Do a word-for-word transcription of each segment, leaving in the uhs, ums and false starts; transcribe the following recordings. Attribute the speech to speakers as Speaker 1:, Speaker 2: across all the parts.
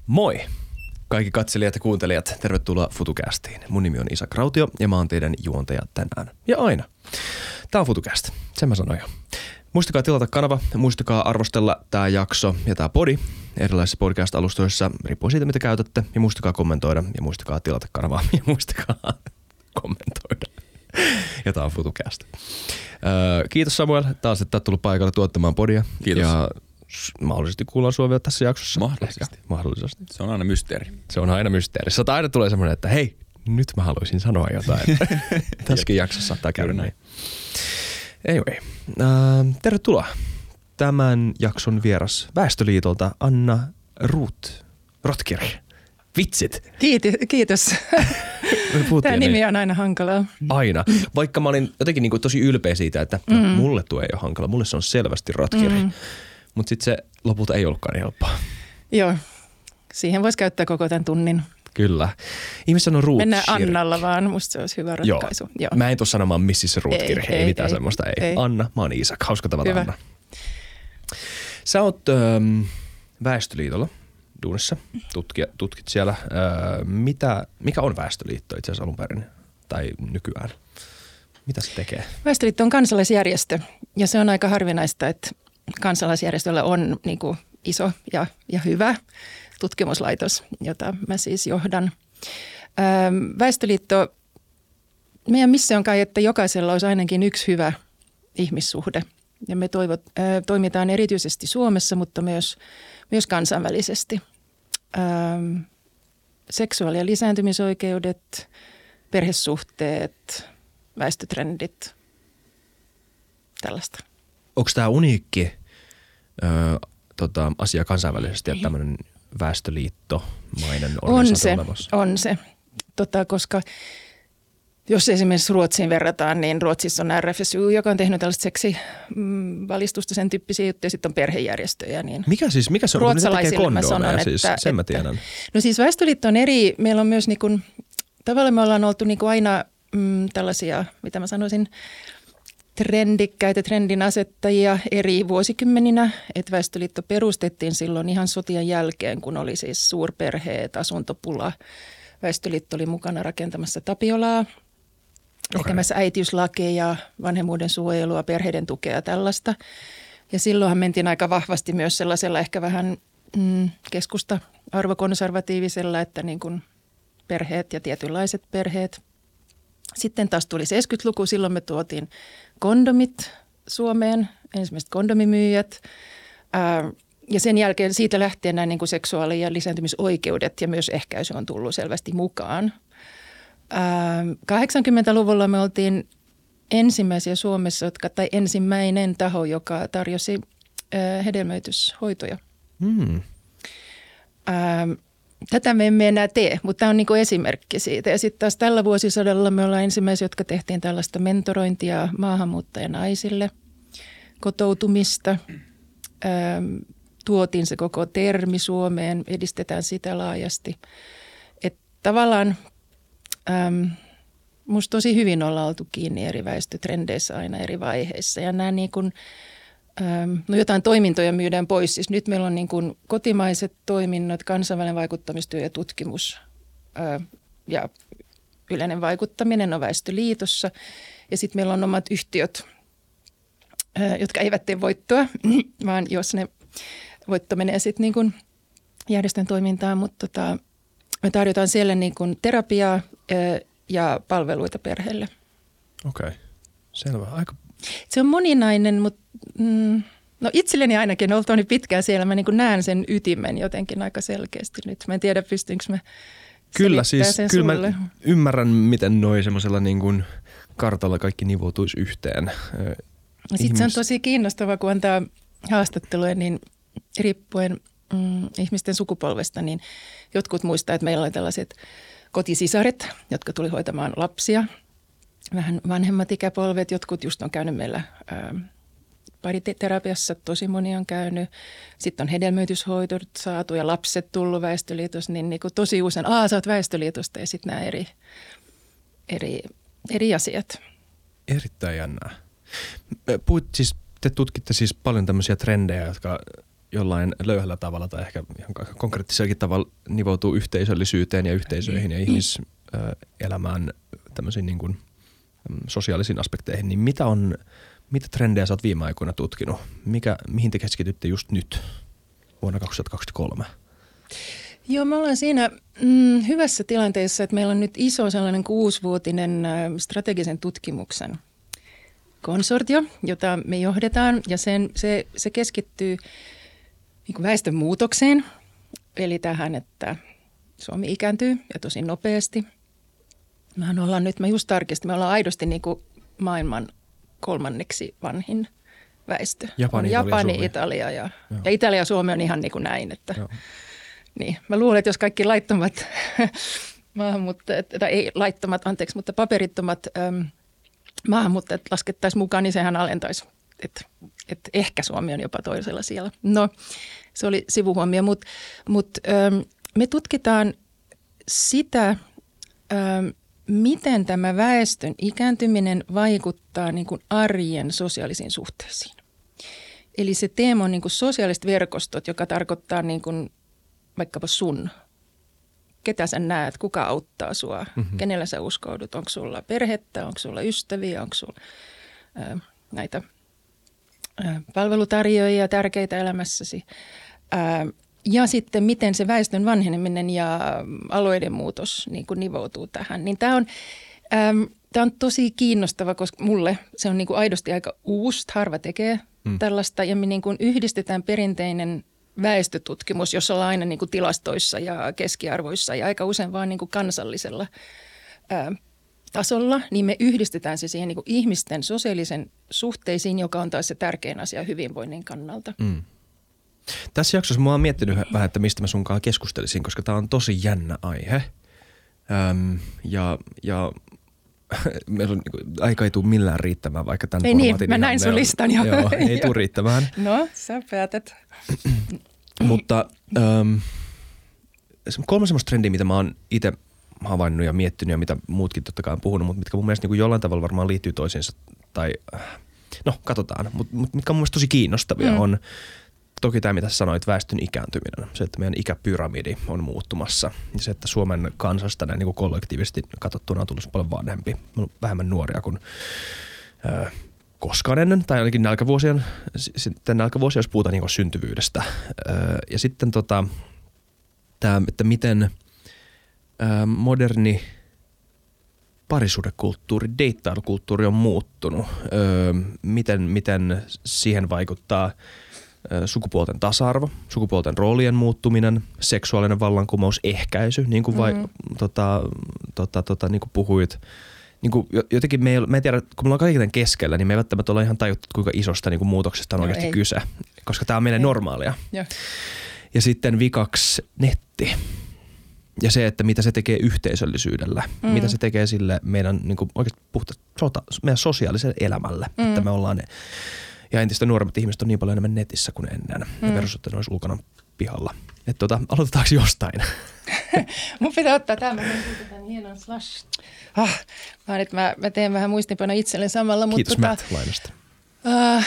Speaker 1: Moi! Kaikki katselijat ja kuuntelijat, tervetuloa FutuCastiin. Mun nimi on Isak Rautio ja mä oon teidän juontaja tänään. Ja aina. Tää on FutuCast, sen mä sanoin jo. Muistakaa tilata kanava, muistakaa arvostella tää jakso ja tää podi erilaisissa podcast-alustoissa, riippuu siitä mitä käytätte. Ja muistakaa kommentoida ja muistakaa tilata kanavaa ja muistakaa kommentoida. Ja tää on FutuCast. Öö, kiitos Samuel taas, että oot tullut paikalle tuottamaan podia.
Speaker 2: Kiitos.
Speaker 1: Ja mahdollisesti kuullaan sua vielä tässä jaksossa.
Speaker 2: Mahdollisesti.
Speaker 1: Ehkä. Mahdollisesti.
Speaker 2: Se on aina mysteeri.
Speaker 1: Se on aina mysteeri. Sata aina tulee semmoinen, että hei, nyt mä haluaisin sanoa jotain. Tässäkin jaksossa saattaa käydä näin. Anyway, äh, tervetuloa. Tämän jakson vieras Väestöliitolta Anna Ruth Rotkirch. Vitsit.
Speaker 3: Kiitos. Kiitos. Tämä nimi on aina hankalaa.
Speaker 1: Aina. Vaikka mä olin jotenkin niin kuin tosi ylpeä siitä, että mm. no, mulle tuo ei ole hankala. Mulle se on selvästi Rotkirch. Mm. Mutta sitten se lopulta ei ollutkaan niin helppoa.
Speaker 3: Joo. Siihen voisi käyttää koko tämän tunnin.
Speaker 1: Kyllä. Ihmiset sanoo Ruth.
Speaker 3: Mennään Annalla vaan. Musta se olisi hyvä ratkaisu.
Speaker 1: Joo.
Speaker 3: Joo.
Speaker 1: Mä en tuu sanomaan missis se Rotkirch. Ei, ei, ei mitään ei, semmoista. Ei. ei. Anna, mä oon Isak. Hauska tavata
Speaker 3: hyvä.
Speaker 1: Anna. Sä oot ähm, Väestöliitolla duunissa. Tutkia, tutkit siellä. Äh, mitä, mikä on Väestöliitto itse asiassa alun perin? Tai nykyään? Mitä se tekee?
Speaker 3: Väestöliitto on kansalaisjärjestö. Ja se on aika harvinaista, että kansalaisjärjestöllä on niin kuin iso ja, ja hyvä tutkimuslaitos, jota mä siis johdan. Väestöliitto, meidän missio on kai, että jokaisella olisi ainakin yksi hyvä ihmissuhde. Ja me toivot, äh, toimitaan erityisesti Suomessa, mutta myös, myös kansainvälisesti. Ähm, seksuaali- ja lisääntymisoikeudet, perhesuhteet, väestötrendit, tällaista.
Speaker 1: Onko tämä uniikki ö, tota, asia kansainvälisesti, että tämmöinen väestöliittomainen organisaatio
Speaker 3: on se, on se. Tota, koska jos esimerkiksi Ruotsiin verrataan, niin Ruotsissa on R F S U, joka on tehnyt tällaista seksivalistusta, sen tyyppisiä juttuja, sitten on perhejärjestöjä. Niin
Speaker 1: mikä siis, mikä se on, kun ne tekee kondomeja, siis
Speaker 3: että,
Speaker 1: sen mä
Speaker 3: että,
Speaker 1: tiedän.
Speaker 3: No siis Väestöliitto on eri, meillä on myös niin kuin, tavallaan me ollaan oltu niin kuin aina mm, tällaisia, mitä mä sanoisin, trendikkäitä trendin asettajia eri vuosikymmeninä, että Väestöliitto perustettiin silloin ihan sotien jälkeen, kun oli siis suurperheet, asuntopula. Väestöliitto oli mukana rakentamassa Tapiolaa, okay. tekemässä äitiyslakeja, vanhemmuuden suojelua, perheiden tukea ja tällaista. Ja silloinhan mentiin aika vahvasti myös sellaisella ehkä vähän mm, keskusta arvokonservatiivisella, että niin kuin perheet ja tietynlaiset perheet. Sitten taas tuli seitsemänkymmentäluku, silloin me tuotiin kondomit Suomeen, ensimmäiset kondomimyyjät. Ää, ja sen jälkeen siitä lähtien nämä niin kuin seksuaali- ja lisääntymisoikeudet ja myös ehkäisy on tullut selvästi mukaan. Ää, kahdeksankymmentäluvulla me oltiin ensimmäisiä Suomessa, jotka, tai ensimmäinen taho, joka tarjosi ää, hedelmöityshoitoja. Hmm. Ää, Tätä me emme enää tee, mutta tämä on niin kuin esimerkki siitä. Ja sitten taas tällä vuosisadalla me ollaan ensimmäisiä, jotka tehtiin tällaista mentorointia maahanmuuttajanaisille, kotoutumista. Ähm, tuotiin se koko termi Suomeen, edistetään sitä laajasti. Että tavallaan ähm, musta tosi hyvin ollaan oltu kiinni eri väestötrendeissä aina eri vaiheissa. Ja nämä niin kuin no jotain toimintoja myydään pois. Siis nyt meillä on niin kuin kotimaiset toiminnot, kansainvälinen vaikuttamistyö ja tutkimus ää, ja yleinen vaikuttaminen on Väestöliitossa. Ja sitten meillä on omat yhtiöt, ää, jotka eivät tee voittoa, vaan jos ne voitto menee sitten niin kuin järjestön toimintaan. Mutta tota, me tarjotaan siellä niin kuin terapiaa ää, ja palveluita perheelle.
Speaker 1: Okei, okay. Selvä. Aika...
Speaker 3: Se on moninainen, mutta mm, no itselleni ainakin oltuani pitkään siellä. Mä niin kuin näen sen ytimen jotenkin aika selkeästi nyt. Mä en tiedä, pystynkö mä
Speaker 1: Kyllä siis,
Speaker 3: sen
Speaker 1: kyllä
Speaker 3: sulle.
Speaker 1: Mä ymmärrän, miten noi semmoisella niin kuin kartalla kaikki nivoutuisi yhteen.
Speaker 3: Sitten Ihmis... se on tosi kiinnostavaa, kun antaa haastatteluja, niin riippuen mm, ihmisten sukupolvesta, niin jotkut muistaa, että meillä oli tällaiset kotisisaret, jotka tuli hoitamaan lapsia. Vähän vanhemmat ikäpolvet, jotkut just on käynyt meillä ää, pariterapiassa, tosi moni on käynyt. Sitten on hedelmöityshoidot saatu ja lapset tullut Väestöliitosta, niin, niin kuin tosi usein, aa sä oot Väestöliitosta ja sitten nämä eri, eri, eri asiat.
Speaker 1: Erittäin jännää. Puhuit siis, te tutkitte siis paljon tämmöisiä trendejä, jotka jollain löyhällä tavalla tai ehkä ihan konkreettisellakin tavalla nivoutuu yhteisöllisyyteen ja yhteisöihin ja ihmiselämään tämmöisiin niin kuin sosiaalisiin aspekteihin, niin mitä on, mitä trendejä sä oot viime aikoina tutkinut? Mikä, mihin te keskitytte just nyt vuonna kaksituhattakaksikymmentäkolme?
Speaker 3: Joo, me ollaan siinä mm, hyvässä tilanteessa, että meillä on nyt iso sellainen kuusivuotinen äh, strategisen tutkimuksen konsortio, jota me johdetaan ja sen, se, se keskittyy niin kuin väestön muutokseen, eli tähän, että Suomi ikääntyy ja tosi nopeasti. Mehän ollaan nyt, mä just tarkistin, me ollaan aidosti niin kuin maailman kolmanneksi vanhin väestö.
Speaker 1: Japani, Italia,
Speaker 3: Japani,
Speaker 1: Suomi.
Speaker 3: Italia ja, ja Italia ja Suomi on ihan niin kuin näin, että
Speaker 1: Joo.
Speaker 3: niin. Mä luulen, että jos kaikki laittomat maahanmuuttajat, tai ei laittomat, anteeksi, mutta paperittomat äm, maahanmuuttajat laskettaisiin mukaan, niin sehän alentaisi, että et ehkä Suomi on jopa toisella siellä. No, se oli sivuhuomio, mutta mut, äm, me tutkitaan sitä, äm, miten tämä väestön ikääntyminen vaikuttaa niin kuin arjen sosiaalisiin suhteisiin. Eli se teema on niin kuin sosiaaliset verkostot, joka tarkoittaa niin kuin vaikkapa sun, ketä sä näet, kuka auttaa sua, mm-hmm. kenellä sä uskoudut, onko sulla perhettä, onko sulla ystäviä, onko sulla ää, näitä ää, palvelutarjoajia tärkeitä elämässäsi. Ää, ja sitten miten se väestön vanheneminen ja alueiden muutos niin kuin nivoutuu tähän. Niin tämä on, tämä on tosi kiinnostava, koska mulle se on niin kuin aidosti aika uusi, harva tekee mm. tällaista ja me niin kuin yhdistetään perinteinen väestötutkimus, jossa ollaan aina niin kuin tilastoissa ja keskiarvoissa ja aika usein vaan niin kuin kansallisella ää, tasolla, niin me yhdistetään se siihen niin kuin ihmisten sosiaalisen suhteisiin, joka on taas se tärkein asia hyvinvoinnin kannalta. Mm.
Speaker 1: Tässä jaksossa mä oon miettinyt vähän, että mistä mä sunkaan keskustelisin, koska tää on tosi jännä aihe. Öm, ja ja meillä on, aika ei tule millään riittämään, vaikka tämän
Speaker 3: ei
Speaker 1: formaatin.
Speaker 3: Niin, mä näin sun listan jo.
Speaker 1: Joo, ei tule riittämään.
Speaker 3: No, sä päätät.
Speaker 1: Mutta öm, kolme semmoista trendiä, mitä mä oon itse havainnut ja miettinyt ja mitä muutkin totta kai on puhunut, mutta mitkä mun mielestä niin kuin jollain tavalla varmaan liittyy toisiinsa tai no katsotaan, mutta mut, mitkä on mun mielestä tosi kiinnostavia mm. on toki tämä, mitä sanoit, väestön ikääntyminen. Se, että meidän ikäpyramidi on muuttumassa. Ja se, että Suomen kansasta näin niin kuin kollektiivisesti katsottuna on tullut paljon vanhempi. Vähemmän nuoria kuin ö, koskaan ennen. Tai ainakin nälkävuosien, sitten nälkävuosia, jos puhutaan niin kuin syntyvyydestä. Ö, ja sitten tota, tämä, että miten ö, moderni parisuhdekulttuuri, deittailukulttuuri on muuttunut. Ö, miten, miten siihen vaikuttaa sukupuolten tasa-arvo, sukupuolten roolien muuttuminen, seksuaalinen vallankumous, ehkäisy, niin kuin, vai, mm. tota, tota, tota, niin kuin puhuit. Niin kuin jotenkin me ei, me ei tiedä, kun me ollaan kaiken keskellä, niin me ei välttämättä olla ihan tajuttu, kuinka isosta niin kuin muutoksesta on no oikeasti ei. kyse, koska tämä on meille ei. normaalia. Ja. ja sitten vikaksi netti. Ja se, että mitä se tekee yhteisöllisyydellä, mm. mitä se tekee sille meidän niin kuin oikeasti puhtaasti meidän sosiaaliselle elämälle, mm. että me ollaan ne. Ja entistä nuoremmat ihmiset on niin paljon enemmän netissä kuin ennen. Mm. Ja perusottelu olisi ulkona pihalla. Että tota, aloitetaanko jostain?
Speaker 3: Mun pitää ottaa tämä. Mä tämän hienon slash. Ah, mä, nyt mä, mä teen vähän muistinpanoa itselle samalla.
Speaker 1: Kiitos
Speaker 3: mutta
Speaker 1: Matt lainasta.
Speaker 3: Uh,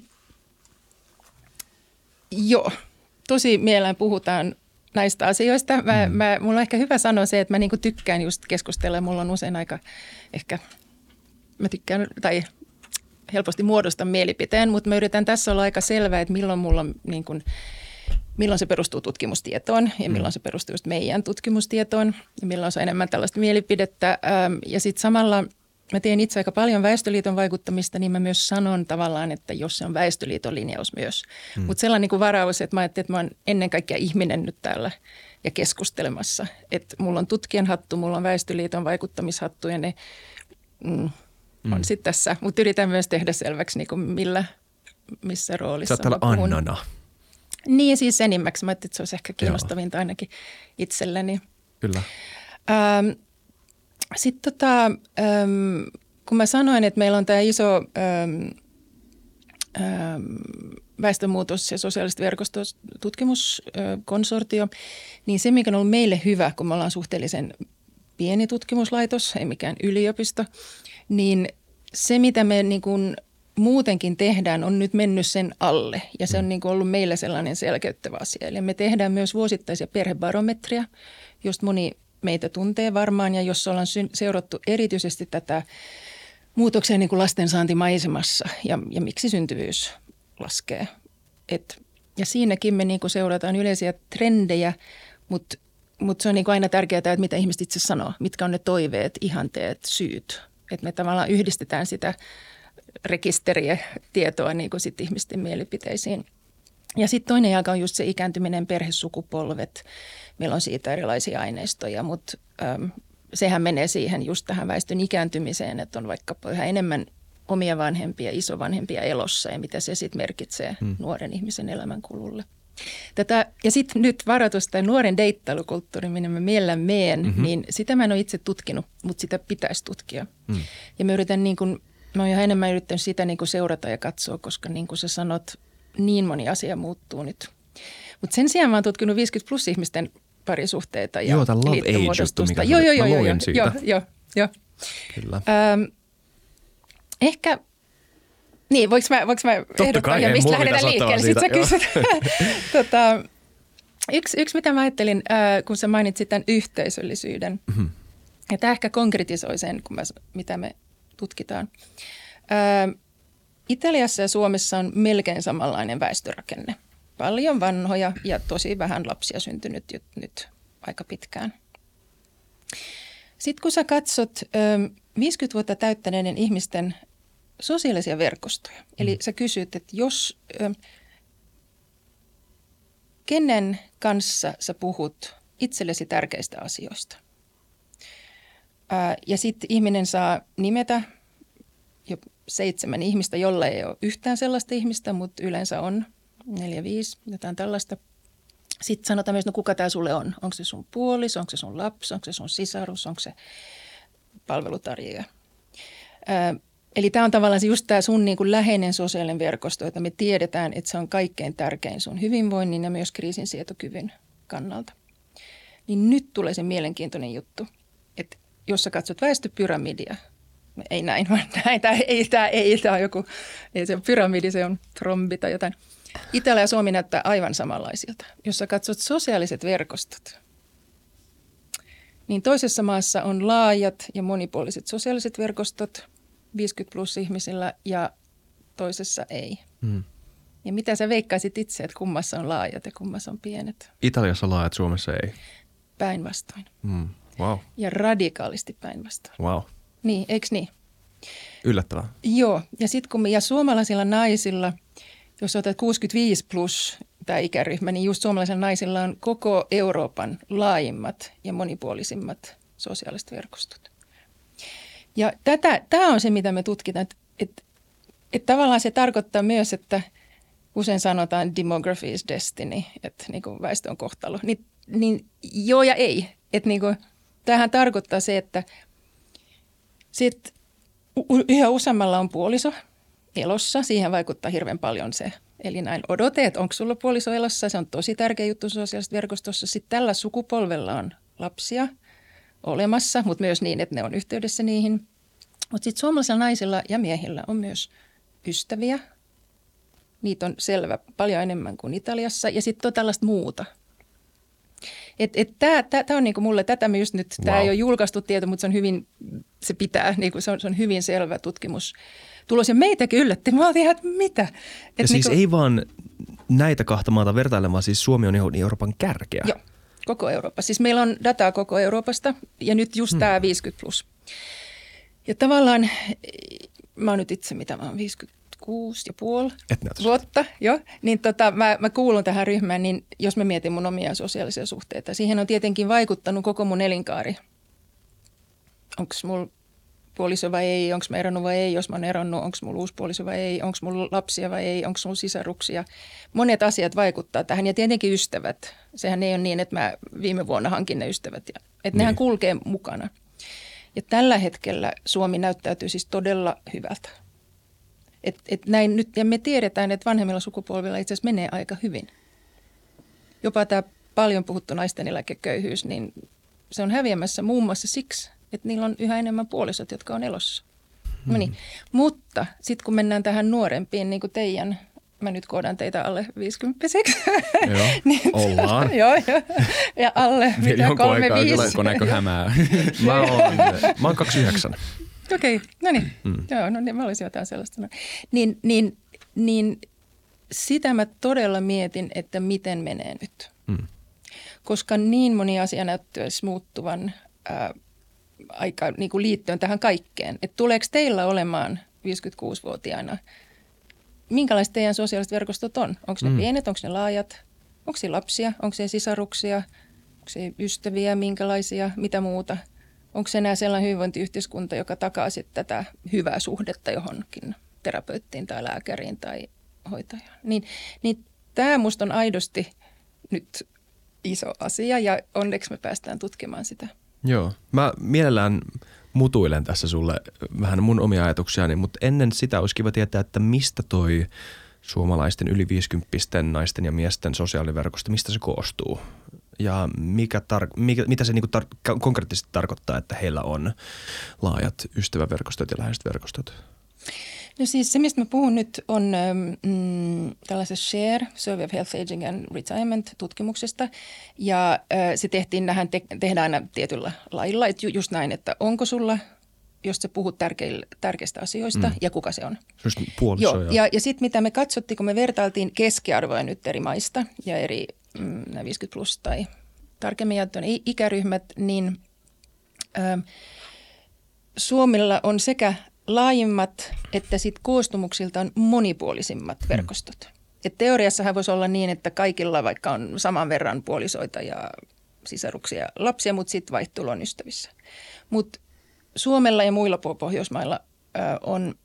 Speaker 3: joo, tosi mielellään puhutaan näistä asioista. Mä, mm. mä, mulla on ehkä hyvä sanoa se, että mä niinku tykkään just keskustella. Mulla on usein aika ehkä, mä tykkään, tai helposti muodostan mielipiteen, mutta mä yritän tässä olla aika selvää, että milloin mulla on niin kuin, milloin se perustuu tutkimustietoon ja milloin se perustuu just meidän tutkimustietoon ja milloin se on enemmän tällaista mielipidettä. Ja sitten samalla mä teen itse aika paljon Väestöliiton vaikuttamista, niin mä myös sanon tavallaan, että jos se on Väestöliiton linjaus myös. Mm. Mutta sellainen niin kuin varaus, että mä ajattelin, että mä oon ennen kaikkea ihminen nyt täällä ja keskustelemassa. Että mulla on tutkijan hattu, mulla on Väestöliiton vaikuttamishattu ja ne mm, on mm. sitten tässä. Mutta yritän myös tehdä selväksi, niin kuin millä, missä roolissa.
Speaker 1: Sä oot täällä Annana.
Speaker 3: Niin, siis enimmäksi. Mä ajattelin, että se olisi ehkä kiinnostavinta ainakin itselleni.
Speaker 1: Kyllä.
Speaker 3: Ähm, Sitten tota, ähm, kun mä sanoin, että meillä on tämä iso ähm, ähm, väestönmuutos- ja sosiaaliset verkostotutkimuskonsortio, niin se, mikä on ollut meille hyvä, kun me ollaan suhteellisen pieni tutkimuslaitos, ei mikään yliopisto, niin se, mitä me niin kun muutenkin tehdään, on nyt mennyt sen alle. Ja se on niin kuin ollut meillä sellainen selkeyttävä asia. Eli me tehdään myös vuosittaisia perhebarometria, josta moni meitä tuntee varmaan. Ja jos ollaan seurattu erityisesti tätä muutoksia niin kuin lastensaantimaisemassa ja, ja miksi syntyvyys laskee. Et, ja siinäkin me niin kuin seurataan yleisiä trendejä, mutta mut se on niin kuin aina tärkeää, että mitä ihmiset itse sanoo, mitkä on ne toiveet, ihanteet, syyt. Että me tavallaan yhdistetään sitä rekisteriä, tietoa niin kuin sit ihmisten mielipiteisiin. Ja sitten toinen jalka on just se ikääntyminen, perhesukupolvet. Meillä on siitä erilaisia aineistoja, mutta äm, sehän menee siihen just tähän väestön ikääntymiseen, että on vaikka yhä enemmän omia vanhempia, isovanhempia elossa ja mitä se sitten merkitsee hmm. nuoren ihmisen elämänkululle. Tätä, ja sitten nyt varoitus tai nuoren deittailukulttuuri, minne mä mielellään meen, mm-hmm. niin sitä mä en ole itse tutkinut, mutta sitä pitäisi tutkia. Mm. Ja mä yritän niin kuin, mä oon ihan enemmän yrittänyt sitä niin kuin seurata ja katsoa, koska niin kuin sä sanot, niin moni asia muuttuu nyt. Mutta sen sijaan mä oon tutkinut viisikymmentä plus ihmisten parisuhteita ja
Speaker 1: joo, tämä love age-juttu, mikä
Speaker 3: joo, joo, joo,
Speaker 1: mä
Speaker 3: joo,
Speaker 1: luin siitä.
Speaker 3: Joo, joo, joo.
Speaker 1: Kyllä.
Speaker 3: Ähm, ehkä, niin, voinko mä, voinko mä ehdottaa, ja mistä lähdetään liikkeelle? Sitten sä kysyt. tota, yksi, yksi, mitä mä ajattelin, äh, kun sä mainitsit tämän yhteisöllisyyden, mm-hmm. ja tämä ehkä konkretisoi sen, kun mä, mitä me tutkitaan. Äh, Italiassa ja Suomessa on melkein samanlainen väestörakenne. Paljon vanhoja ja tosi vähän lapsia syntynyt nyt aika pitkään. Sitten kun sä katsot viisikymmentä vuotta täyttäneiden ihmisten sosiaalisia verkostoja, mm. eli sä kysyt, että jos, kenen kanssa sä puhut itsellesi tärkeistä asioista. Ja sitten ihminen saa nimetä jo seitsemän ihmistä, jolla ei ole yhtään sellaista ihmistä, mutta yleensä on neljä, viisi, jotain tällaista. Sitten sanotaan myös, no kuka tämä sulle on? Onko se sun puoliso, onko se sun lapsi, onko se sun sisarus, onko se palvelutarjoaja? Ö, eli tämä on tavallaan just tämä sun niin kuin läheinen sosiaalinen verkosto, jota me tiedetään, että se on kaikkein tärkein sun hyvinvoinnin ja myös kriisinsietokyvyn kannalta. Niin nyt tulee se mielenkiintoinen juttu, että jos sä katsot väestöpyramidia, ei näin, vaan näin, tämä ei, tämä ei, tämä on joku, ei se on pyramidi, se on trombi tai jotain. Italia ja Suomi näyttää aivan samanlaisilta. Jos sä katsot sosiaaliset verkostot, niin toisessa maassa on laajat ja monipuoliset sosiaaliset verkostot viisikymmentä plus ihmisillä ja toisessa ei. Mm. Ja mitä sä veikkaisit itse, että kummassa on laajat ja kummassa on pienet?
Speaker 1: Italiassa laajat, Suomessa ei.
Speaker 3: Päinvastoin.
Speaker 1: Mm. Wow.
Speaker 3: Ja radikaalisti päinvastoin.
Speaker 1: Wow.
Speaker 3: Niin, eikö niin?
Speaker 1: Yllättävää.
Speaker 3: Joo, ja sitten kun me, ja suomalaisilla naisilla, jos otat kuusikymmentäviisi plus tämä ikäryhmä, niin just suomalaisilla naisilla on koko Euroopan laajimmat ja monipuolisimmat sosiaaliset verkostot. Ja tätä, tämä on se, mitä me tutkitaan, että, että, että tavallaan se tarkoittaa myös, että usein sanotaan demography is destiny, että niin kuin väestö on kohtalo, niin, niin joo ja ei. Että niin kuin, tämähän tarkoittaa se, että sit yhä useammalla on puoliso elossa. Siihen vaikuttaa hirveän paljon se elinain odote, että onko sulla puoliso elossa. Se on tosi tärkeä juttu sosiaalisessa verkostossa. Sitten tällä sukupolvella on lapsia olemassa, mutta myös niin, että ne on yhteydessä niihin. Mutta sitten suomalaisilla naisilla ja miehillä on myös ystäviä. Niitä on selvä paljon enemmän kuin Italiassa. Ja sitten on tällaista muuta. Tämä on niinku mulle, tätä me just nyt, wow. Tämä ei ole julkaistu tieto, mutta se on hyvin, se pitää, niinku, se, on, se on hyvin selvä tutkimustulos. Ja meitäkin yllätti, mä olin ihan, että mitä? Et
Speaker 1: ja siis niinku, ei vaan näitä kahta maata vertailemaan, siis Suomi on ihan Euroopan kärkeä.
Speaker 3: Joo, koko Eurooppa. Siis meillä on dataa koko Euroopasta ja nyt just hmm. tämä viisikymmentä plus. Ja tavallaan, mä oon nyt itse, mitä mä oon, viisikymmentäkuusi ja puoli vuotta, jo, niin tota, mä, mä kuulun tähän ryhmään, niin jos mä mietin mun omia sosiaalisia suhteita, siihen on tietenkin vaikuttanut koko mun elinkaari. Onko mulla puoliso vai ei, onko mä eronnut vai ei, jos mä oon eronnut, onko mulla uusi puoliso vai ei, onko mulla lapsia vai ei, onko mulla sisaruksia. Monet asiat vaikuttaa tähän ja tietenkin ystävät. Sehän ei ole niin, että mä viime vuonna hankin ne ystävät, ja, että niin. Nehän kulkee mukana. Ja tällä hetkellä Suomi näyttäytyy siis todella hyvältä. Et, et näin nyt, ja me tiedetään, että vanhemmilla sukupolvilla itse asiassa menee aika hyvin. Jopa tämä paljon puhuttu naisten eläkeköyhyys, niin se on häviämässä muun muassa siksi, että niillä on yhä enemmän puolisot, jotka on elossa. Mm. No niin. Mutta sitten kun mennään tähän nuorempiin, niin kuin teidän, mä nyt koodan teitä alle viisikymppiseksi.
Speaker 1: Joo, niin, ollaan.
Speaker 3: Joo, joo. Ja alle mitä kolme viisi.
Speaker 1: Onko näkö hämää? mä, oon, mä oon kaksikymmentäyhdeksän.
Speaker 3: Okei, okay, no niin. Mm. Joo, no niin, mä olisin jotain sellaista. No. Niin, niin, niin sitä mä todella mietin, että miten menee nyt. Mm. Koska niin moni asia näyttäisi muuttuvan ää, aika niin kuin liittyen tähän kaikkeen. Että tuleeko teillä olemaan viisikymmentäkuusivuotiaana, minkälaiset teidän sosiaaliset verkostot on? Onko ne mm. pienet, onko ne laajat, onko se lapsia, onko se sisaruksia, onko se ystäviä, minkälaisia, mitä muuta? Onko se enää sellainen hyvinvointiyhteiskunta, joka takaa sitten tätä hyvää suhdetta johonkin terapeuttiin tai lääkäriin tai hoitajaan? Niin, niin tämä musta on aidosti nyt iso asia ja onneksi me päästään tutkimaan sitä.
Speaker 1: Joo, mä mielellään mutuilen tässä sulle vähän mun omia ajatuksiani, mutta ennen sitä olisi kiva tietää, että mistä toi suomalaisten yli viisikymppisten naisten ja miesten sosiaaliverkosto, mistä se koostuu? Ja mikä tar- mikä, mitä se niinku tar- konkreettisesti tarkoittaa, että heillä on laajat ystäväverkostot ja läheiset verkostot?
Speaker 3: No siis se, mistä mä puhun nyt, on mm, tällaisessa SHARE, Survey of Health, Aging and Retirement-tutkimuksesta. Ja äh, se tehtiin, nähän te- tehdään aina tietyllä lailla, että ju- just näin, että onko sulla, jos sä puhut tärkeil- tärkeistä asioista mm. ja kuka se on.
Speaker 1: Just puoliso.
Speaker 3: Joo, ja, ja sitten mitä me katsottiin, kun me vertailtiin keskiarvoja nyt eri maista ja eri mm, viisikymmentä plus tai tarkemmin jaettuun ikäryhmät, niin äh, Suomella on sekä laajimmat että sitten koostumuksiltaan monipuolisimmat verkostot. Mm. Et teoriassahan voisi olla niin, että kaikilla vaikka on saman verran puolisoita ja sisaruksia ja lapsia, mutta sitten vaihtelu on ystävissä. Mutta Suomella ja muilla Pohjoismailla äh, on,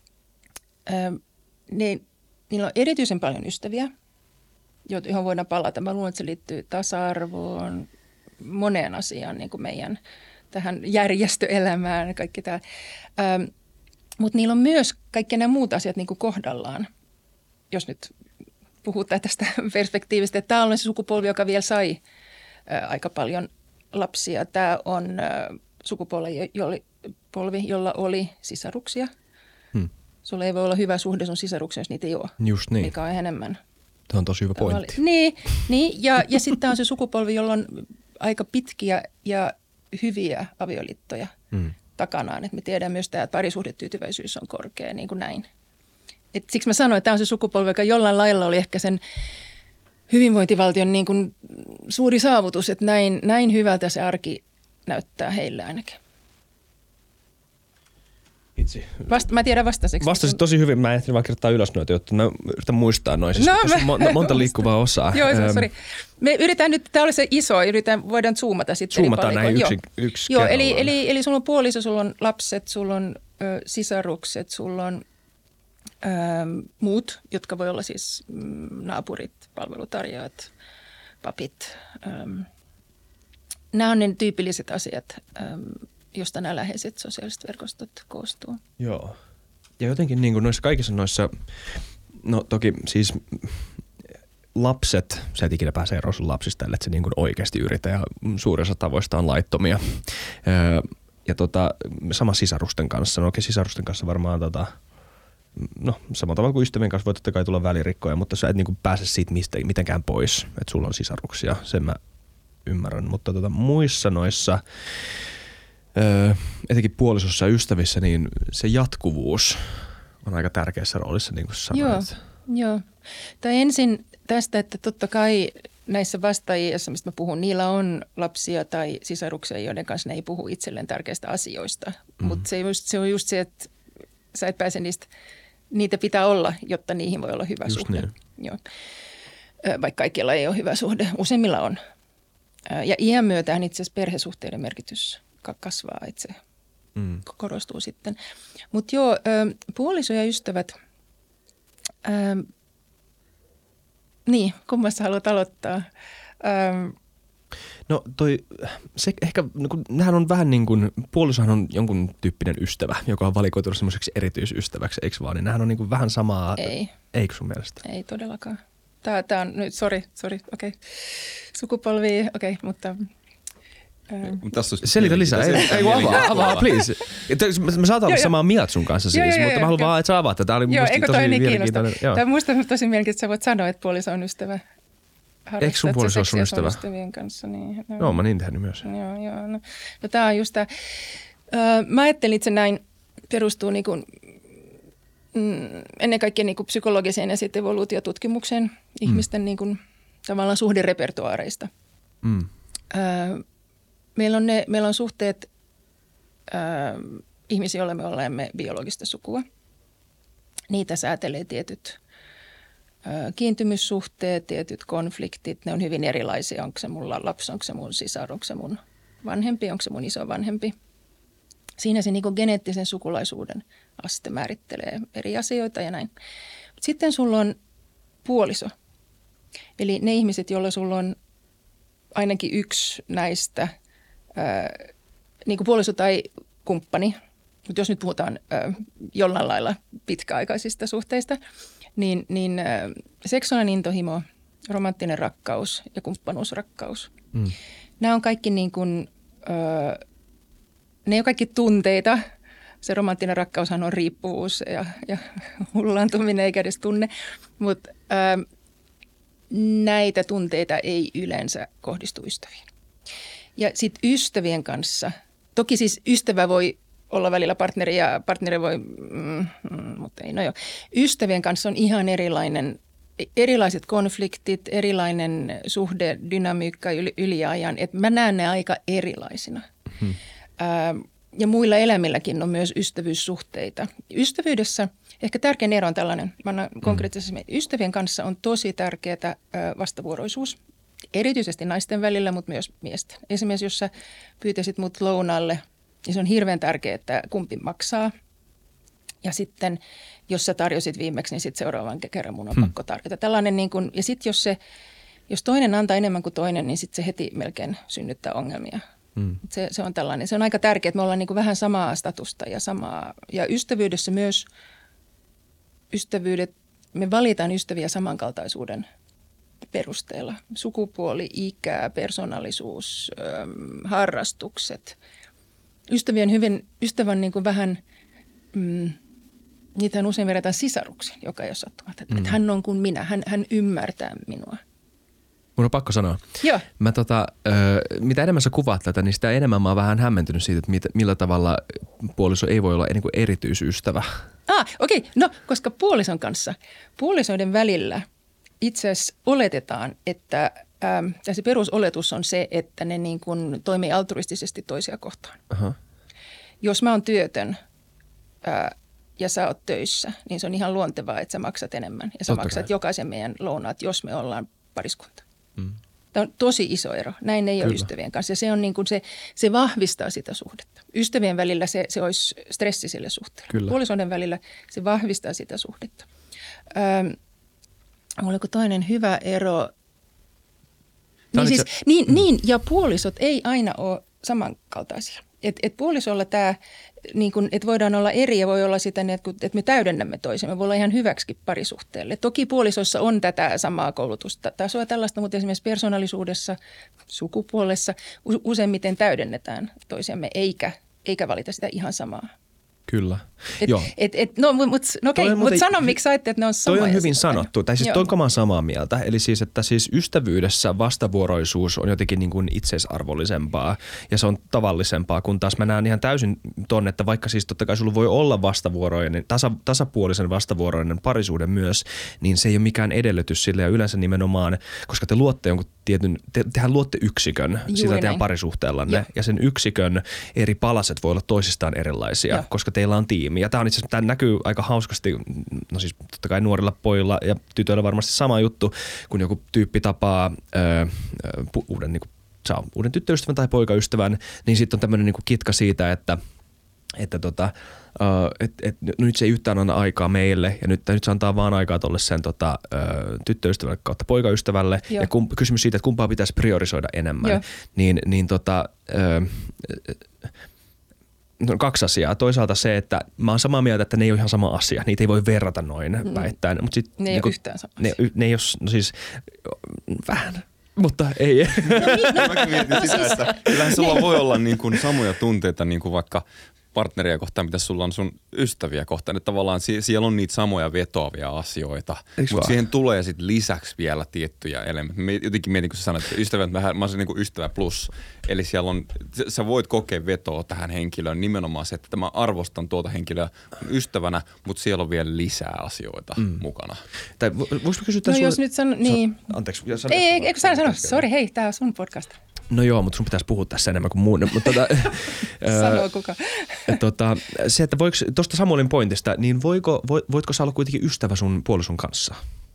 Speaker 3: äh, ne, niillä on erityisen paljon ystäviä, johon voidaan palata. Mä luulen, että se liittyy tasa-arvoon, moneen asiaan, niin kuin meidän tähän järjestöelämään, kaikki tämä. Ähm, Mutta niillä on myös kaikki nämä muut asiat niin kuin kohdallaan, jos nyt puhutaan tästä perspektiivistä. Tämä on se sukupolvi, joka vielä sai ää, aika paljon lapsia. Tämä on ää, sukupolvi, jolla, polvi, jolla oli sisaruksia. Hmm. Sulla ei voi olla hyvä suhde sun sisaruksiin, jos niitä ei ole.
Speaker 1: Just niin.
Speaker 3: Mikä on enemmän.
Speaker 1: Tämä on tosi hyvä pointti.
Speaker 3: Niin, niin ja, ja sitten tämä on se sukupolvi, jolla on aika pitkiä ja hyviä avioliittoja. Hmm. takanaan, että me tiedämme myös tämä, että parisuhdetyytyväisyys on korkea, niin kuin näin. Et siksi mä sanoin, että tämä on se sukupolvi, joka jollain lailla oli ehkä sen hyvinvointivaltion niin kuin suuri saavutus, että näin, näin hyvältä se arki näyttää heille ainakin.
Speaker 1: Itse.
Speaker 3: Vast, mä tiedän vastaseksi.
Speaker 1: Vastasit tosi hyvin. Mä ehtin vaan kirjoittaa ylös noita juttuja. Mä yritän muistaa noin. Siis no, tässä on monta liikkuvaa osaa.
Speaker 3: Joo, se, sori. Me yritetään nyt, tämä oli se iso, yritetään, voidaan zoomata sitten.
Speaker 1: Zoomataan näin yksi, yksi
Speaker 3: Joo, eli, eli, eli sulla on puoliso, sulla on lapset, sulla on ö, sisarukset, sulla on ö, muut, jotka voi olla siis mm, naapurit, palvelutarjoajat, papit. Ö, nämä on ne tyypilliset asiat, ö, josta nämä läheiset sosiaaliset verkostot koostuu.
Speaker 1: Joo. Ja jotenkin niin kuin noissa kaikissa noissa, no toki siis lapset, sä et ikinä pääse eroon sun lapsista, ellei se niin kuin oikeasti yritä ja suurin osa tavoista on laittomia. Ja tota, sama sisarusten kanssa, no okei sisarusten kanssa varmaan tota, no samalla tavalla kuin ystävien kanssa voi totta kai tulla välirikkoja, mutta sä et niin kuin pääse siitä mistä, mitenkään pois, että sulla on sisaruksia, sen mä ymmärrän. Mutta tota, muissa noissa Öö, etenkin puolisossa ja ystävissä, niin se jatkuvuus on aika tärkeässä roolissa, niin kuin sanoit.
Speaker 3: Joo, joo. Tai ensin tästä, että totta kai näissä vastaajissa, mistä mä puhun, niillä on lapsia tai sisaruksia, joiden kanssa ne ei puhu itselleen tärkeistä asioista. Mm. Mutta se, se on just se, että sä et pääse niistä, niitä pitää olla, jotta niihin voi olla hyvä just suhde. Niin. Joo. Vaikka kaikilla ei ole hyvä suhde, useimmilla on. Ja iän myötään itse asiassa perhesuhteiden merkitys kasvaa, että se mm. korostuu sitten. Mutta joo, puoliso ja ystävät, ää, niin, kummassa haluat aloittaa? Ää,
Speaker 1: no toi, se ehkä, no kun nämähän on vähän niin kuin, puolisohan on jonkun tyyppinen ystävä, joka on valikoitunut semmoiseksi erityisystäväksi, eikö vaan? Niin nämähän on niin kuin vähän samaa.
Speaker 3: Ei.
Speaker 1: Eikö sun mielestä?
Speaker 3: Ei todellakaan. Tämä, tämä on nyt, sori, sori, okei, okay. Sukupolvi, okei, okay, mutta
Speaker 1: Selitä lisää. Ei, ei avaa, avaa, please. Mä saatan olla samaa mieltä sun kanssa siis, joo, joo, mutta mä haluan vaan, että sä avaat. Tämä oli
Speaker 3: joo,
Speaker 1: musta tosi niin mielenkiintoinen.
Speaker 3: Tämä on musta tosi mielenkiintoista, että sä voit sanoa, että puoliso on ystävä.
Speaker 1: Eikö sun puoliso ole sun ystävä?
Speaker 3: Kanssa, niin, no.
Speaker 1: no, mä niin tehnyt myös.
Speaker 3: Joo, joo. No, no tää on just tää. Öö, mä ajattelin, että se näin perustuu niin kuin, mm, ennen kaikkea niin kuin psykologiseen ja sitten evoluutiotutkimukseen mm. ihmisten niin kuin, tavallaan suhderepertuaareista. Mm. Öö, meillä, on ne, meillä on suhteet öö, ihmisiä, joille me olemme biologista sukua. Niitä säätelee tietyt öö, kiintymyssuhteet, tietyt konfliktit. Ne on hyvin erilaisia. Onko se mun lapsi, onko se mun sisar, onko se mun vanhempi, onko se mun isovanhempi. Siinä se niin kuin geneettisen sukulaisuuden aste määrittelee eri asioita ja näin. Sitten sulla on puoliso. Eli ne ihmiset, joilla sulla on ainakin yksi näistä, ää, niin kuin puoliso tai kumppani, mutta jos nyt puhutaan ää, jollain lailla pitkäaikaisista suhteista, niin, niin ää, seksuaalinen intohimo, romanttinen rakkaus ja kumppanuusrakkaus. Mm. Nämä on kaikki niin kuin, ää, ne ei ole kaikki tunteita. Se romanttinen rakkaushan on riippuvuus ja, ja hullaantuminen eikä edes tunne, mutta ää, näitä tunteita ei yleensä kohdistu ystäviin. Ja sitten ystävien kanssa, toki siis ystävä voi olla välillä partneri ja partneri voi, mm, mm, mutta ei, no joo. Ystävien kanssa on ihan erilainen, erilaiset konfliktit, erilainen suhde, dynamiikka yli, yli ajan, että mä näen ne aika erilaisina. Hmm. Ää, ja muilla elämilläkin on myös ystävyyssuhteita. Ystävyydessä ehkä tärkein ero on tällainen, mä annan konkreettisesti, mm. ystävien kanssa on tosi tärkeää vastavuoroisuus, erityisesti naisten välillä, mutta myös miesten. Esimerkiksi jos sä pyytäisit mut lounaalle, niin se on hirveän tärkeää, että kumpi maksaa. Ja sitten jos sä tarjosit viimeksi, niin sitten seuraavan kerran mun on hmm. pakko tarjota. Tällainen niin kun, ja sitten jos, jos toinen antaa enemmän kuin toinen, niin sitten se heti melkein synnyttää ongelmia. Hmm. Se, se on tällainen. Se on aika tärkeää, että me ollaan niin kuin vähän samaa statusta ja samaa. Ja ystävyydessä myös ystävyydet, me valitaan ystäviä samankaltaisuuden perusteella. Sukupuoli, ikä, persoonallisuus, ähm, harrastukset. Ystävien hyvin, ystävän niin kuin vähän, mm, niitä usein verrataan sisaruksiin, joka ei ole sattumatta. Mm. Että hän on kuin minä, hän, hän ymmärtää minua.
Speaker 1: Mun on pakko sanoa.
Speaker 3: Joo.
Speaker 1: Mä tota, ö, mitä enemmän sä kuvaat tätä, niin sitä enemmän mä oon vähän hämmentynyt siitä, että mit, millä tavalla puoliso ei voi olla niin kuin erityisystävä.
Speaker 3: Ah, okei. Okay. No, koska puolison kanssa, puolisoiden välillä itse asiassa oletetaan, että ähm, se perusoletus on se, että ne niin kuin toimii altruistisesti toisia kohtaan. Aha. Jos mä oon työtön ää, ja sä oot töissä, niin se on ihan luontevaa, että sä maksat enemmän. Ja sä Totta maksat kai. jokaisen meidän lounaat, jos me ollaan pariskunta. Mm. Tämä on tosi iso ero. Näin ei Kyllä. ole ystävien kanssa. Ja se, on niin kuin se, se vahvistaa sitä suhdetta. Ystävien välillä se, se olisi stressi sille suhteelle. Kyllä. Puolisoiden välillä se vahvistaa sitä suhdetta. Ähm, oliko toinen hyvä ero? Niin, siis, se... niin, mm. niin, ja puolisot ei aina ole samankaltaisia. Et, et puolisolla tämä, niin kun, että voidaan olla eri ja voi olla sitä, että, että me täydennämme toisemme. Voi olla ihan hyväksikin parisuhteelle. Toki puolisoissa on tätä samaa koulutustasoa tällaista, mutta esimerkiksi persoonallisuudessa, sukupuolessa useimmiten täydennetään toisiamme eikä, eikä valita sitä ihan samaa.
Speaker 1: Kyllä.
Speaker 3: Et, Joo. Et, et, no mutta no okay, mut sano, miksi sä ajattelet, että ne on samoja.
Speaker 1: Toi on hyvin sanottu. Tai siis toinko mä oon samaa mieltä. Eli siis, että siis ystävyydessä vastavuoroisuus on jotenkin niin kuin itseisarvollisempaa ja se on tavallisempaa, kun taas mä näen ihan täysin ton, että vaikka siis totta kai sulla voi olla vastavuoroinen, tasa, tasapuolisen vastavuoroinen parisuhde myös, niin se ei ole mikään edellytys sille ja yleensä nimenomaan, koska te luotte jonkun tietyn, te, tehän luotte yksikön Juuri sillä näin. teidän parisuhteellanne ja. ja sen yksikön eri palaset voi olla toisistaan erilaisia, ja. koska teillä on tiimi. Ja tämä on itse asiassa, tämä näkyy aika hauskasti, no siis totta kai nuorilla pojilla ja tytöillä varmasti sama juttu, kun joku tyyppi tapaa öö, uuden, niin kuin, saa uuden tyttöystävän tai poikaystävän, niin sitten on tämmöinen niin kuin kitka siitä, että että tota, uh, et, et, nyt se ei yhtään anna aikaa meille ja nyt, nyt se antaa vaan aikaa tolle sen tota, uh, tyttöystävälle kautta poikaystävälle Joo. ja kum, kysymys siitä, että kumpaa pitäisi priorisoida enemmän, Joo. niin, niin tota, uh, no, kaksi asiaa. Toisaalta se, että mä oon samaa mieltä, että ne ei ole ihan sama asia. Niitä ei voi verrata noin mm. väittäen. Mut sit,
Speaker 3: ne ei
Speaker 1: niin
Speaker 3: ole yhtään sama
Speaker 1: ne,
Speaker 3: asia.
Speaker 1: Ne ei ole, no siis vähän, Mutta ei.
Speaker 3: No, niin, no,
Speaker 2: Mäkin mietin
Speaker 3: no,
Speaker 2: sitä,
Speaker 3: siis,
Speaker 2: että kyllähän sulla voi olla niin kuin samoja tunteita niin kuin vaikka partneria kohtaan, mitä sulla on sun ystäviä kohtaan. Että tavallaan sie- siellä on niitä samoja vetoavia asioita, mutta siihen tulee sitten lisäksi vielä tiettyjä elementtejä. Mä jotenkin mietin, kun sä sanoit, että ystävät, mä oon se niin kuin ystävä plus. Eli siellä on, sä voit kokea vetoa tähän henkilöön nimenomaan se, että mä arvostan tuota henkilöä ystävänä, mutta siellä on vielä lisää asioita mm. mukana.
Speaker 1: Tai voisiko kysyä
Speaker 3: no
Speaker 1: sulle,
Speaker 3: jos nyt sano, niin.
Speaker 1: Sano, anteeksi. Sano,
Speaker 3: ei, ei, eikö sä sano? Sori, hei, tää on sun podcast.
Speaker 1: No joo, mutta sun pitäisi puhua tässä enemmän kuin muun. Mutta tota,
Speaker 3: Sanoo kuka.
Speaker 1: tota, se, että voiko, tuosta Samuelin pointista, niin voiko, voitko sä olla kuitenkin ystävä sun puolison kanssa?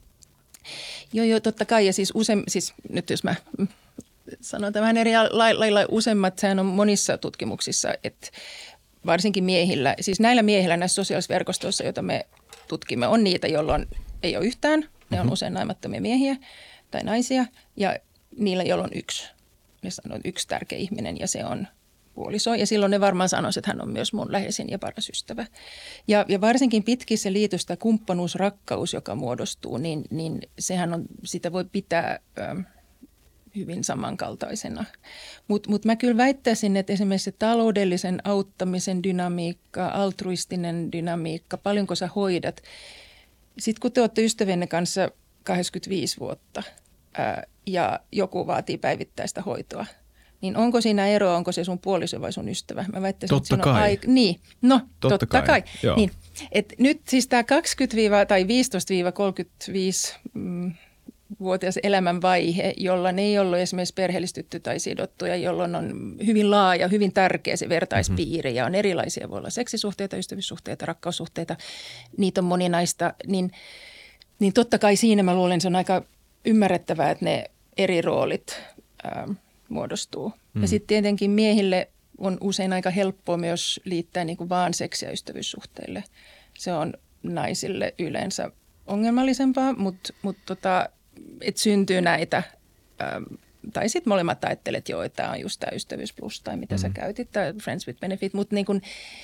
Speaker 3: Joo, joo, totta kai. Ja siis usein, siis nyt jos mä sanon tämän eri lailla, useimmat, sehän on monissa tutkimuksissa, että varsinkin miehillä, siis näillä miehillä näissä sosiaalisissa verkostoissa, joita me tutkimme, on niitä, jolloin ei ole yhtään. Ne on mm-hmm. usein naimattomia miehiä tai naisia ja niillä, joilla on yksi. Ne sanoo, yksi tärkeä ihminen ja se on puoliso. Ja silloin ne varmaan sanoisivat, että hän on myös mun läheisin ja paras ystävä. Ja, ja varsinkin pitkissä liitosta kumppanuus, rakkaus, joka muodostuu, niin, niin sehän on, sitä voi pitää ö, hyvin samankaltaisena. Mutta mut mä kyllä väittäisin, että esimerkiksi se taloudellisen auttamisen dynamiikka, altruistinen dynamiikka, paljonko sä hoidat. Sitten kun te olette ystävienne kanssa kaksikymmentäviisi vuotta ää, ja joku vaatii päivittäistä hoitoa, niin onko siinä eroa, onko se sun puoliso vai sun ystävä? Mä väittäisin,
Speaker 1: totta
Speaker 3: että
Speaker 1: kai.
Speaker 3: On aik- niin, no totta,
Speaker 1: totta
Speaker 3: kai.
Speaker 1: kai.
Speaker 3: Niin. Et nyt siis tämä kaksikymmentä tai viisitoista kolmekymmentäviisi mm, vuotias elämänvaihe, jolla ne ei ollut esimerkiksi perheellistytty tai sidottu ja jolloin on hyvin laaja, hyvin tärkeä se vertaispiiri mm-hmm. ja on erilaisia, voi olla seksisuhteita, ystävyyssuhteita, rakkaussuhteita, niitä on moninaista, niin, niin totta kai siinä mä luulen, se on aika ymmärrettävää, että ne eri roolit ää, muodostuu. Mm-hmm. Ja sitten tietenkin miehille on usein aika helppoa myös liittää niin kuin vaan seksi- ja ystävyyssuhteille. Se on naisille yleensä ongelmallisempaa, mutta mut tota, että syntyy näitä, äm, tai sitten molemmat ajattelet, että joo, että tämä on just tämä ystävyys plus, tai mitä mm. sä käytit, tämä friends with benefit, mutta niin kun,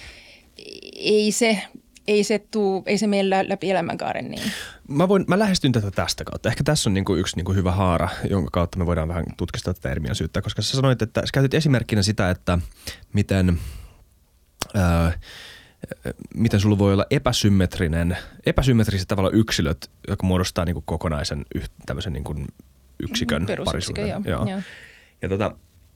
Speaker 3: ei se, ei se tuu, ei se mene läpi elämänkaaren niin.
Speaker 1: Mä, voin, mä lähestyn tätä tästä kautta. Ehkä tässä on niinku yksi niinku hyvä haara, jonka kautta me voidaan vähän tutkistaa tätä erimielisyyttä, koska sä sanoit, että sä käytit esimerkkinä sitä, että miten... Ää, miten sulla voi olla epäsymmetrinen, epäsymmetriset tavalla yksilöt, jotka muodostaa niin kuin kokonaisen yh, tämmöisen niin kuin yksikön parisuuden.
Speaker 3: Joo. Joo. Joo.
Speaker 1: Ja tota,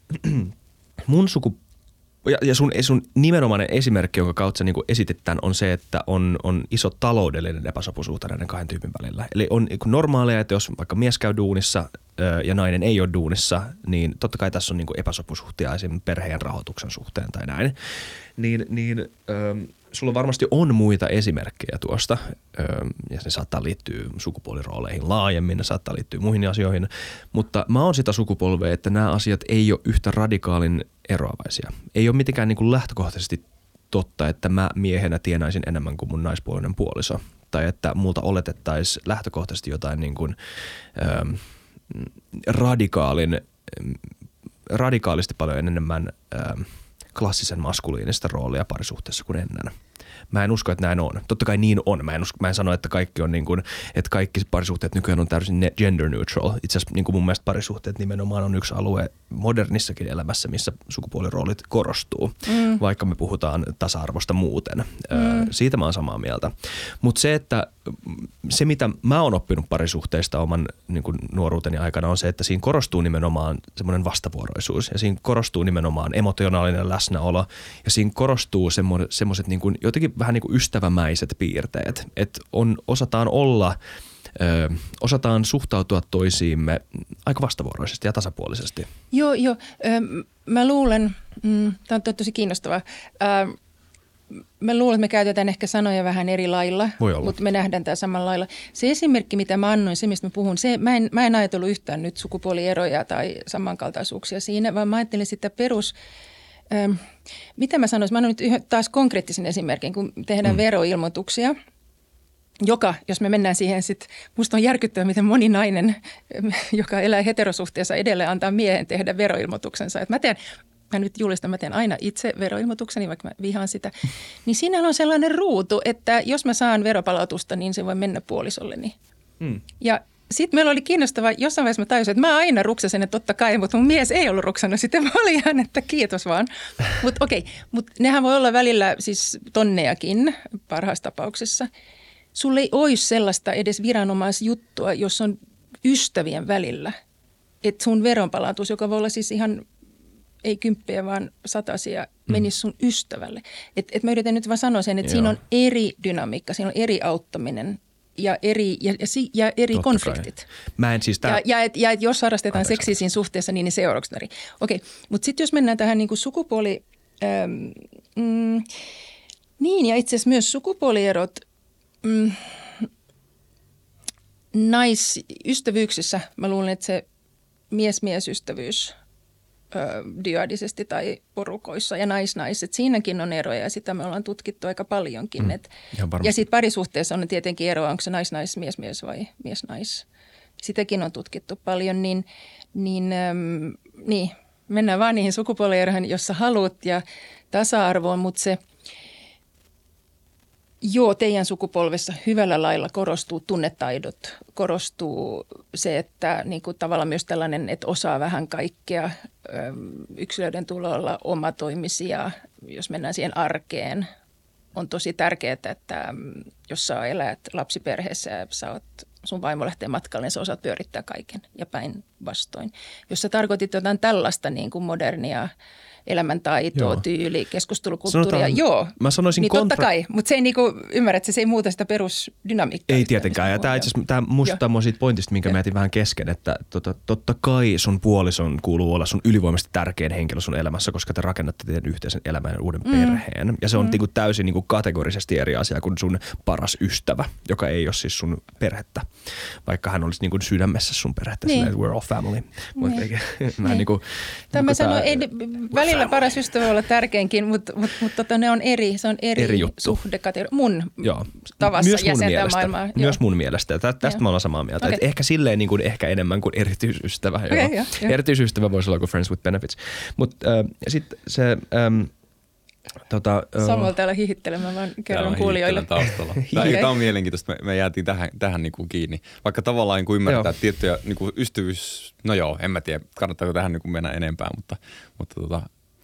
Speaker 1: mun suku, ja, ja sun, sun nimenomainen esimerkki, jonka kautta sä niin kuin esitit tämän, on se, että on, on iso taloudellinen epäsopusuhta näiden kahden tyypin välillä. Eli on niin kuin normaalia, että jos vaikka mies käy duunissa ja nainen ei ole duunissa, niin totta kai tässä on niin kuin epäsopusuhtia esimerkiksi perheen rahoituksen suhteen tai näin. Niin, niin ähm, sulla varmasti on muita esimerkkejä tuosta, ähm, ja ne saattaa liittyä sukupuolirooleihin laajemmin, ne saattaa liittyä muihin asioihin, mutta mä oon sitä sukupolvea, että nämä asiat ei ole yhtä radikaalin eroavaisia. Ei ole mitenkään niin kuin lähtökohtaisesti totta, että mä miehenä tienaisin enemmän kuin mun naispuolinen puoliso, tai että multa oletettaisiin lähtökohtaisesti jotain niin kuin, ähm, radikaalin, radikaalisti paljon enemmän ähm, klassisen maskuliinista roolia parisuhteessa kuin ennen. Mä en usko, että näin on. Totta kai niin on. Mä en, usko, mä en sano, että kaikki on niin kuin, että kaikki parisuhteet nykyään on täysin gender neutral. Itse asiassa niin kuin mun mielestä parisuhteet nimenomaan on yksi alue modernissakin elämässä, missä sukupuoliroolit korostuu, mm. vaikka me puhutaan tasa-arvosta muuten. Mm. Siitä mä oon samaa mieltä. Mutta se, että se mitä mä oon oppinut parisuhteista oman niin kuin nuoruuteni aikana on se, että siinä korostuu nimenomaan semmoinen vastavuoroisuus ja siinä korostuu nimenomaan emotionaalinen läsnäolo ja siinä korostuu semmoiset niin kuin jotenkin vähän niin kuin ystävämäiset piirteet, että on, osataan olla, ö, osataan suhtautua toisiimme aika vastavuoroisesti ja tasapuolisesti.
Speaker 3: Joo, joo. Mä luulen, mm, tämä on tosi kiinnostavaa, mä luulen, että me käytetään ehkä sanoja vähän eri lailla, mutta me nähdään tämä samalla lailla. Se esimerkki, mitä mä annoin, se mistä mä puhun, se, mä, en, mä en ajatellut yhtään nyt sukupuolieroja tai samankaltaisuuksia siinä, vaan mä ajattelin sitä perus... Ähm, mitä mä sanoisin? Mä annan nyt yhden, taas konkreettisen esimerkin, kun tehdään mm. veroilmoituksia, joka, jos me mennään siihen sitten, musta on järkyttävää, miten moni nainen, joka elää heterosuhteessa edelleen antaa miehen tehdä veroilmoituksensa. Et mä teen, mä nyt julistan, mä teen aina itse veroilmoitukseni, vaikka mä vihaan sitä. Niin siinä on sellainen ruutu, että jos mä saan veropalautusta, niin se voi mennä puolisolleni. Mm. Ja sitten meillä oli kiinnostava, jossain vaiheessa mä tajusin, että mä aina ruksasin, että totta kai, mutta mun mies ei ollut ruksannut. Sitten mä olin ihan, että kiitos vaan. Mutta okei, mutta nehän voi olla välillä siis tonnejakin parhaassa tapauksessa. Sulla ei olisi sellaista edes viranomaisjuttua, jos on ystävien välillä. Että sun veronpalautus, joka voi olla siis ihan, ei kymppiä, vaan satasia, menisi sun ystävälle. Että et mä yritän nyt vaan sanoa sen, että Joo. siinä on eri dynamiikka, siinä on eri auttaminen. Ja eri, ja, ja, ja eri konfliktit.
Speaker 1: Mä en siis tää...
Speaker 3: Ja, ja, et, ja et jos harrastetaan seksiä siinä suhteessa, niin, niin seuraavaksi eri. Okei, mutta sitten jos mennään tähän niin kuin sukupuoli... Ähm, mm, niin, ja itse asiassa myös sukupuolierot mm, naisystävyyksissä. Mä luulen, että se mies-miesystävyys dyadisesti tai porukoissa ja nais-naiset. Siinäkin on eroja ja sitä me ollaan tutkittu aika paljonkin. Mm, et, ja sitten parisuhteessa on tietenkin eroa, onko se nais-nais, mies-mies vai mies-nais. Sitäkin on tutkittu paljon, niin, niin, äm, niin mennään vaan niihin sukupuolieroihin, jossa haluat ja tasa-arvoon, mutta se joo, teidän sukupolvessa hyvällä lailla korostuu tunnetaidot, korostuu se, että niin kuin tavallaan myös tällainen, että osaa vähän kaikkea. Yksilöiden tulee olla omatoimisia, jos mennään siihen arkeen. On tosi tärkeää, että jos sä elät lapsiperheessä ja sä oot, sun vaimo lähtee matkalle, niin sä osaat pyörittää kaiken ja päinvastoin. Jos sä tarkoitit jotain tällaista niin kuin modernia elämäntaitoa, tyyli, keskustelukulttuuria, Sanotaan, joo,
Speaker 1: mä sanoisin
Speaker 3: niin
Speaker 1: kontra...
Speaker 3: totta kai, mutta se ei niinku, ymmärrät, se ei muuta sitä perusdynamiikkaa.
Speaker 1: Ei tietenkään, ja tämä itse asiassa, tämä muistuttaa mua siitä pointista, minkä mä jätin vähän kesken, että tota, totta kai sun puolison kuuluu olla sun ylivoimaisesti tärkein henkilö sun elämässä, koska te rakennatte teidän yhteisen elämän ja uuden mm. perheen. Ja se on mm. niinku täysin niinku kategorisesti eri asia kuin sun paras ystävä, joka ei ole siis sun perhettä, vaikka hän olisi niinku sydämessä sun perhettä, niin. Silleen, we're all family. Niin. Eikä, niin. Niinku,
Speaker 3: tämä niinku sanoin, ei välillä paras ystävä voi olla tärkeinkin, mutta mut, mut, tota, ne on eri, se on eri, eri suhdekategoria. Mun Joo. tavassa
Speaker 1: myös mun
Speaker 3: jäsentää
Speaker 1: mielestä,
Speaker 3: maailmaa.
Speaker 1: Myös mun mielestä. Tä, tästä Joo. mä olen samaa mieltä. Okay. Ehkä silleen niin kuin, ehkä enemmän kuin erityisystävä. Okay, jo. Jo, jo. Erityisystävä voisi olla kuin friends with benefits. Mutta äh, sitten se... Ähm, Tota,
Speaker 3: Samuel täällä hihittelemään, vaan kerron kuulijoille.
Speaker 2: Taustalla. Tämä on mielenkiintoista, me, me jäätiin tähän, tähän niinku kiinni. Vaikka tavallaan niin kuin ymmärtää joo. tiettyjä niin ystävyys, no joo, en mä tiedä, kannattaako tähän niin mennä enempää, mutta, mutta tota,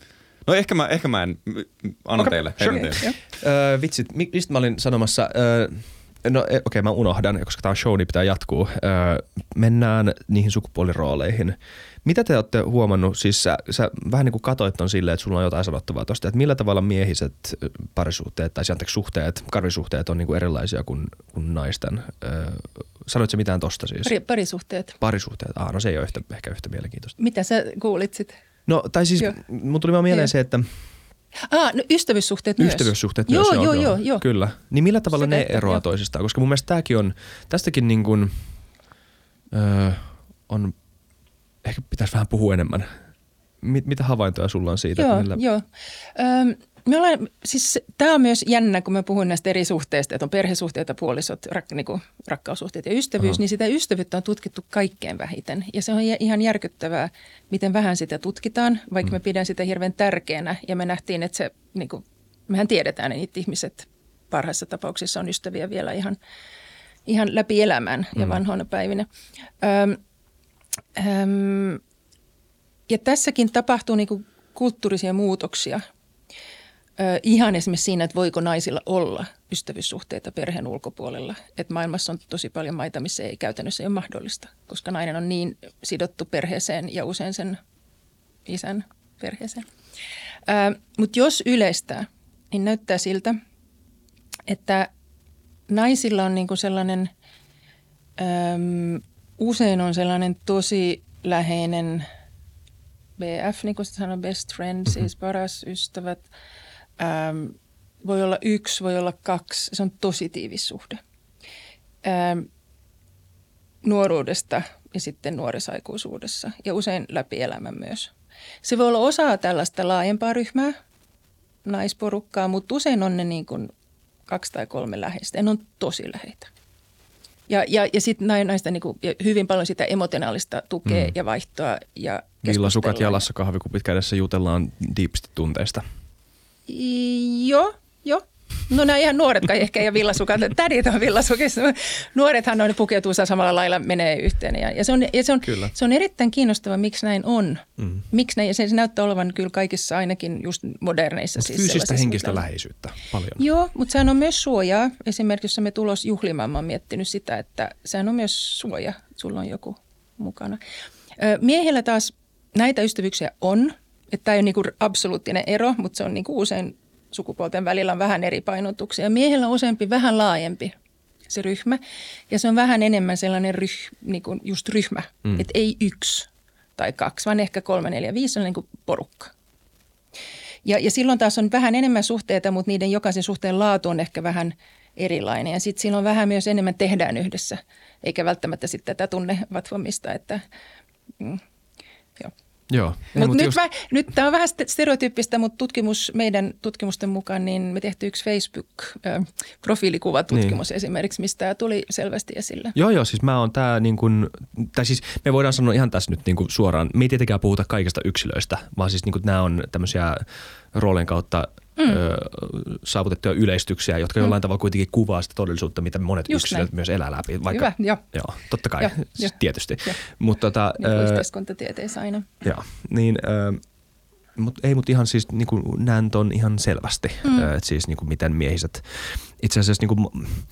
Speaker 2: no ehkä mä, ehkä mä en, anna okay. teille. Sure. teille.
Speaker 1: Öö, vitsit, mistä mä olin sanomassa, öö, no okei okay, mä unohdan, koska tämä show niin pitää jatkuu. Öö, mennään niihin sukupuolirooleihin. Mitä te olette huomannut, siis sä, sä vähän niin kuin katoit ton silleen, että sulla on jotain sanottavaa tosta, että millä tavalla miehiset parisuhteet tai anteeksi suhteet, karvisuhteet on niin kuin erilaisia kuin, kuin naisten. Öö, sanoitko mitään tosta siis?
Speaker 3: Pari, parisuhteet.
Speaker 1: Parisuhteet, ah, no se ei ole yhtä, ehkä yhtä mielenkiintoista.
Speaker 3: Mitä sä kuulit sit?
Speaker 1: No tai siis joo. mun tuli vaan mieleen joo. se, että...
Speaker 3: Ah, no ystävyyssuhteet myös.
Speaker 1: Ystävyyssuhteet
Speaker 3: joo,
Speaker 1: myös,
Speaker 3: joo,
Speaker 1: joo,
Speaker 3: joo, joo.
Speaker 1: Kyllä. Niin millä tavalla
Speaker 3: Sitä
Speaker 1: ne
Speaker 3: että,
Speaker 1: eroaa
Speaker 3: jo.
Speaker 1: toisistaan? Koska mun mielestä tämäkin on, tästäkin niin kuin, öö, on... Ehkä pitäisi vähän puhua enemmän. Mit, mitä havaintoja sulla on siitä?
Speaker 3: Joo,
Speaker 1: millä...
Speaker 3: joo. Öm, me ollaan, siis tämä on myös jännä, kun mä puhun näistä eri suhteista, että on perhesuhteita, puolisot, rak, niinku, rakkaussuhteet ja ystävyys, Aha. niin sitä ystävyyttä on tutkittu kaikkein vähiten. Ja se on ihan järkyttävää, miten vähän sitä tutkitaan, vaikka mm. me pidän sitä hirveän tärkeänä. Ja me nähtiin, että se, niinku, mehän tiedetään, että niitä ihmiset parhaissa tapauksissa on ystäviä vielä ihan, ihan läpi elämän ja mm. vanhoina päivinä. Öm, Öm, ja tässäkin tapahtuu niinku kulttuurisia muutoksia. Ö, ihan esimerkiksi siinä, että voiko naisilla olla ystävyyssuhteita perheen ulkopuolella. Että maailmassa on tosi paljon maita, missä ei käytännössä ei ole mahdollista, koska nainen on niin sidottu perheeseen ja usein sen isän perheeseen. Mutta jos yleistää, niin näyttää siltä, että naisilla on niinku sellainen... Öm, Usein on sellainen tosi läheinen B F, niin kuin se sanoo, best friend, siis paras ystävät. Ähm, voi olla yksi, voi olla kaksi. Se on tosi tiivis suhde. Ähm, nuoruudesta ja sitten nuorisaikuisuudessa ja usein läpi elämän myös. Se voi olla osa tällaista laajempaa ryhmää, naisporukkaa, mutta usein on ne niin kuin kaksi tai kolme läheistä. Ja ne on tosi läheitä. Ja, ja, ja sitten näistä niin kuin, hyvin paljon sitä emotionaalista tukea mm. ja vaihtoa ja
Speaker 1: villasukat jalassa, kahvikupit kädessä, jutellaan diipsti tunteista.
Speaker 3: I, joo, joo. No nämä ihan nuoret kai ehkä ja villasukat. Tädit on villasukissa. Nuorethan on, pukeutuu samalla lailla, menee yhteen. Ja, ja, se, on, ja se, on, se on erittäin kiinnostava, miksi näin on. Mm. Miksi näin, ja se, se näyttää olevan kyllä kaikissa ainakin just moderneissa. Siis
Speaker 1: fyysistä henkistä läheisyyttä paljon.
Speaker 3: Joo, mutta sehän on myös suojaa. Esimerkiksi jos me tulos juhlimaan, mä oon miettinyt sitä, että sehän on myös suoja. Sulla on joku mukana. Miehillä taas näitä ystävyyksiä on. Että tämä ei ole niin kuin absoluuttinen ero, mutta se on niin kuin usein sukupuolten välillä on vähän eri painotuksia. Miehellä on useampi vähän laajempi se ryhmä ja se on vähän enemmän sellainen ryh, niin kuin just ryhmä. Mm. Että ei yksi tai kaksi, vaan ehkä kolme, neljä, viisi on niin kuin porukka. Ja, ja silloin taas on vähän enemmän suhteita, mutta niiden jokaisen suhteen laatu on ehkä vähän erilainen. Ja sitten silloin vähän myös enemmän tehdään yhdessä, eikä välttämättä sitten tätä tunnevatvamista, että mm, joo.
Speaker 1: Joo.
Speaker 3: Mut nyt, just... nyt tämä on vähän stereotyyppistä, mutta tutkimus, meidän tutkimusten mukaan niin me tehtiin yksi Facebook-profiilikuvatutkimus niin. Esimerkiksi, mistä tämä tuli selvästi esille.
Speaker 1: Joo, joo. Siis mä oon tää niin kuin, tai siis me voidaan sanoa ihan tässä nyt niin kuin suoraan, me ei tietenkään puhuta kaikista yksilöistä, vaan siis niin kuin nämä on tämmöisiä roolien kautta mm. ö, saavutettuja yleistyksiä, jotka mm. jollain tavalla kuitenkin kuvaa sitä todellisuutta, mitä monet Just yksilöt näin. Myös elää läpi. Vaikka,
Speaker 3: Hyvä, jo.
Speaker 1: Joo, totta kai, jo, jo. Tietysti.
Speaker 3: Mutta tota, niin kuin yhteiskuntatieteissä aina.
Speaker 1: Joo, niin, ö, mut, ei, mutta ihan siis niin kuin näen ton ihan selvästi, mm. että siis niin kuin miten miehiset, itse asiassa niin kuin,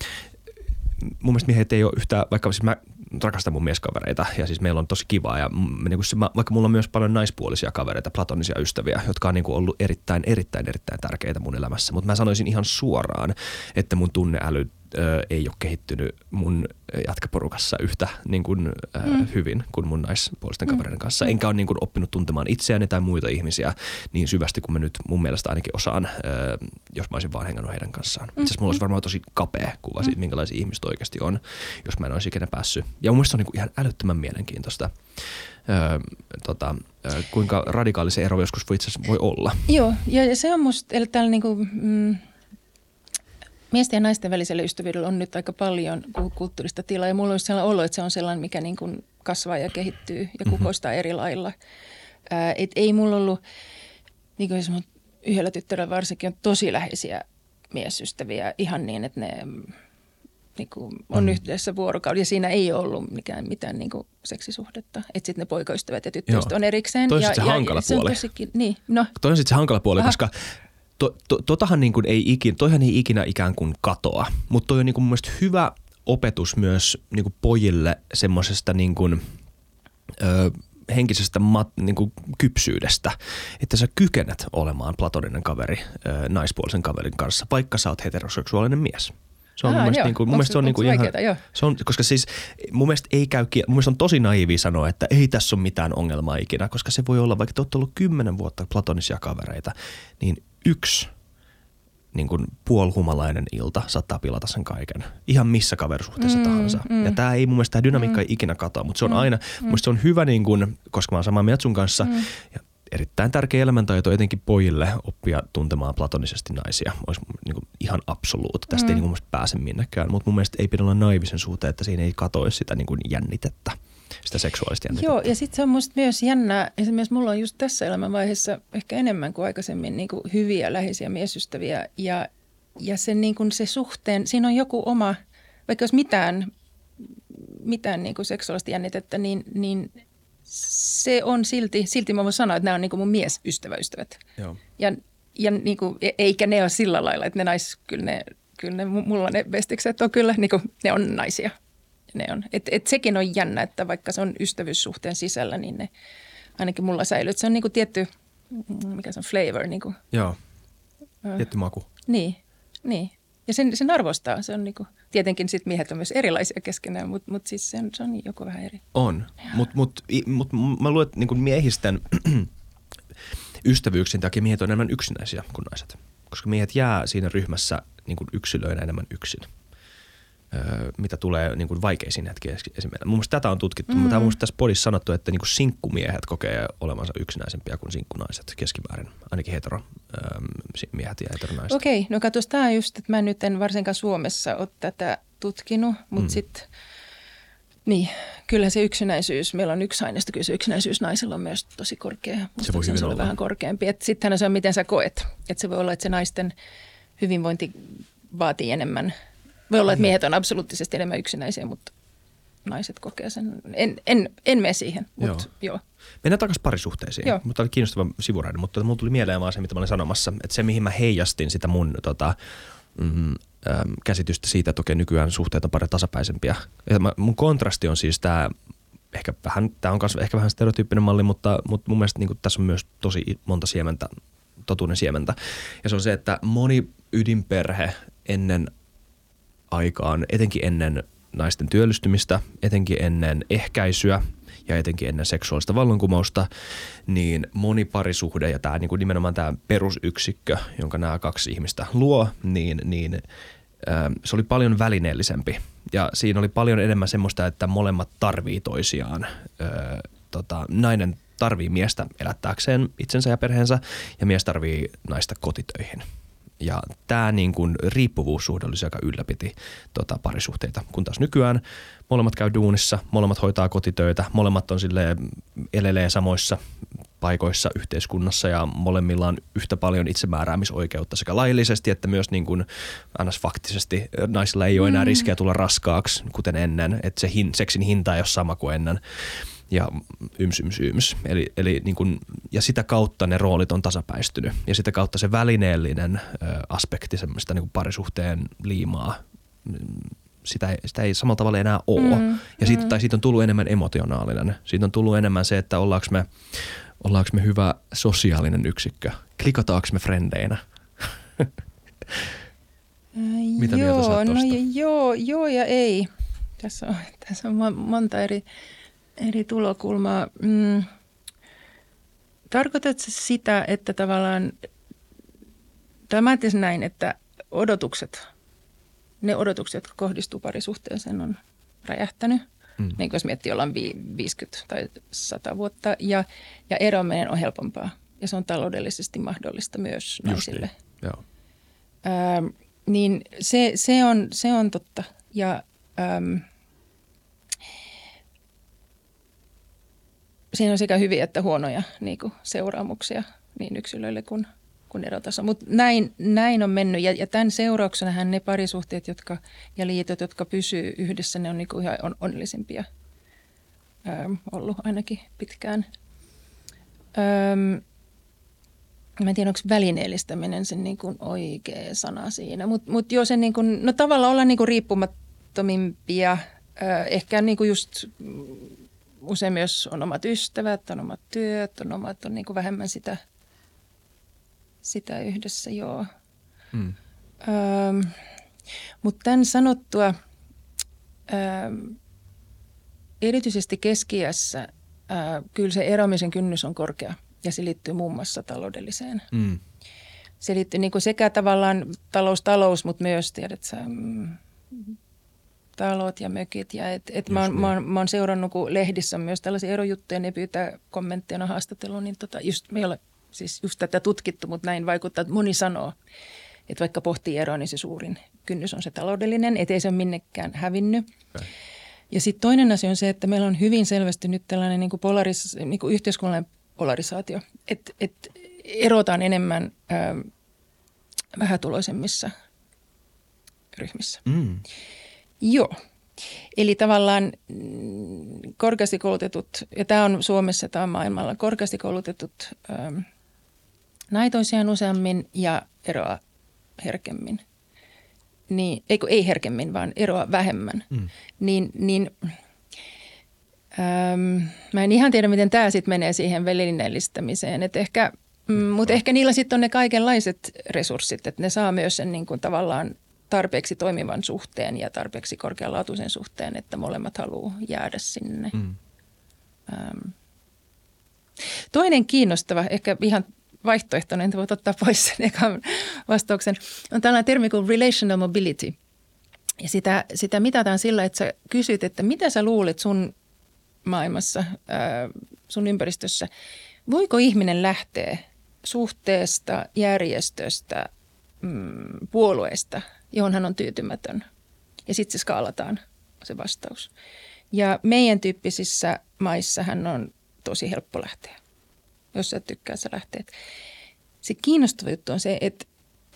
Speaker 1: mun mielestä miehet ei ole yhtään, vaikka siis mä rakastan mun mieskavereita ja siis meillä on tosi kivaa ja niin se, vaikka mulla on myös paljon naispuolisia kavereita, platonisia ystäviä, jotka on niin kuin ollut erittäin, erittäin, erittäin tärkeitä mun elämässä, mutta mä sanoisin ihan suoraan, että mun tunneäly ö, ei ole kehittynyt mun jatkaporukassa yhtä niin kuin, ö, mm. hyvin kuin mun naispuolisten kavereiden kanssa. Mm. Enkä ole niin kuin oppinut tuntemaan itseäni tai muita ihmisiä niin syvästi kuin mä nyt mun mielestä ainakin osaan, ö, jos mä olisin vaan hengannut heidän kanssaan. Mm. Itse asiassa mulla olisi varmaan tosi kapea kuva siitä, minkälaisia ihmiset oikeasti on, jos mä en olisi ikinä päässyt. Ja mun mielestä se on niin kuin ihan älyttömän mielenkiintoista, öö, tota, öö, kuinka radikaali se ero joskus voi itse asiassa voi olla.
Speaker 3: Joo, ja se on musta, eli täällä niin kuin, mm, miesten ja naisten välisellä ystävyydellä on nyt aika paljon kulttuurista tilaa. Ja mulla on sellainen olo, että se on sellainen, mikä niin kuin kasvaa ja kehittyy ja kukoistaa mm-hmm. eri lailla. Ää, et ei mulla ollut, niin kuin mun yhdellä tyttärellä varsinkin on tosi läheisiä miesystäviä ihan niin, että ne niin kuin on mm. yhteydessä vuorokauden ja siinä ei ollut mikään, mitään niin kuin seksisuhdetta. Että sitten ne poikaystävät ja tyttöystävät on erikseen.
Speaker 1: Toi on
Speaker 3: ja,
Speaker 1: se
Speaker 3: ja,
Speaker 1: hankala
Speaker 3: se
Speaker 1: puoli.
Speaker 3: Tosikin, niin, no.
Speaker 1: Toi on sitten se hankala puoli, Aha. koska to, to, totahan niin kuin ei ikinä, toihan ei ikinä ikään kuin katoa. Mutta toi on niin kuin mun mielestä hyvä opetus myös niin kuin pojille semmoisesta niin kuin, ö, henkisestä mat, niin kuin kypsyydestä, että sä kykenet olemaan platoninen kaveri ö, naispuolisen kaverin kanssa, vaikka sä oot heteroseksuaalinen mies. Se on
Speaker 3: Aa,
Speaker 1: mun mielestä,
Speaker 3: joo.
Speaker 1: niin kuin, mun
Speaker 3: Onks,
Speaker 1: mielestä se on niin kuin ihan,
Speaker 3: vaikeata,
Speaker 1: se on, koska siis mun mielestä ei käy, mun mielestä on tosi naiivia sanoa, että ei tässä ole mitään ongelmaa ikinä, koska se voi olla, vaikka te olette ollut kymmenen vuotta platonisia kavereita, niin yksi niin kuin puolhumalainen ilta saattaa pilata sen kaiken. Ihan missä kaverisuhteessa mm, tahansa. Mm, ja tää ei mun mielestä, tää dynamiikka mm, ei ikinä katoa, mutta se on mm, aina, mm. mun mielestä se on hyvä niin kuin, koska mä oon samaa mieltä sun kanssa, mm. ja erittäin tärkeä elämäntaito etenkin pojille oppia tuntemaan platonisesti naisia. Olisi niin kuin ihan absoluut. Tästä mm. ei niin kuin pääse minnekään, mutta mun mielestä ei pidä olla naivisen suhteen, että siinä ei katoisi sitä niin kuin jännitettä, sitä seksuaalista jännitettä.
Speaker 3: Joo, ja sitten se on musta myös jännää. Esimerkiksi mulla on just tässä elämänvaiheessa ehkä enemmän kuin aikaisemmin niin kuin hyviä läheisiä miesystäviä. Ja, ja se, niin kuin se suhteen, siinä on joku oma, vaikka jos mitään, mitään niin kuin seksuaalista jännitettä, niin, niin se on silti, silti mä voin sanoa, että nämä on niin kuin mun miesystäväystävät. Joo. Ja, ja niin kuin, eikä ne ole sillä lailla, että ne nais, kyllä ne, kyllä ne mulla ne bestikset on kyllä, niin kuin, ne on naisia. Ne on. Et, et sekin on jännä, että vaikka se on ystävyyssuhteen sisällä, niin ne ainakin mulla säilyy. Se on niin kuin tietty, mikä se on, flavor. Niin kuin.
Speaker 1: Joo, tietty maku.
Speaker 3: Niin, niin. Ja sen, sen arvostaa. Se on niin kuin, tietenkin sit miehet on myös erilaisia keskenään, mutta mut siis se on, se on joku vähän eri.
Speaker 1: On, mutta mut, mut, mä luulen, että niin miehisten ystävyyksien takia miehet on enemmän yksinäisiä kuin naiset. Koska miehet jää siinä ryhmässä niin kuin yksilöinä enemmän yksin. Öö, mitä tulee niin kuin vaikeisiin hetkiin esimerkiksi. Mun mielestä tätä on tutkittu. Mm. Tämä on mun mielestä tässä podissa sanottu, että niin kuin sinkkumiehet kokee olevansa yksinäisempiä kuin sinkkunaiset keskimäärin. Ainakin heteromiehet ja heteronaiset.
Speaker 3: Okei, okay, no katos, tämä just, että mä nyt en varsinkaan Suomessa ole tätä tutkinut, mutta mm. sitten niin, kyllä se yksinäisyys, meillä on yksi aineisto, kyllä se yksinäisyys naisilla on myös tosi korkea.
Speaker 1: Se voi hyvin
Speaker 3: se
Speaker 1: olla.
Speaker 3: Vähän korkeampi. Sittenhän se on, miten sä koet. Että se voi olla, että se naisten hyvinvointi vaatii enemmän. Voi olla, että miehet on absoluuttisesti enemmän yksinäisiä, mutta naiset kokee sen. En, en, en mene siihen, mutta joo. joo.
Speaker 1: Mennään takaisin parisuhteisiin. Joo. Mutta oli kiinnostava sivuraide, mutta mulla tuli mieleen vaan se, mitä mä olin sanomassa. Että se, mihin mä heijastin sitä mun tota, mm, äm, käsitystä siitä, että okei, nykyään suhteet on paljon tasapäisempiä. Ja mä, mun kontrasti on siis tämä, ehkä vähän, tämä on ehkä vähän stereotyyppinen malli, mutta, mutta mun mielestä niin kuin, tässä on myös tosi monta siementä, totuuden siementä. Ja se on se, että moni ydinperhe ennen aikaan, etenkin ennen naisten työllistymistä, etenkin ennen ehkäisyä ja etenkin ennen seksuaalista vallankumousta, niin moni parisuhde ja tämä, niin kuin nimenomaan tämä perusyksikkö, jonka nämä kaksi ihmistä luo, niin, niin äh, se oli paljon välineellisempi. Ja siinä oli paljon enemmän semmoista, että molemmat tarvii toisiaan. Äh, tota, nainen tarvii miestä elättääkseen itsensä ja perheensä ja mies tarvii naista kotitöihin. Ja tämä niin kuin riippuvuussuhde oli se, joka ylläpiti tota, parisuhteita. Kun taas nykyään molemmat käy duunissa, molemmat hoitaa kotitöitä, molemmat on silleen, elelee samoissa paikoissa yhteiskunnassa ja molemmilla on yhtä paljon itsemääräämisoikeutta sekä laillisesti että myös niin kuin ns. Faktisesti. Naisilla ei ole enää riskejä tulla raskaaksi, kuten ennen, että se hin, seksin hinta ei ole sama kuin ennen. Ja yms, yms, yms. Eli, eli niin kun, ja sitä kautta ne roolit on tasapäistynyt. Ja sitä kautta se välineellinen ö, aspekti semmoista niin kuin parisuhteen liimaa, sitä ei, sitä ei samalla tavalla enää ole. Mm, ja siitä, mm. tai siitä on tullut enemmän emotionaalinen. Siitä on tullut enemmän se, että ollaanko me, ollaanko me hyvä sosiaalinen yksikkö. Klikataanko me frendeinä? Mitä
Speaker 3: joo,
Speaker 1: mieltä sä oot tosta?
Speaker 3: No, joo, joo ja ei. Tässä on, tässä on monta eri... Eri tulokulmaa. Mm. Tarkoitatko sitä, että tavallaan, tämä näin, että odotukset, ne odotukset, jotka kohdistuu parisuhteeseen, on räjähtänyt. Mm. Niin jos miettii, ollaan viisikymmentä tai sata vuotta ja, ja eroaminen on helpompaa. Ja se on taloudellisesti mahdollista myös naisille.
Speaker 1: Niin. Joo.
Speaker 3: Ähm, niin se, se, on, se on totta. Ja... Ähm, siinä on sekä hyviä että huonoja niin kuin seuraamuksia niin yksilöille kuin, kuin erotaso. Mutta näin, näin on mennyt ja, ja tämän seurauksenahan ne parisuhteet jotka, ja liitot, jotka pysyy yhdessä, ne on niin kuin ihan on, onnellisimpia ähm, ollut ainakin pitkään. Ähm, mä en tiedä, onko välineellistäminen sen niin kuin oikea sana siinä, mutta mut joo se niin kuin, no tavallaan olla niin kuin riippumattomimpia, äh, ehkä niin kuin just... Usein myös on omat ystävät, on omat työt, on omat, on niin kuin vähemmän sitä, sitä yhdessä, joo. Mm. Öm, mutta tämän sanottua, öm, erityisesti keski-iässä, ö, kyllä se eroamisen kynnys on korkea ja se liittyy muun muassa taloudelliseen. Mm. Se liittyy niin kuin sekä tavallaan talous, talous, mutta myös, tiedätkö, mm, talot ja mökit. Ja et, et mä, oon, niin. mä, oon, mä oon seurannut, kun lehdissä on myös tällaisia erojuttuja, ne pyytää kommentteina haastatteluun, niin tota, just, me ei ole siis just tätä tutkittu, mutta näin vaikuttaa, että moni sanoo, että vaikka pohtii eroa, niin se suurin kynnys on se taloudellinen, ettei se ole minnekään hävinnyt. Okay. Ja sitten toinen asia on se, että meillä on hyvin selvästi nyt tällainen niin kuin polaris, niin kuin yhteiskunnallinen polarisaatio, että et erotaan enemmän ää, vähätuloisemmissa ryhmissä. Mm. Joo. Eli tavallaan korkeasti koulutetut, ja tämä on Suomessa, tämä on maailmalla, korkeasti koulutetut ähm, näin toisiaan useammin ja eroa herkemmin. Niin, ei, ei herkemmin, vaan eroa vähemmän. Mm. Niin, niin ähm, mä en ihan tiedä, miten tämä sitten menee siihen välineellistämiseen. Et ehkä, mm, mutta ehkä niillä sitten on ne kaikenlaiset resurssit, että ne saa myös sen niin kuin tavallaan tarpeeksi toimivan suhteen ja tarpeeksi korkealaatuisen suhteen, että molemmat haluaa jäädä sinne. Mm. Ähm. Toinen kiinnostava, ehkä ihan vaihtoehtoinen, että voit ottaa pois sen ekan vastauksen, on tällainen termi kuin relational mobility. Ja sitä, sitä mitataan sillä, että sä kysyt, että mitä sä luulet sun maailmassa, ää, sun ympäristössä, voiko ihminen lähteä suhteesta, järjestöstä, mm, puolueesta, johon hän on tyytymätön. Ja sitten se skaalataan, se vastaus. Ja meidän tyyppisissä maissa hän on tosi helppo lähteä. Jos sä tykkää, sä lähteet. Se kiinnostava juttu on se, että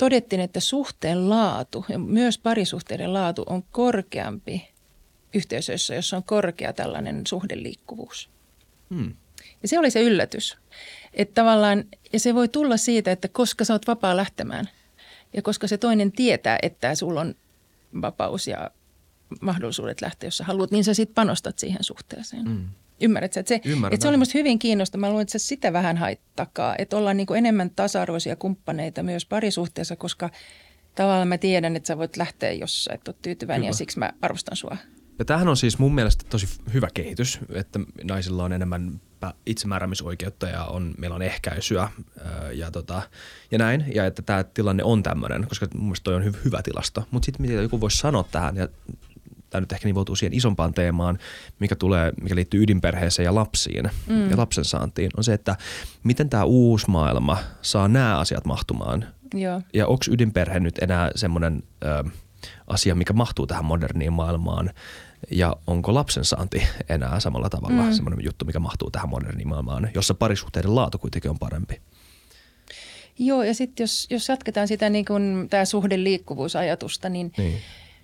Speaker 3: todettiin, että suhteen laatu ja myös parisuhteiden laatu on korkeampi yhteisöissä, jossa on korkea tällainen suhdeliikkuvuus. Hmm. Ja se oli se yllätys. Että tavallaan, ja se voi tulla siitä, että koska sä oot vapaa lähtemään ja koska se toinen tietää, että sulla on vapaus ja mahdollisuudet lähteä, jos sä haluat, niin sä sitten panostat siihen suhteeseen. Hmm. Ymmärrätkö? Että se, että se oli musta hyvin kiinnostavaa. Mä luulen, että se sitä vähän haittakaa, että ollaan niin kuin enemmän tasa-arvoisia kumppaneita myös parisuhteessa, koska tavallaan mä tiedän, että sä voit lähteä, jos sä et ole tyytyväinen. Kyllä. Ja siksi mä arvostan sua.
Speaker 1: Ja tämähän on siis mun mielestä tosi hyvä kehitys, että naisilla on enemmän itsemääräämisoikeutta ja on, meillä on ehkäisyä ja, tota, ja näin. Ja että tämä tilanne on tämmöinen, koska mun mielestä toi on hy- hyvä tilasto. Mutta sitten mitä joku voisi sanoa tähän, ja tämä nyt ehkä nivoutuu siihen isompaan teemaan, mikä, tulee, mikä liittyy ydinperheeseen ja lapsiin mm. ja lapsen saantiin, on se, että miten tämä uusi maailma saa nämä asiat mahtumaan. Joo. Ja onko ydinperhe nyt enää semmoinen ö, asia, mikä mahtuu tähän moderniin maailmaan, ja onko lapsen saanti enää samalla tavalla mm. semmoinen juttu, mikä mahtuu tähän moderniin maailmaan, jossa parisuhteiden laatu kuitenkin on parempi.
Speaker 3: Joo, ja sitten jos, jos jatketaan sitä niin kuin tämä suhdeliikkuvuusajatusta, niin, niin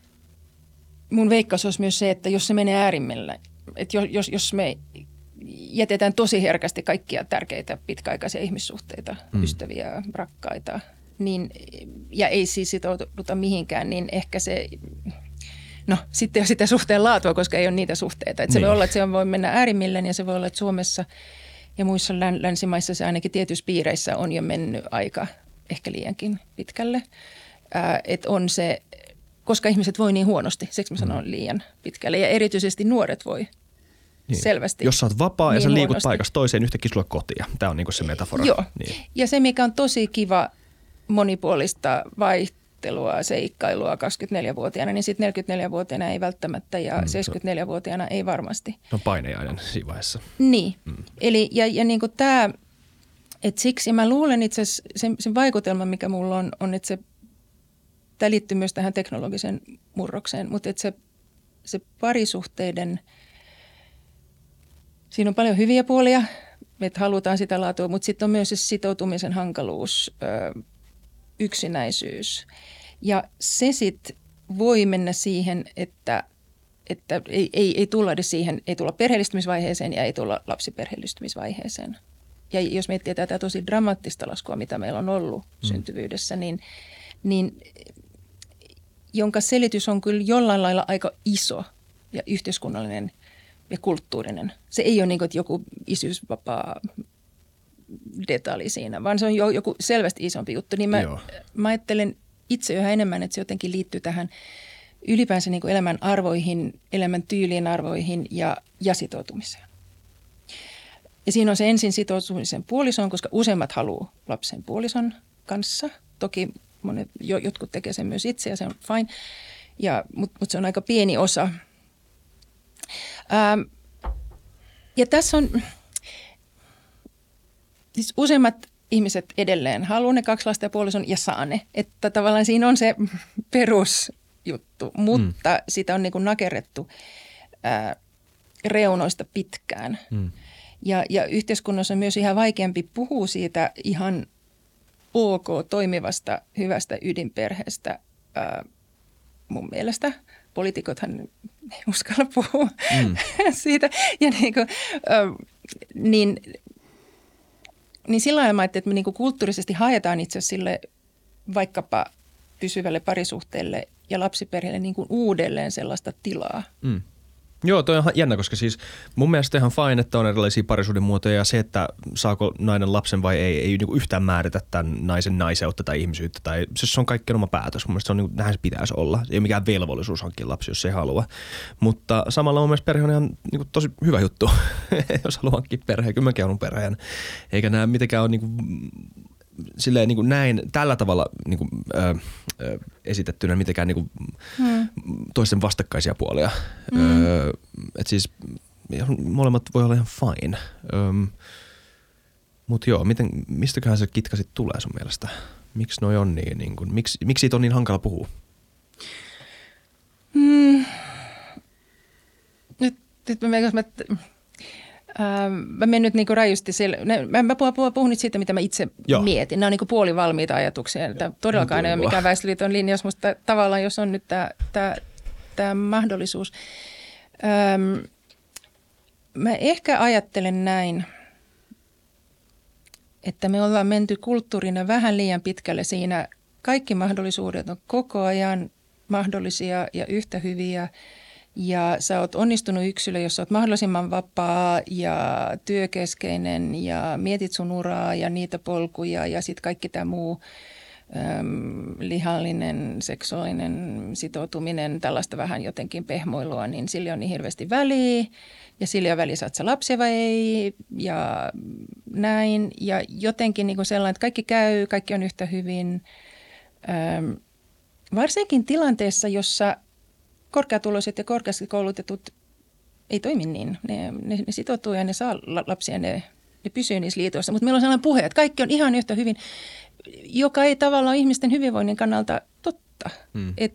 Speaker 3: mun veikkaus olisi myös se, että jos se menee äärimmille, että jos, jos me jätetään tosi herkästi kaikkia tärkeitä pitkäaikaisia ihmissuhteita, mm. ystäviä, rakkaita, niin, ja ei siis sitouduta mihinkään, niin ehkä se, no sitten on sitä suhteen laatua, koska ei ole niitä suhteita. Että niin. Se voi olla, että se voi mennä äärimmilleen ja se voi olla, että Suomessa ja muissa länsimaissa se ainakin tietyissä piireissä on jo mennyt aika ehkä liiankin pitkälle. Ää, että on se, koska ihmiset voi niin huonosti, siksi mä sanon liian pitkälle ja erityisesti nuoret voi niin. selvästi.
Speaker 1: Jos sä oot vapaa niin ja sä liikut huonosti paikasta toiseen, yhtäkkiä sulla on kotia. Tämä on niinku se metafora.
Speaker 3: Joo,
Speaker 1: niin.
Speaker 3: Ja se mikä on tosi kiva monipuolista vaihtelua, seikkailua kaksikymmentäneljävuotiaana, niin sitten neljäkymmentäneljävuotiaana ei välttämättä ja mm, seitsemänkymmentäneljävuotiaana ei varmasti.
Speaker 1: On painejainen siinä vaiheessa.
Speaker 3: Niin, mm. eli ja, ja niin kuin tämä, että siksi, ja mä luulen itse asiassa sen, sen vaikutelman, mikä mulla on, on että se, tämä liittyy myös tähän teknologiseen murrokseen, mutta että se, se parisuhteiden, siinä on paljon hyviä puolia, että halutaan sitä laatua, mutta sitten on myös se sitoutumisen hankaluus, ö, yksinäisyys. Ja se sitten voi mennä siihen, että, että ei, ei, ei tulla edes siihen, ei tulla perheellistymisvaiheeseen ja ei tulla lapsiperheellistymisvaiheeseen. Ja jos miettii tätä tosi dramaattista laskua, mitä meillä on ollut mm. syntyvyydessä, niin, niin jonka selitys on kyllä jollain lailla aika iso ja yhteiskunnallinen ja kulttuurinen. Se ei ole niin kuin, että joku isyysvapaa detalji siinä, vaan se on jo, joku selvästi isompi juttu. Niin mä, mä ajattelen itse yhä enemmän, että se jotenkin liittyy tähän ylipäänsä niin kuin elämän arvoihin, elämän tyyliin arvoihin ja, ja sitoutumiseen. Ja siinä on se ensin sitoutumisen puolisoon, koska useimmat haluaa lapsen puolison kanssa. Toki monet, jo, jotkut tekee sen myös itse ja se on fine, ja, mutta mut se on aika pieni osa. Ähm, ja tässä on, siis useimmat ihmiset edelleen haluaa ne kaksi lasta ja puolison ja saa ne. Että tavallaan siinä on se perusjuttu, mutta mm. sitä on niin kuin nakerrettu ää, reunoista pitkään. Mm. Ja, ja yhteiskunnassa on myös ihan vaikeampi puhua siitä ihan ok toimivasta, hyvästä ydinperheestä ää, mun mielestä. Poliitikothan ei uskalla puhua mm. siitä. Ja niin, kuin, äh, niin, niin sillä lailla mä ajattelin, että me niin kuin kulttuurisesti haetaan itse asiassa sille vaikkapa pysyvälle parisuhteelle ja lapsiperheelle niin kuin uudelleen sellaista tilaa. Mm.
Speaker 1: Joo, toi on jännä, koska siis mun mielestä ihan fine, että on erilaisia parisuuden muotoja ja se, että saako nainen lapsen vai ei, ei niinku yhtään määritä tämän naisen naiseutta tai ihmisyyttä. Tai se on kaikkein oma päätös. Mun mielestä se on, niinku, näin se pitäisi olla. Ei ole mikään velvollisuus hankkia lapsi, jos ei halua. Mutta samalla mun mielestä perhe on ihan niinku, tosi hyvä juttu, jos haluaa hankkia perheen. Kyllä mäkin haluan perheen. Eikä nämä mitenkään ole niinku, silleen niin kuin näin tällä tavalla niin kuin, ö, ö, esitettynä mitenkään niin kuin hmm. toisten vastakkaisia puolia. Hmm. Ö, et siis molemmat voi olla ihan fine. Mutta joo, miten, mistäköhän se kitka sitten tulee sun mielestä? Miksi noi on niin, niin kuin, miksi, miksi siitä on niin hankala puhua?
Speaker 3: Hmm. Nyt, nyt mä, mä Ähm, mä menen nyt niinku rajusti siellä. Mä, mä puhun, puhun nyt siitä, mitä mä itse Joo. mietin. Nämä on niinku puolivalmiita ajatuksia. Tämä todellakaan ei ole mikään Väestöliiton linjaus, mutta tavallaan jos on nyt tämä mahdollisuus. Ähm, mä ehkä ajattelen näin, että me ollaan menty kulttuurina vähän liian pitkälle siinä. Kaikki mahdollisuudet on koko ajan mahdollisia ja yhtä hyviä. Ja sä oot onnistunut yksilö, jos sä oot mahdollisimman vapaa ja työkeskeinen ja mietit sun uraa ja niitä polkuja ja sitten kaikki tämä muu äm, lihallinen, seksuaalinen sitoutuminen, tällaista vähän jotenkin pehmoilua, niin sillä on niin hirveästi väliä. Ja sillä on väliä, saat sä lapsia vai ei ja näin. Ja jotenkin niin kuin sellainen, että kaikki käy, kaikki on yhtä hyvin. Äm, varsinkin tilanteessa, jossa korkeatuloiset ja korkeasti koulutetut ei toimi niin. Ne, ne, ne sitoutuu ja ne saa lapsia, ne, ne pysyy niissä liitoissa. Mutta meillä on sellainen puhe, että kaikki on ihan yhtä hyvin, joka ei tavallaan ole ihmisten hyvinvoinnin kannalta totta. Hmm. Et,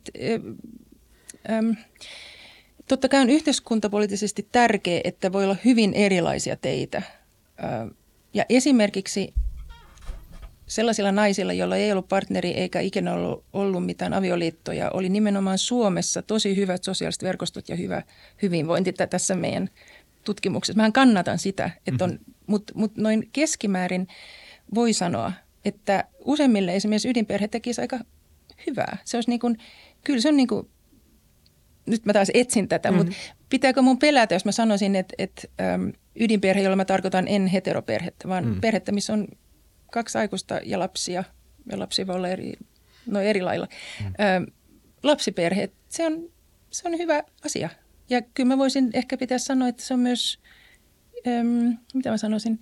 Speaker 3: äm, totta kai on yhteiskuntapoliittisesti tärkeää, että voi olla hyvin erilaisia teitä. Ä, ja esimerkiksi sellaisilla naisilla, joilla ei ollut partneri eikä ikinä ollut, ollut mitään avioliittoja, oli nimenomaan Suomessa tosi hyvät sosiaaliset verkostot ja hyvä hyvinvointi tässä meidän tutkimuksessa. Mähän kannatan sitä, että on, mutta mut noin keskimäärin voi sanoa, että useimmille esimerkiksi ydinperhe tekisi aika hyvää. Se olisi niin kuin, kyllä se on niin kuin, nyt mä taas etsin tätä, mm. mutta pitääkö mun pelätä, jos mä sanoisin, että, että äm, ydinperhe, jolla mä tarkoitan en heteroperhettä, vaan mm. perhettä, missä on kaksi aikuista ja lapsia, ja lapsia voi olla eri, no eri lailla. Mm. Ö, lapsiperhe, se on, se on hyvä asia. Ja kyllä mä voisin ehkä pitää sanoa, että se on myös, äm, mitä mä sanoisin,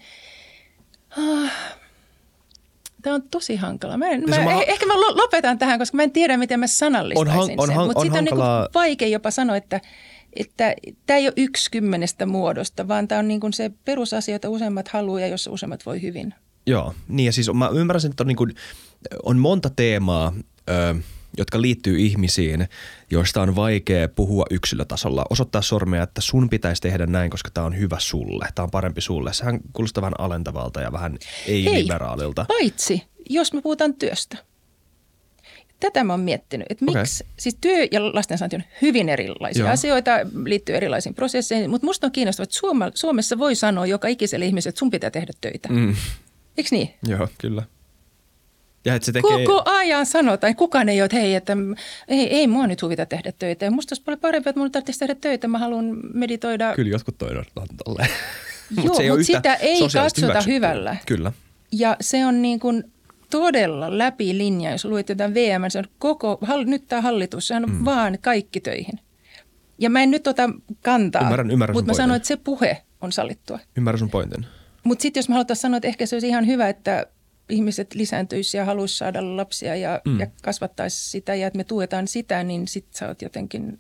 Speaker 3: ah, tämä on tosi hankala. Mä en, mä, mä, ehkä mä lopetan tähän, koska mä en tiedä, miten mä sanallistaisin
Speaker 1: on, on,
Speaker 3: sen. Mutta sitten on
Speaker 1: hankalaa...
Speaker 3: niin vaikea jopa sanoa, että että tämä ei ole yksi kymmenestä muodosta, vaan tämä on niin kuin se perusasia, jota useimmat haluaa ja jossa useimmat voi hyvin.
Speaker 1: Joo, niin ja siis mä ymmärrän, että on, niin kuin, on monta teemaa, ö, jotka liittyy ihmisiin, joista on vaikea puhua yksilötasolla. Osoittaa sormea, että sun pitäisi tehdä näin, koska tämä on hyvä sulle, tämä on parempi sulle. Sehän kuulostaa vähän alentavalta ja vähän ei-liberaalilta.
Speaker 3: Hei, paitsi jos me puhutaan työstä. Tätä mä oon miettinyt, että miksi, okay. siis työ ja lastensaanti on hyvin erilaisia Joo. asioita, liittyy erilaisiin prosesseihin, mutta musta on kiinnostavaa, että Suoma, Suomessa voi sanoa joka ikiselle ihmiselle, että sun pitää tehdä töitä. Mm. Eikö niin?
Speaker 1: Joo, kyllä. Ja että se tekee...
Speaker 3: Koko ajan sanotaan, kukaan ei ole, että hei, että ei, ei mua nyt huvita tehdä töitä. Ja musta olisi paljon parempi, että mun tarvitsisi tehdä töitä, mä haluan meditoida.
Speaker 1: Kyllä jotkut toidot on tolleen.
Speaker 3: Joo, mutta mut sitä ei katsota hyvällä.
Speaker 1: Kyllä.
Speaker 3: Ja se on niin kuin todella läpi linja, jos luet jotain V M, se on koko, nyt tämä hallitus, sehän on mm. vaan kaikki töihin. Ja mä en nyt ota kantaa,
Speaker 1: ymmärrän, ymmärrän
Speaker 3: mutta mä sanoin, että se puhe on sallittua.
Speaker 1: Ymmärrän sun pointin.
Speaker 3: Mutta sitten jos mä halutaan sanoa, että ehkä se olisi ihan hyvä, että ihmiset lisääntyisi ja haluaisi saada lapsia ja, mm. ja kasvattaisi sitä ja että me tuetaan sitä, niin sitten sä oot jotenkin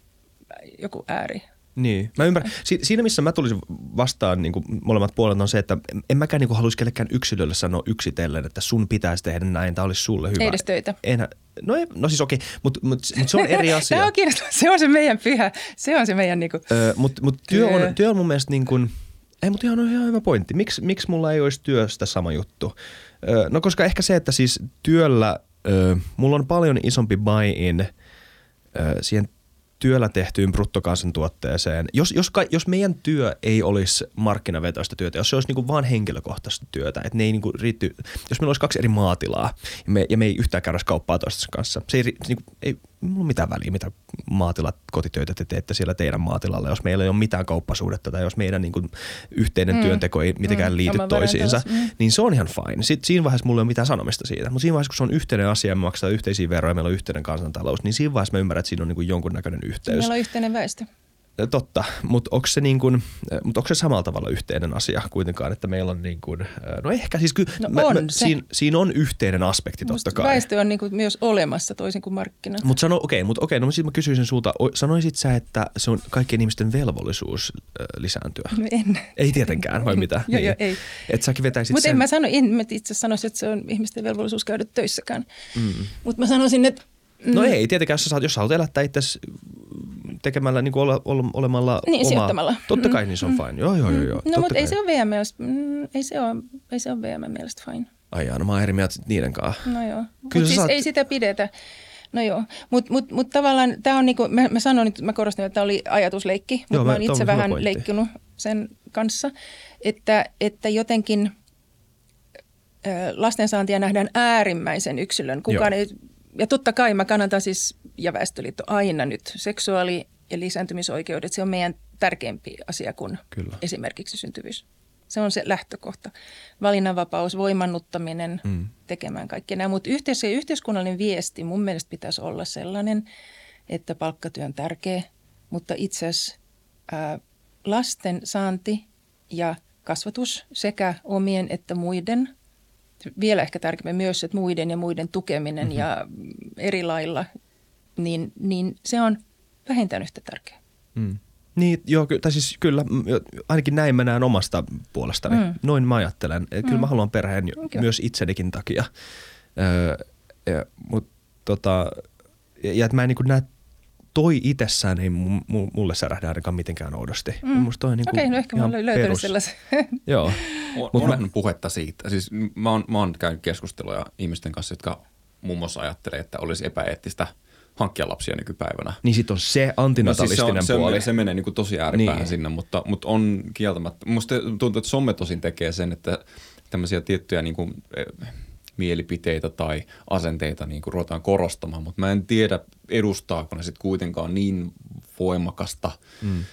Speaker 3: joku ääri.
Speaker 1: Niin, mä ymmärrän. Si- siinä missä mä tulisin vastaan niin kuin molemmat puolet on se, että en mäkään niin kuin haluaisi kellekään yksilölle sanoa yksitellen, että sun pitäisi tehdä näin, tämä olisi sulle hyvä.
Speaker 3: Ei edes töitä.
Speaker 1: Enhä, no, ei, no siis okei, mutta mut, mut se on eri asia.
Speaker 3: Tämä on kiinnostavaa, se on se meidän pyhä, se on se meidän niin kuin
Speaker 1: öö, Mutta mut työ, on, työ on mun mielestä niin kuin, ei mutta ihan, ihan hyvä pointti. Miks, miksi mulla ei olisi työstä sama juttu? Öö, no koska ehkä se, että siis työllä, öö, mulla on paljon isompi buy-in öö, siihen työllä tehtyyn bruttokansantuotteeseen. Jos, jos, jos meidän työ ei olisi markkinavetoista työtä, jos se olisi niinku vaan henkilökohtaista työtä, että ne ei niinku riitty, jos meillä olisi kaksi eri maatilaa ja me, ja me ei yhtään käydä kauppaa toistensa kanssa, se ei, niinku, ei mulla ole mitään väliä, mitä maatilat, kotitöitä te teette siellä teidän maatilalla, jos meillä ei ole mitään kauppasuhdetta tai jos meidän niinku yhteinen mm. työnteko ei mitenkään mm. liity toisiinsa, mm. niin se on ihan fine. Sitten siinä vaiheessa mulla ei ole mitään sanomista siitä, mutta siinä vaiheessa, kun se on yhteinen asia, me maksetaan yhteisiä veroja ja meillä on yhteinen kansantalous, niin siinä vaiheessa mä ymmärrän, että siinä on niinku jonkunnäköinen yhteys.
Speaker 3: Meillä on yhteinen väestö.
Speaker 1: Totta, mutta onko se, niin kuin, mutta onko se samalla tavalla yhteinen asia kuitenkaan, että meillä on niin kuin, no ehkä siis kyllä,
Speaker 3: no
Speaker 1: mä,
Speaker 3: on
Speaker 1: mä,
Speaker 3: se.
Speaker 1: Siinä, siinä on yhteinen aspekti totta kai.
Speaker 3: Väestö on niin kuin myös olemassa toisin kuin markkinat.
Speaker 1: Mutta sano, okei, okay, mutta okei, okay, no sitten mä kysyisin sulta, sanoisit sä, että se on kaikkien ihmisten velvollisuus äh, lisääntyä?
Speaker 3: No en.
Speaker 1: Ei tietenkään, vai mitä?
Speaker 3: Joo,
Speaker 1: niin.
Speaker 3: joo, ei.
Speaker 1: Että säkin vetäisit
Speaker 3: Mutta
Speaker 1: sen.
Speaker 3: en mä sano, en mä itse sanoisi, että se on ihmisten velvollisuus käydä töissäkään. Mm. Mutta mä sanoisin, että...
Speaker 1: Mm. No ei, tietenkään, jos sä, jos sä haluat elättää itsesi tekemällä, niin kuin ole, ole, olemalla
Speaker 3: niin,
Speaker 1: oma.
Speaker 3: sijoittamalla.
Speaker 1: Totta kai niin se on
Speaker 3: mm.
Speaker 1: fine. Joo, joo, joo. joo.
Speaker 3: No, mutta ei se ole V M mielestä, mm, ei se ole, ei se ole V M mielestä fine.
Speaker 1: Ai jaa, no mä oon eri mieltä niiden kanssa.
Speaker 3: No joo, mutta siis saat... ei sitä pidetä. No joo, mutta mut, mut tavallaan tämä on niinku, mä, mä sanon nyt, mä korostan, että tämä oli ajatusleikki, mutta mä oon itse vähän leikkinut sen kanssa, että, että jotenkin ö, lastensaantia nähdään äärimmäisen yksilön. Kukaan ei, ja totta kai mä kannatan siis, ja Väestöliitto aina nyt, seksuaali- ja lisääntymisoikeudet, se on meidän tärkeämpi asia kuin Kyllä. esimerkiksi syntyvyys. Se on se lähtökohta. Valinnanvapaus, voimannuttaminen, mm. tekemään kaikkea nämä. Mutta yhteis- yhteiskunnallinen viesti mun mielestä pitäisi olla sellainen, että palkkatyö on tärkeä, mutta itse asiassa ää, lasten saanti ja kasvatus sekä omien että muiden, vielä ehkä tärkeämmin myös, että muiden ja muiden tukeminen mm-hmm. ja eri lailla, niin, niin se on vähintään yhtä tärkeää.
Speaker 1: Mm. Niin, joo, tai siis kyllä, ainakin näin mä näen omasta puolestani. Mm. Noin mä ajattelen. Mm. Kyllä mä haluan perheen okay. myös itsenikin takia. Öö, ja, mut, tota, ja että mä en niin kuin näe, toi itsessään ei mulle särähdä ainakaan mitenkään oudosti.
Speaker 3: Mm. Okei, okay, no ehkä mä olen löytänyt sellaisen.
Speaker 2: Joo. Mut on mä... puhetta siitä. Siis mä oon, mä oon käynyt keskusteluja ihmisten kanssa, jotka muun muassa ajattelee, että olisi epäeettistä hankkia lapsia nykypäivänä.
Speaker 1: Niin sit on se antinatalistinen
Speaker 2: no siis se on,
Speaker 1: puoli.
Speaker 2: Se, se menee niin kuin tosi ääripäähän
Speaker 1: niin.
Speaker 2: sinne, mutta, mutta on kieltämättä. Musta tuntuu, että some tosin tekee sen, että tämmöisiä tiettyjä niin kuin, eh, mielipiteitä tai asenteita niin kuin ruvetaan korostamaan, mutta mä en tiedä edustaako ne sitten kuitenkaan niin voimakasta mm.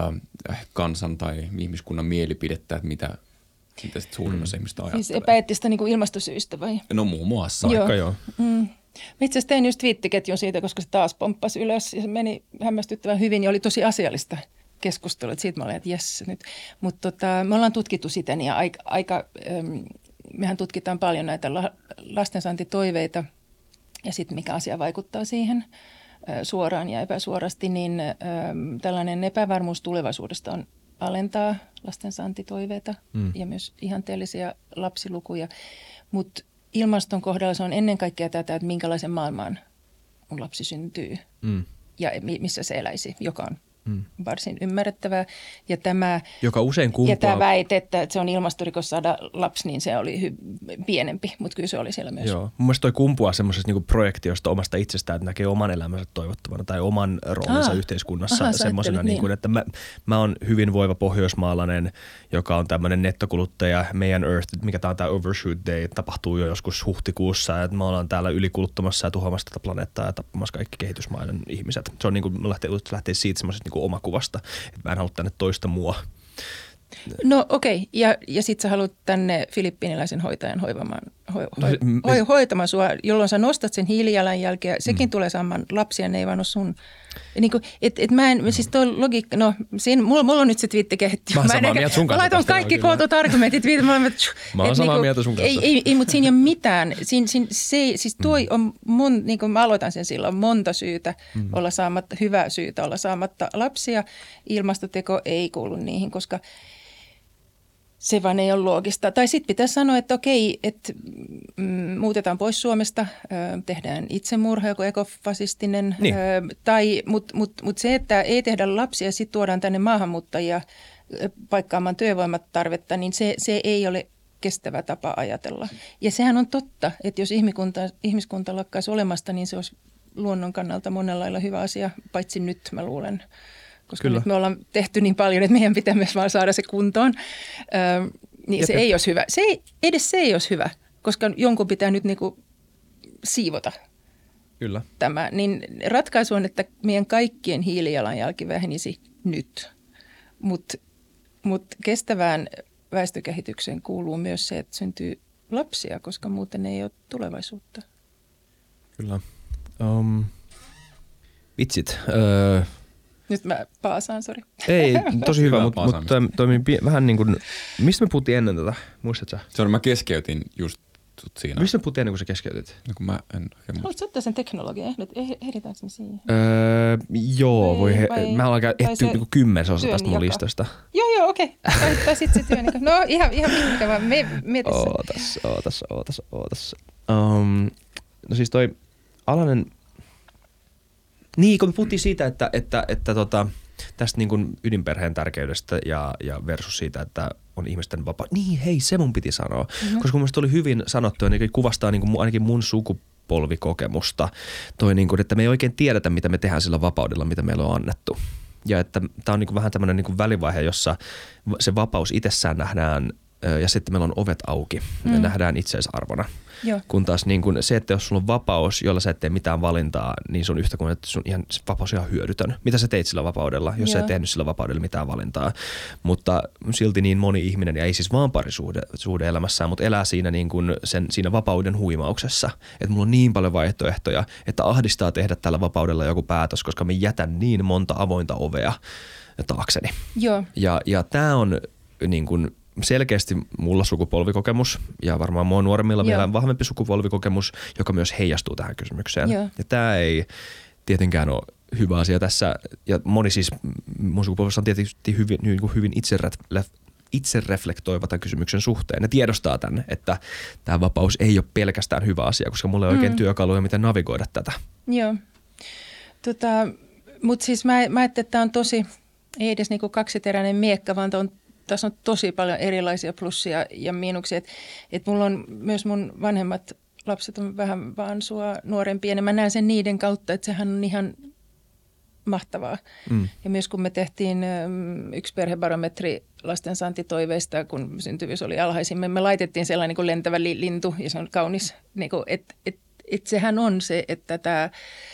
Speaker 2: äh, kansan tai ihmiskunnan mielipidettä, että mitä, mitä sitten suurin osa mm. ihmistä ajattelee.
Speaker 3: Siis epäeettistä niin kuin ilmastosyistä vai?
Speaker 2: No muun muassa.
Speaker 3: Joo.
Speaker 2: Aika joo.
Speaker 3: Mm. Mä itse asiassa tein just twiittiketjun siitä, koska se taas pomppasi ylös ja se meni hämmästyttävän hyvin ja oli tosi asiallista keskustelua. Et siitä mä olin, että jes nyt. Mutta tota, me ollaan tutkittu sitä ja aika, aika ähm, mehän tutkitaan paljon näitä la, lastensaantitoiveita ja sitten mikä asia vaikuttaa siihen äh, suoraan ja epäsuorasti, niin äh, tällainen epävarmuus tulevaisuudesta on alentaa lastensaantitoiveita mm. ja myös ihanteellisia lapsilukuja, mutta ilmaston kohdalla se on ennen kaikkea tätä, että minkälaisen maailmaan mun lapsi syntyy mm. ja missä se eläisi, joka on mm. varsin ymmärrettävää. Ja tämä,
Speaker 1: joka usein kumpuaa.
Speaker 3: Ja tämä väite, että se on ilmastorikos saada lapsi, niin se oli hy- pienempi, mutta kyllä se oli siellä myös.
Speaker 1: Joo. Mun mielestä toi kumpuaa semmoisesta niinku projektiosta omasta itsestään, että näkee oman elämänsä toivottavana tai oman roolinsa ah. yhteiskunnassa semmoisena, niin kuin, että mä, mä oon hyvinvoiva pohjoismaalainen, joka on tämmöinen nettokuluttaja. Meidän Earth, mikä tää on tää Overshoot Day, tapahtuu jo joskus huhtikuussa, että me ollaan täällä ylikuluttamassa ja tuhoamassa tätä planeettaa ja tappamassa kaikki kehitysmaiden ihmiset. Se on niin kuin, lähtee, lähtee siitä semmoisesta niin omakuvasta, että mä en halua tänne toista mua.
Speaker 3: No okei, okay. ja, ja sit sä haluat tänne filippiiniläisen hoitajan hoivamaan, ho, ho, ho, hoitamaan sua, jolloin sä nostat sen hiilijalanjälkeä, sekin mm. tulee saamaan lapsia, ne ei vaan ole sun. Niin kuin, et, et mä en, siis toi logiikka, no siinä, mulla, mulla on nyt se twiittiketju.
Speaker 1: Mä oon samaa mieltä sun kanssa.
Speaker 3: Mä laitan kaikki kootut argumentit. Mä olen
Speaker 1: samaa niinku, mieltä sun kanssa.
Speaker 3: Ei, ei, ei mutta siinä ei ole mitään. Siin, siin, se, siis toi on, mon, niin kuin mä aloitan sen silloin, monta syytä mm. olla saamatta, hyvää syytä olla saamatta lapsia. Ilmastoteko ei kuulu niihin, koska se vaan ei ole loogista. Tai sitten pitäisi sanoa, että okei, että mm, muutetaan pois Suomesta, ö, tehdään itsemurha, joku ekofasistinen. Niin. Tai, mutta mut, mut se, että ei tehdä lapsia ja sitten tuodaan tänne maahanmuuttajia paikkaamaan työvoimatarvetta, niin se, se ei ole kestävä tapa ajatella. Ja sehän on totta, että jos ihmiskunta, ihmiskunta lakkaisi olemasta, niin se olisi luonnon kannalta monella lailla hyvä asia, paitsi nyt mä luulen. Koska Kyllä. nyt me ollaan tehty niin paljon, että meidän pitää myös vaan saada se kuntoon. Ö, niin Jep. se ei olisi hyvä. Se ei, edes se ei olisi hyvä, koska jonkun pitää nyt niinku siivota
Speaker 1: Kyllä.
Speaker 3: tämä. Niin ratkaisu on, että meidän kaikkien hiilijalanjälki vähenisi nyt. Mutta mut kestävään väestökehitykseen kuuluu myös se, että syntyy lapsia, koska muuten ei ole tulevaisuutta.
Speaker 1: Kyllä. Um, vitsit. Öö.
Speaker 3: Nyt mä paasaan, sori.
Speaker 1: Ei, tosi hyvä, mutta mut toimii pie- vähän niin kuin, mistä me puhuttiin ennen tätä, muistatko sä?
Speaker 2: Se on, mä keskeytin just siinä.
Speaker 1: Mistä me puhuttiin ennen kuin sä keskeytit?
Speaker 2: No kun mä en...
Speaker 3: Haluatko ottaa sen teknologian ehdot, ehditäänkö me siihen?
Speaker 1: Öö, joo, vai, voi he, vai, mä haluan käydä ehtyä niinku kymmenesosa tästä mun listasta.
Speaker 3: Joo, joo, okei. Okay. Tai, tai sitten se työn. No ihan, ihan mikä vaan, me, mieti se.
Speaker 1: Ootas, ootas, ootas, ootas. Um, no siis toi Alanen... Niin, kun me puhuttiin siitä, että, että, että tota, tästä niin kuin ydinperheen tärkeydestä ja, ja versus siitä, että on ihmisten vapaa. Niin, hei, se mun piti sanoa. Mm-hmm. Koska mun mielestä oli hyvin sanottu ja niin kuvastaa niin kuin ainakin mun sukupolvikokemusta. Toi niin kuin, että me ei oikein tiedetä, mitä me tehdään sillä vapaudella, mitä meille on annettu. Ja että tämä on niin kuin vähän tämmöinen niin kuin välivaihe, jossa se vapaus itsessään nähdään ja sitten meillä on ovet auki ja mm. nähdään itseisarvona. Joo. Kun taas niin kun se, että jos sulla on vapaus, jolla sä et tee mitään valintaa, niin se on yhtä kuin, että sun ihan, vapaus on ihan hyödytön. Mitä sä teit sillä vapaudella, jos Joo. sä et tehnyt sillä vapaudella mitään valintaa? Mutta silti niin moni ihminen, ja ei siis vaan parisuhde suhde elämässään, mutta elää siinä, niin kun sen, siinä vapauden huimauksessa. Että mulla on niin paljon vaihtoehtoja, että ahdistaa tehdä tällä vapaudella joku päätös, koska mä jätän niin monta avointa ovea taakseni.
Speaker 3: Joo.
Speaker 1: Ja, ja tää on niin kun selkeästi mulla sukupolvikokemus ja varmaan mua nuoremmilla Joo. vielä vahvempi sukupolvikokemus, joka myös heijastuu tähän kysymykseen. Joo. Ja tämä ei tietenkään ole hyvä asia tässä. Ja moni siis mun sukupolvessa on tietysti hyvin, hyvin itsereflektoiva tämän kysymyksen suhteen. Ne tiedostaa tämän, että tämä vapaus ei ole pelkästään hyvä asia, koska mulla ei oikein mm. työkaluja, miten navigoida tätä. Joo.
Speaker 3: Tota, mutta siis mä, mä ajattelin, että tämä on tosi, ei edes niinku kaksiteräinen miekka, vaan on tässä on tosi paljon erilaisia plussia ja miinuksia. Että et mulla on myös mun vanhemmat lapset on vähän vaan sua nuorempia. Ja mä näen sen niiden kautta, että sehän on ihan mahtavaa. Mm. Ja myös kun me tehtiin um, yksi perhebarometri lastensaantitoiveista, kun syntyvyys oli alhaisin, me laitettiin sellainen niin kuin lentävä li- lintu ja se on kaunis. Niin että et, et sehän on se, että tää,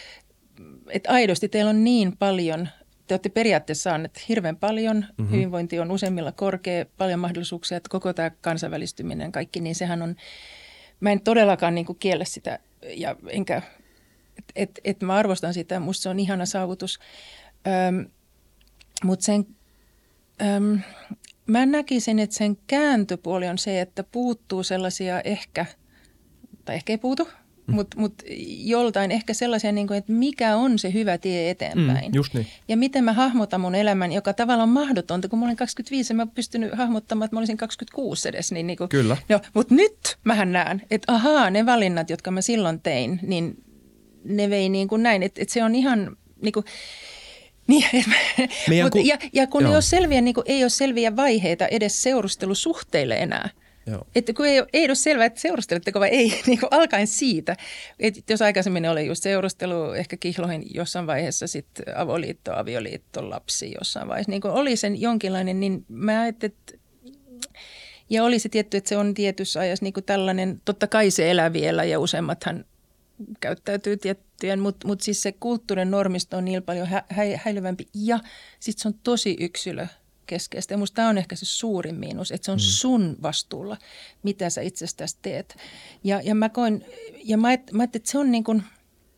Speaker 3: et aidosti teillä on niin paljon. Te olette periaatteessa saaneet hirveän paljon, mm-hmm. hyvinvointi on useimmilla korkea, paljon mahdollisuuksia, että koko tämä kansainvälistyminen ja kaikki, niin sehän on, mä en todellakaan niin kuin kiellä sitä, ja enkä, että et, et mä arvostan sitä, musta se on ihana saavutus, öm, mutta sen, öm, mä näkisin, että sen kääntöpuoli on se, että puuttuu sellaisia ehkä, tai ehkä ei puutu, Mutta mut joltain ehkä sellaisia, niin kuin, että mikä on se hyvä tie eteenpäin.
Speaker 1: Mm, just niin.
Speaker 3: Ja miten mä hahmotan mun elämän, joka tavallaan on mahdotonta. Kun mä olin kaksikymmentäviisi, mä pystynyt hahmottamaan, että mä olisin kaksikymmentäkuusi edes. Niin, niin kuin,
Speaker 1: Kyllä.
Speaker 3: No, mutta nyt mähän näen, että ahaa, ne valinnat, jotka mä silloin tein, niin ne vei niin kuin näin. Että et se on ihan niin kuin, niin, mut, ku... ja, ja kun ei ole, selviä, niin kuin, ei ole selviä vaiheita edes seurustelusuhteille enää. Joo. Että kun ei, ei ole selvää, että seurusteletteko vai ei, niin kuin alkaen siitä. Että jos aikaisemmin oli just seurustelu, ehkä kihloihin jossain vaiheessa, sitten avoliitto, avioliitto, lapsi jossain vaiheessa. Niin kuin oli sen jonkinlainen, niin mä ajattelin, että ja oli se tietty, että se on tietyssä ajassa niin kuin tällainen, totta kai se elää vielä ja useimmathan käyttäytyy tiettyjen, mutta mut siis se kulttuurin normisto on niin paljon hä, hä, häilyvämpi ja sitten se on tosi yksilö. Keskeistä. Ja musta tämä on ehkä se suurin miinus, että se on mm. sun vastuulla, mitä sä itsestäsi teet. Ja, ja mä koin, ja mä, et, mä et, että se on niin kuin,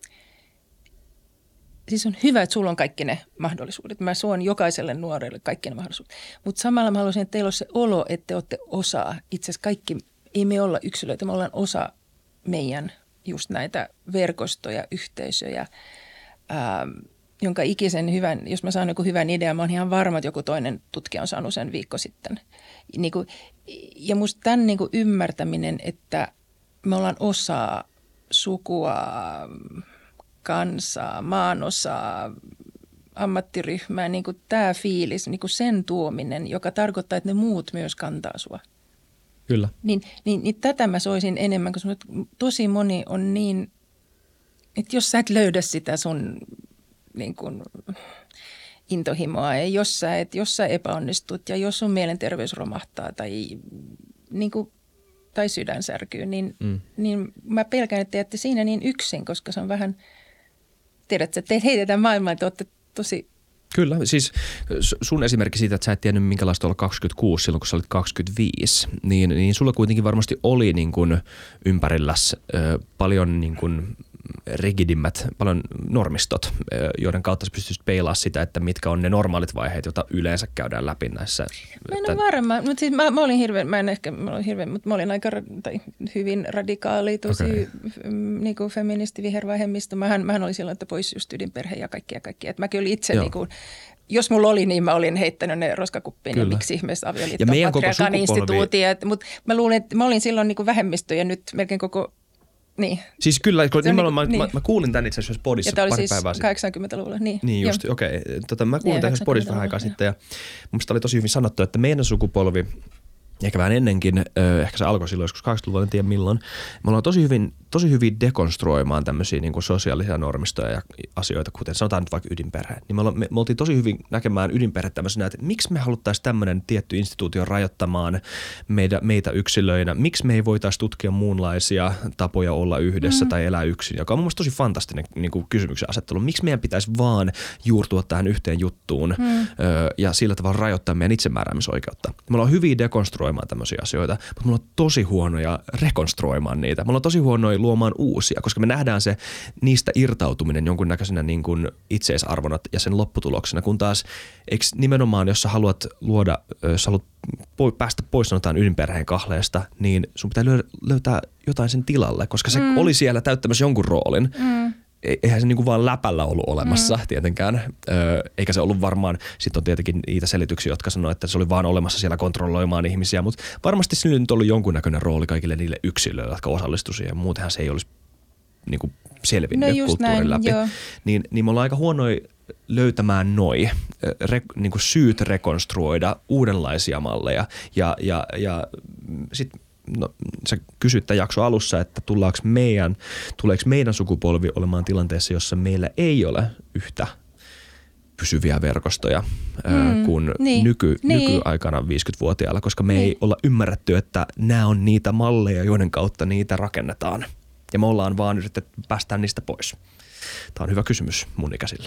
Speaker 3: siis on hyvä, että sulla on kaikki ne mahdollisuudet. Mä suon jokaiselle nuorelle kaikki ne mahdollisuudet. Mutta samalla mä haluaisin, että teillä on se olo, että te olette osa. Itse asiassa kaikki, ei me olla yksilöitä, me ollaan osa meidän just näitä verkostoja, yhteisöjä, ää, jonka ikisen hyvän, jos mä saan joku hyvän idean, mä oon ihan varma, että joku toinen tutkija on saanut sen viikko sitten. Niin kuin, ja musta tämän niin kuin ymmärtäminen, että me ollaan osa sukua, kansaa, maanosaa, ammattiryhmää, niin kuin tämä fiilis, niin kuin sen tuominen, joka tarkoittaa, että ne muut myös kantaa sua.
Speaker 1: Kyllä.
Speaker 3: Niin, niin, niin tätä mä soisin enemmän, koska tosi moni on niin, että jos sä et löydä sitä sun niin kuin intohimoa, ja jos sä, et, jos sä epäonnistut ja jos sun mielenterveys romahtaa tai, niin kuin, tai sydän särkyy, niin, mm. niin mä pelkään, että te jätte siinä niin yksin, koska se on vähän, tiedätkö, että teet heitetään maailmaa, että olette tosi...
Speaker 1: Kyllä, siis sun esimerkki siitä, että sä et tiennyt minkälaista olla kaksikymmentäkuusi silloin, kun sä olit kaksikymmentäviisi, niin, niin sulla kuitenkin varmasti oli niin kuin ympärilläs ö, paljon niin kuin rigidimmät, paljon normistot, joiden kautta sä pystyisit peilaamaan sitä, että mitkä on ne normaalit vaiheet, joita yleensä käydään läpi näissä.
Speaker 3: Mä en ole varma, mutta siis mä, mä olin hirveän, mä en ehkä, mä olin hirveän, mutta mä olin aika tai hyvin radikaali, tosi okay. niin kuin feministi, vihervähemmistö. Mähän, mähän olin silloin, että pois just ydinperhe ja kaikki ja kaikki. Että mä kyllä itse niin kuin, jos mulla oli, niin mä olin heittänyt ne roskakuppiin ja miksi ihmeessä avioliitto on patriarkaan instituutia. Mutta mä luulen, että mä olin silloin niin kuin vähemmistö ja nyt melkein koko Niin.
Speaker 1: Siis kyllä, kun nimenomaan
Speaker 3: niin,
Speaker 1: mä,
Speaker 3: niin.
Speaker 1: mä, mä kuulin tämän itse asiassa podissa
Speaker 3: ja tämä oli
Speaker 1: pari
Speaker 3: siis
Speaker 1: päivää sitten.
Speaker 3: kahdeksankymmentäluvulla, niin.
Speaker 1: Niin just, okei. Okay. Tota, mä kuulin tämän podissa vähän aikaa
Speaker 3: jo.
Speaker 1: sitten ja mun mielestä oli tosi hyvin sanottu, että meidän sukupolvi, ehkä vähän ennenkin, ehkä se alkoi silloin joskus kahdeksankymmentäluvulla, en tiedä milloin. Me ollaan tosi hyvin, tosi hyvin dekonstruoimaan tämmöisiä niin kuin sosiaalisia normistoja ja asioita, kuten sanotaan nyt vaikka ydinperhe. Niin me, ollaan, me, me oltiin tosi hyvin näkemään ydinperhe tämmöisenä, että miksi me haluttaisiin tämmöinen tietty instituutio rajoittamaan meitä, meitä yksilöinä. Miksi me ei voitaisiin tutkia muunlaisia tapoja olla yhdessä mm. tai elää yksin, joka on mun mielestä tosi fantastinen niin kuin kysymyksen asettelu. Miksi meidän pitäisi vaan juurtua tähän yhteen juttuun mm. ö, ja sillä tavalla rajoittaa meidän itsemääräämisoikeutta. Me ollaan hyviä dekonstruoimaan tämmöisiä asioita, mutta me ollaan tosi huonoja rekonstruoimaan niitä. Me ollaan tosi huonoja luomaan uusia, koska me nähdään se niistä irtautuminen jonkunnäköisenä niin kuin itseisarvona ja sen lopputuloksena, kun taas eikö nimenomaan, jos sä haluat luoda, jos sä haluat päästä pois sanotaan ydinperheen kahleesta, niin sun pitää löytää jotain sen tilalle, koska se mm. oli siellä täyttämässä jonkun roolin. Mm. Eihän se niinku vaan läpällä ollut olemassa mm. tietenkään, öö, eikä se ollut varmaan, sitten on tietenkin niitä selityksiä, jotka sanoo, että se oli vaan olemassa siellä kontrolloimaan ihmisiä, mutta varmasti sillä nyt ollut jonkunnäköinen rooli kaikille niille yksilöille, jotka osallistuivat siihen, muutenhan se ei olisi niinku selvinnyt no kulttuurin näin, läpi. Niin, niin me ollaan aika huonoja löytämään noi re, niinku syyt rekonstruoida uudenlaisia malleja ja, ja, ja sitten no, sä kysyt tämän jakson alussa, että tullaanko meidän, tuleeko meidän sukupolvi olemaan tilanteessa, jossa meillä ei ole yhtä pysyviä verkostoja mm, kuin niin, nyky, niin. nykyaikana viisikymmentävuotiailla, koska me niin. ei olla ymmärretty, että nämä on niitä malleja, joiden kautta niitä rakennetaan. Ja me ollaan vaan yritetty päästään niistä pois. Tämä on hyvä kysymys mun ikäisillä.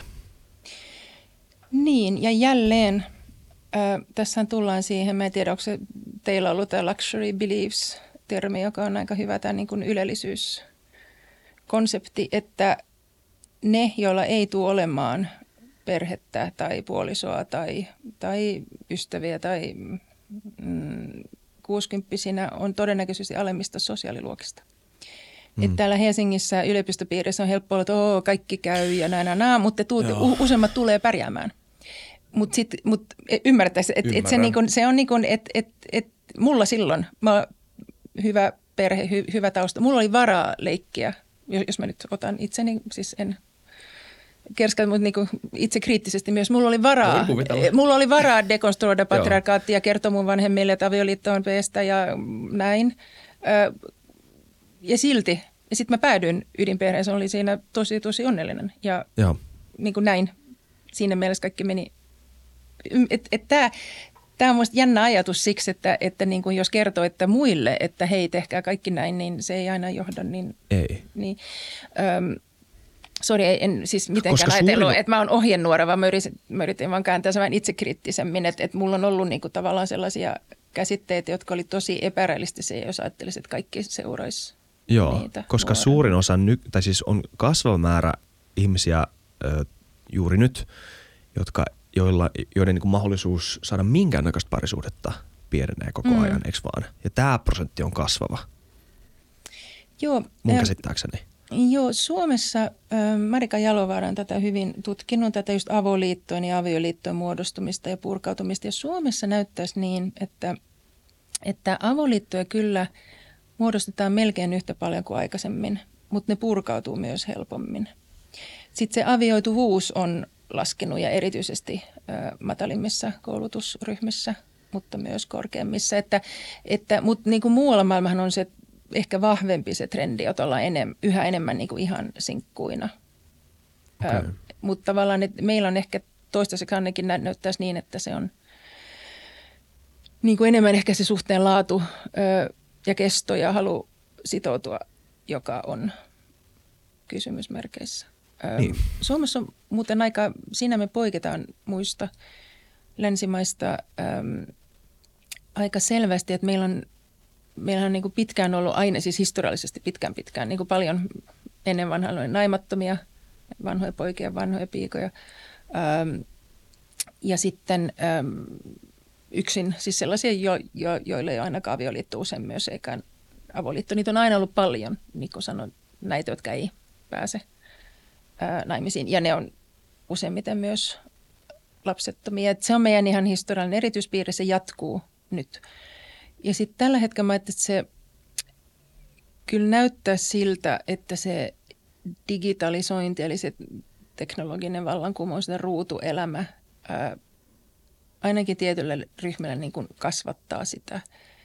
Speaker 3: Niin, ja jälleen Ö, tässä tullaan siihen, mä en tiedä, onko se teillä ollut tämä luxury beliefs-termi, joka on aika hyvä, tämä niin kuin ylellisyyskonsepti, että ne, joilla ei tule olemaan perhettä tai puolisoa tai, tai ystäviä tai mm, kuusikymppisinä, on todennäköisesti alemmista sosiaaliluokista. Mm. Että täällä Helsingissä yliopistopiirissä on helppo olla, että oo, kaikki käy ja näin, näin, näin, mutta tuut, useimmat tulee pärjäämään. Mutta sitten mut ymmärtäisi, että et se, niinku, se on niin kuin, että et, et mulla silloin, mä hyvä perhe, hy, hyvä tausta, mulla oli varaa leikkiä, jos mä nyt otan itseni, siis en kerskaa, mutta niinku itse kriittisesti myös, mulla oli varaa, mulla oli varaa dekonstruoida patriarkaattia, kertoa mun vanhemmille, että avioliitto on peestä ja näin. Ö, ja silti, ja sitten mä päädyin ydinperheeseen, oli siinä tosi tosi onnellinen ja niin kuin näin, siinä mielessä kaikki meni. Että et tämä et on mielestäni jännä ajatus siksi, että, että niin kuin jos kertoo, että muille, että hei, tehkää kaikki näin, niin se ei aina johda. Niin,
Speaker 1: ei.
Speaker 3: Niin, ähm, sori, en siis mitenkään ajatellut, suurin... että mä oon ohjenuora, vaan mä yritin, mä yritin vaan kääntää sen vähän itsekriittisemmin, että, että mulla on ollut niin kuin tavallaan sellaisia käsitteitä, jotka oli tosi epärealistisia, jos ajattelisin, että kaikki seuraisi
Speaker 1: Joo,
Speaker 3: niitä
Speaker 1: koska
Speaker 3: nuoria.
Speaker 1: Suurin osa, ny, tai siis on kasvava määrä ihmisiä ö, juuri nyt, jotka joilla, joiden niin kuin mahdollisuus saada minkäännäköistä parisuhdetta pienenee koko mm. ajan, eikö vaan? Ja tämä prosentti on kasvava.
Speaker 3: Joo.
Speaker 1: Mun käsittääkseni.
Speaker 3: Joo, Suomessa äh, Marika Jalovaara on tätä hyvin tutkinut, tätä just avoliittojen ja avioliittojen muodostumista ja purkautumista. Ja Suomessa näyttäisi niin, että, että avoliittoja kyllä muodostetaan melkein yhtä paljon kuin aikaisemmin, mutta ne purkautuu myös helpommin. Sitten se avioituvuus on laskenut ja erityisesti ö, matalimmissa koulutusryhmissä, mutta myös korkeammissa. Että, että, mutta niin kuin muualla maailmahan on se ehkä vahvempi se trendi, että ollaan enem, yhä enemmän niin kuin ihan sinkkuina. Okay. Ö, mutta tavallaan että meillä on ehkä toistaiseksi ainakin nä, näyttäisi niin, että se on niin kuin enemmän ehkä se suhteen laatu ö, ja kesto ja halu sitoutua, joka on kysymysmerkeissä. Niin. Suomessa on muuten aika, siinä me poiketaan muista länsimaista äm, aika selvästi, että meillä on, meillä on niin kuin pitkään ollut aina, siis historiallisesti pitkään pitkään, niin kuin paljon ennen vanhaa oli naimattomia, vanhoja poikia, vanhoja piikoja äm, ja sitten äm, yksin, siis sellaisia, jo, jo, joille ei ole ainakaan avioliitto usein myös, eikä avoliitto. Niitä on aina ollut paljon, niin kuin sanoin, näitä, jotka ei pääse ää, naimisiin. Ja ne on useimmiten myös lapsettomia. Et se on meidän ihan historiallinen erityispiirre, se jatkuu nyt. Ja sitten tällä hetkellä mä ajattelin, että se kyllä näyttää siltä, että se digitalisointi, eli se teknologinen vallankumous, se ruutuelämä, ää, ainakin tietyllä ryhmällä niin kuin kasvattaa sitä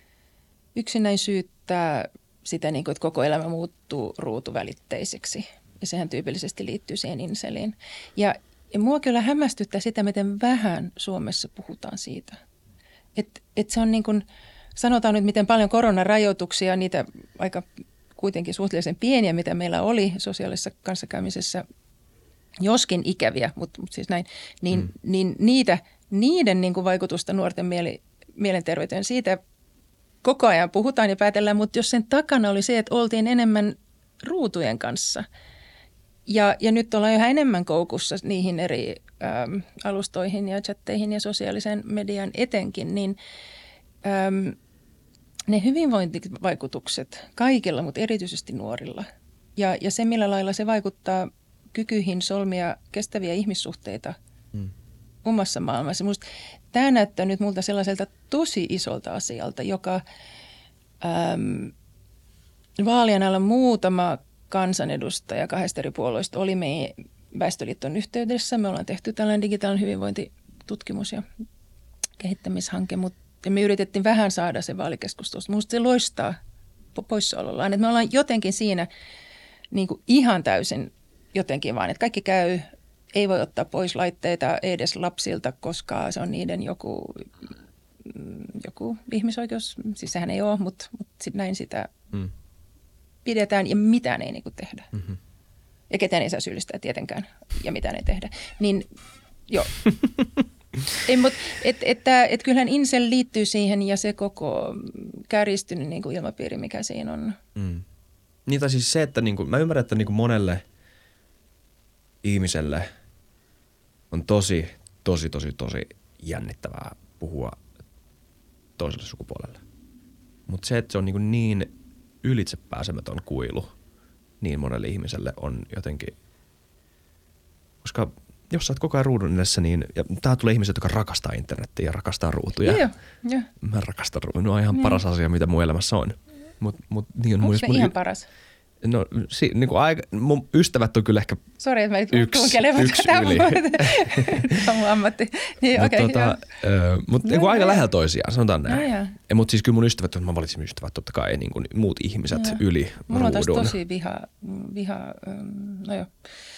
Speaker 3: yksinäisyyttä, sitä, niin kuin, että koko elämä muuttuu ruutuvälitteiseksi. Ja sehän tyypillisesti liittyy siihen inseliin. Ja, ja mua kyllä hämmästyttää sitä, miten vähän Suomessa puhutaan siitä. Että et se on niin kuin, sanotaan nyt, miten paljon koronarajoituksia, niitä aika kuitenkin suhteellisen pieniä, mitä meillä oli sosiaalisessa kanssakäymisessä, joskin ikäviä, mutta, mutta siis näin, niin, mm. niin niitä, niiden niin kuin vaikutusta nuorten mieli, mielenterveyteen, siitä koko ajan puhutaan ja päätellään, mutta jos sen takana oli se, että oltiin enemmän ruutujen kanssa ja, ja nyt ollaan yhä enemmän koukussa niihin eri äm, alustoihin ja chatteihin ja sosiaalisen median etenkin, niin äm, ne hyvinvointivaikutukset kaikilla, mutta erityisesti nuorilla ja, ja se, millä lailla se vaikuttaa kykyihin solmia kestäviä ihmissuhteita hmm. omassa maailmassa. Minusta tämä näyttää nyt multa sellaiselta tosi isolta asialta, joka äm, vaalien alla muutama kansanedustaja kahdesta eri puolueista oli meidän Väestöliiton yhteydessä. Me ollaan tehty tällainen digitaalinen hyvinvointitutkimus ja kehittämishanke, mutta me yritettiin vähän saada se vaalikeskustelusta. Minusta se loistaa poissaolollaan, että me ollaan jotenkin siinä niin kuin ihan täysin jotenkin vaan, että kaikki käy, ei voi ottaa pois laitteita edes lapsilta, koska se on niiden joku, joku ihmisoikeus. Siis sehän ei ole, mutta, mutta sit näin sitä mm. pidetään ja mitään ei niin kuin tehdä. Mm-hmm. Ja ketään ei saa syyllistää tietenkään ja mitään ei tehdä. Niin joo. ei, mutta et, et, et kyllähän incel liittyy siihen ja se koko kärjistynyt niin kuin ilmapiiri, mikä siinä on.
Speaker 1: Mm. Niin tai siis se, että niin kuin, mä ymmärrän, että niin kuin monelle ihmiselle on tosi, tosi, tosi, tosi jännittävää puhua toiselle sukupuolelle. Mutta se, että se on niin, niin ylitsepääsemätön kuilu niin monelle ihmiselle on jotenkin, koska jos sä oot koko ajan ruudun edessä, niin ja tää tulee ihmiset, jotka rakastaa internettiä ja rakastaa ruutuja.
Speaker 3: Joo, joo.
Speaker 1: Mä rakastan ruutuja. Ne on ihan mm. paras asia, mitä mun elämässä on. Mut, mut, niin on
Speaker 3: Onko
Speaker 1: mun,
Speaker 3: ihan
Speaker 1: y-
Speaker 3: paras?
Speaker 1: No si, niin kuin aika, mun ystävät on kyllä ehkä
Speaker 3: Sori, että mä
Speaker 1: yksi,
Speaker 3: kuuntelemaan
Speaker 1: yksi
Speaker 3: tätä.
Speaker 1: yli.
Speaker 3: Tämä on mun ammatti. Niin,
Speaker 1: mutta
Speaker 3: okay,
Speaker 1: tota, mut, no, aika lähellä toisiaan, sanotaan näin.
Speaker 3: No,
Speaker 1: mutta siis kyllä mun ystävät, mä valitsin ystävät totta kai niin kuin muut ihmiset ja. Yli
Speaker 3: mulla on
Speaker 1: ruudun.
Speaker 3: taas tosi viha, viha no joo,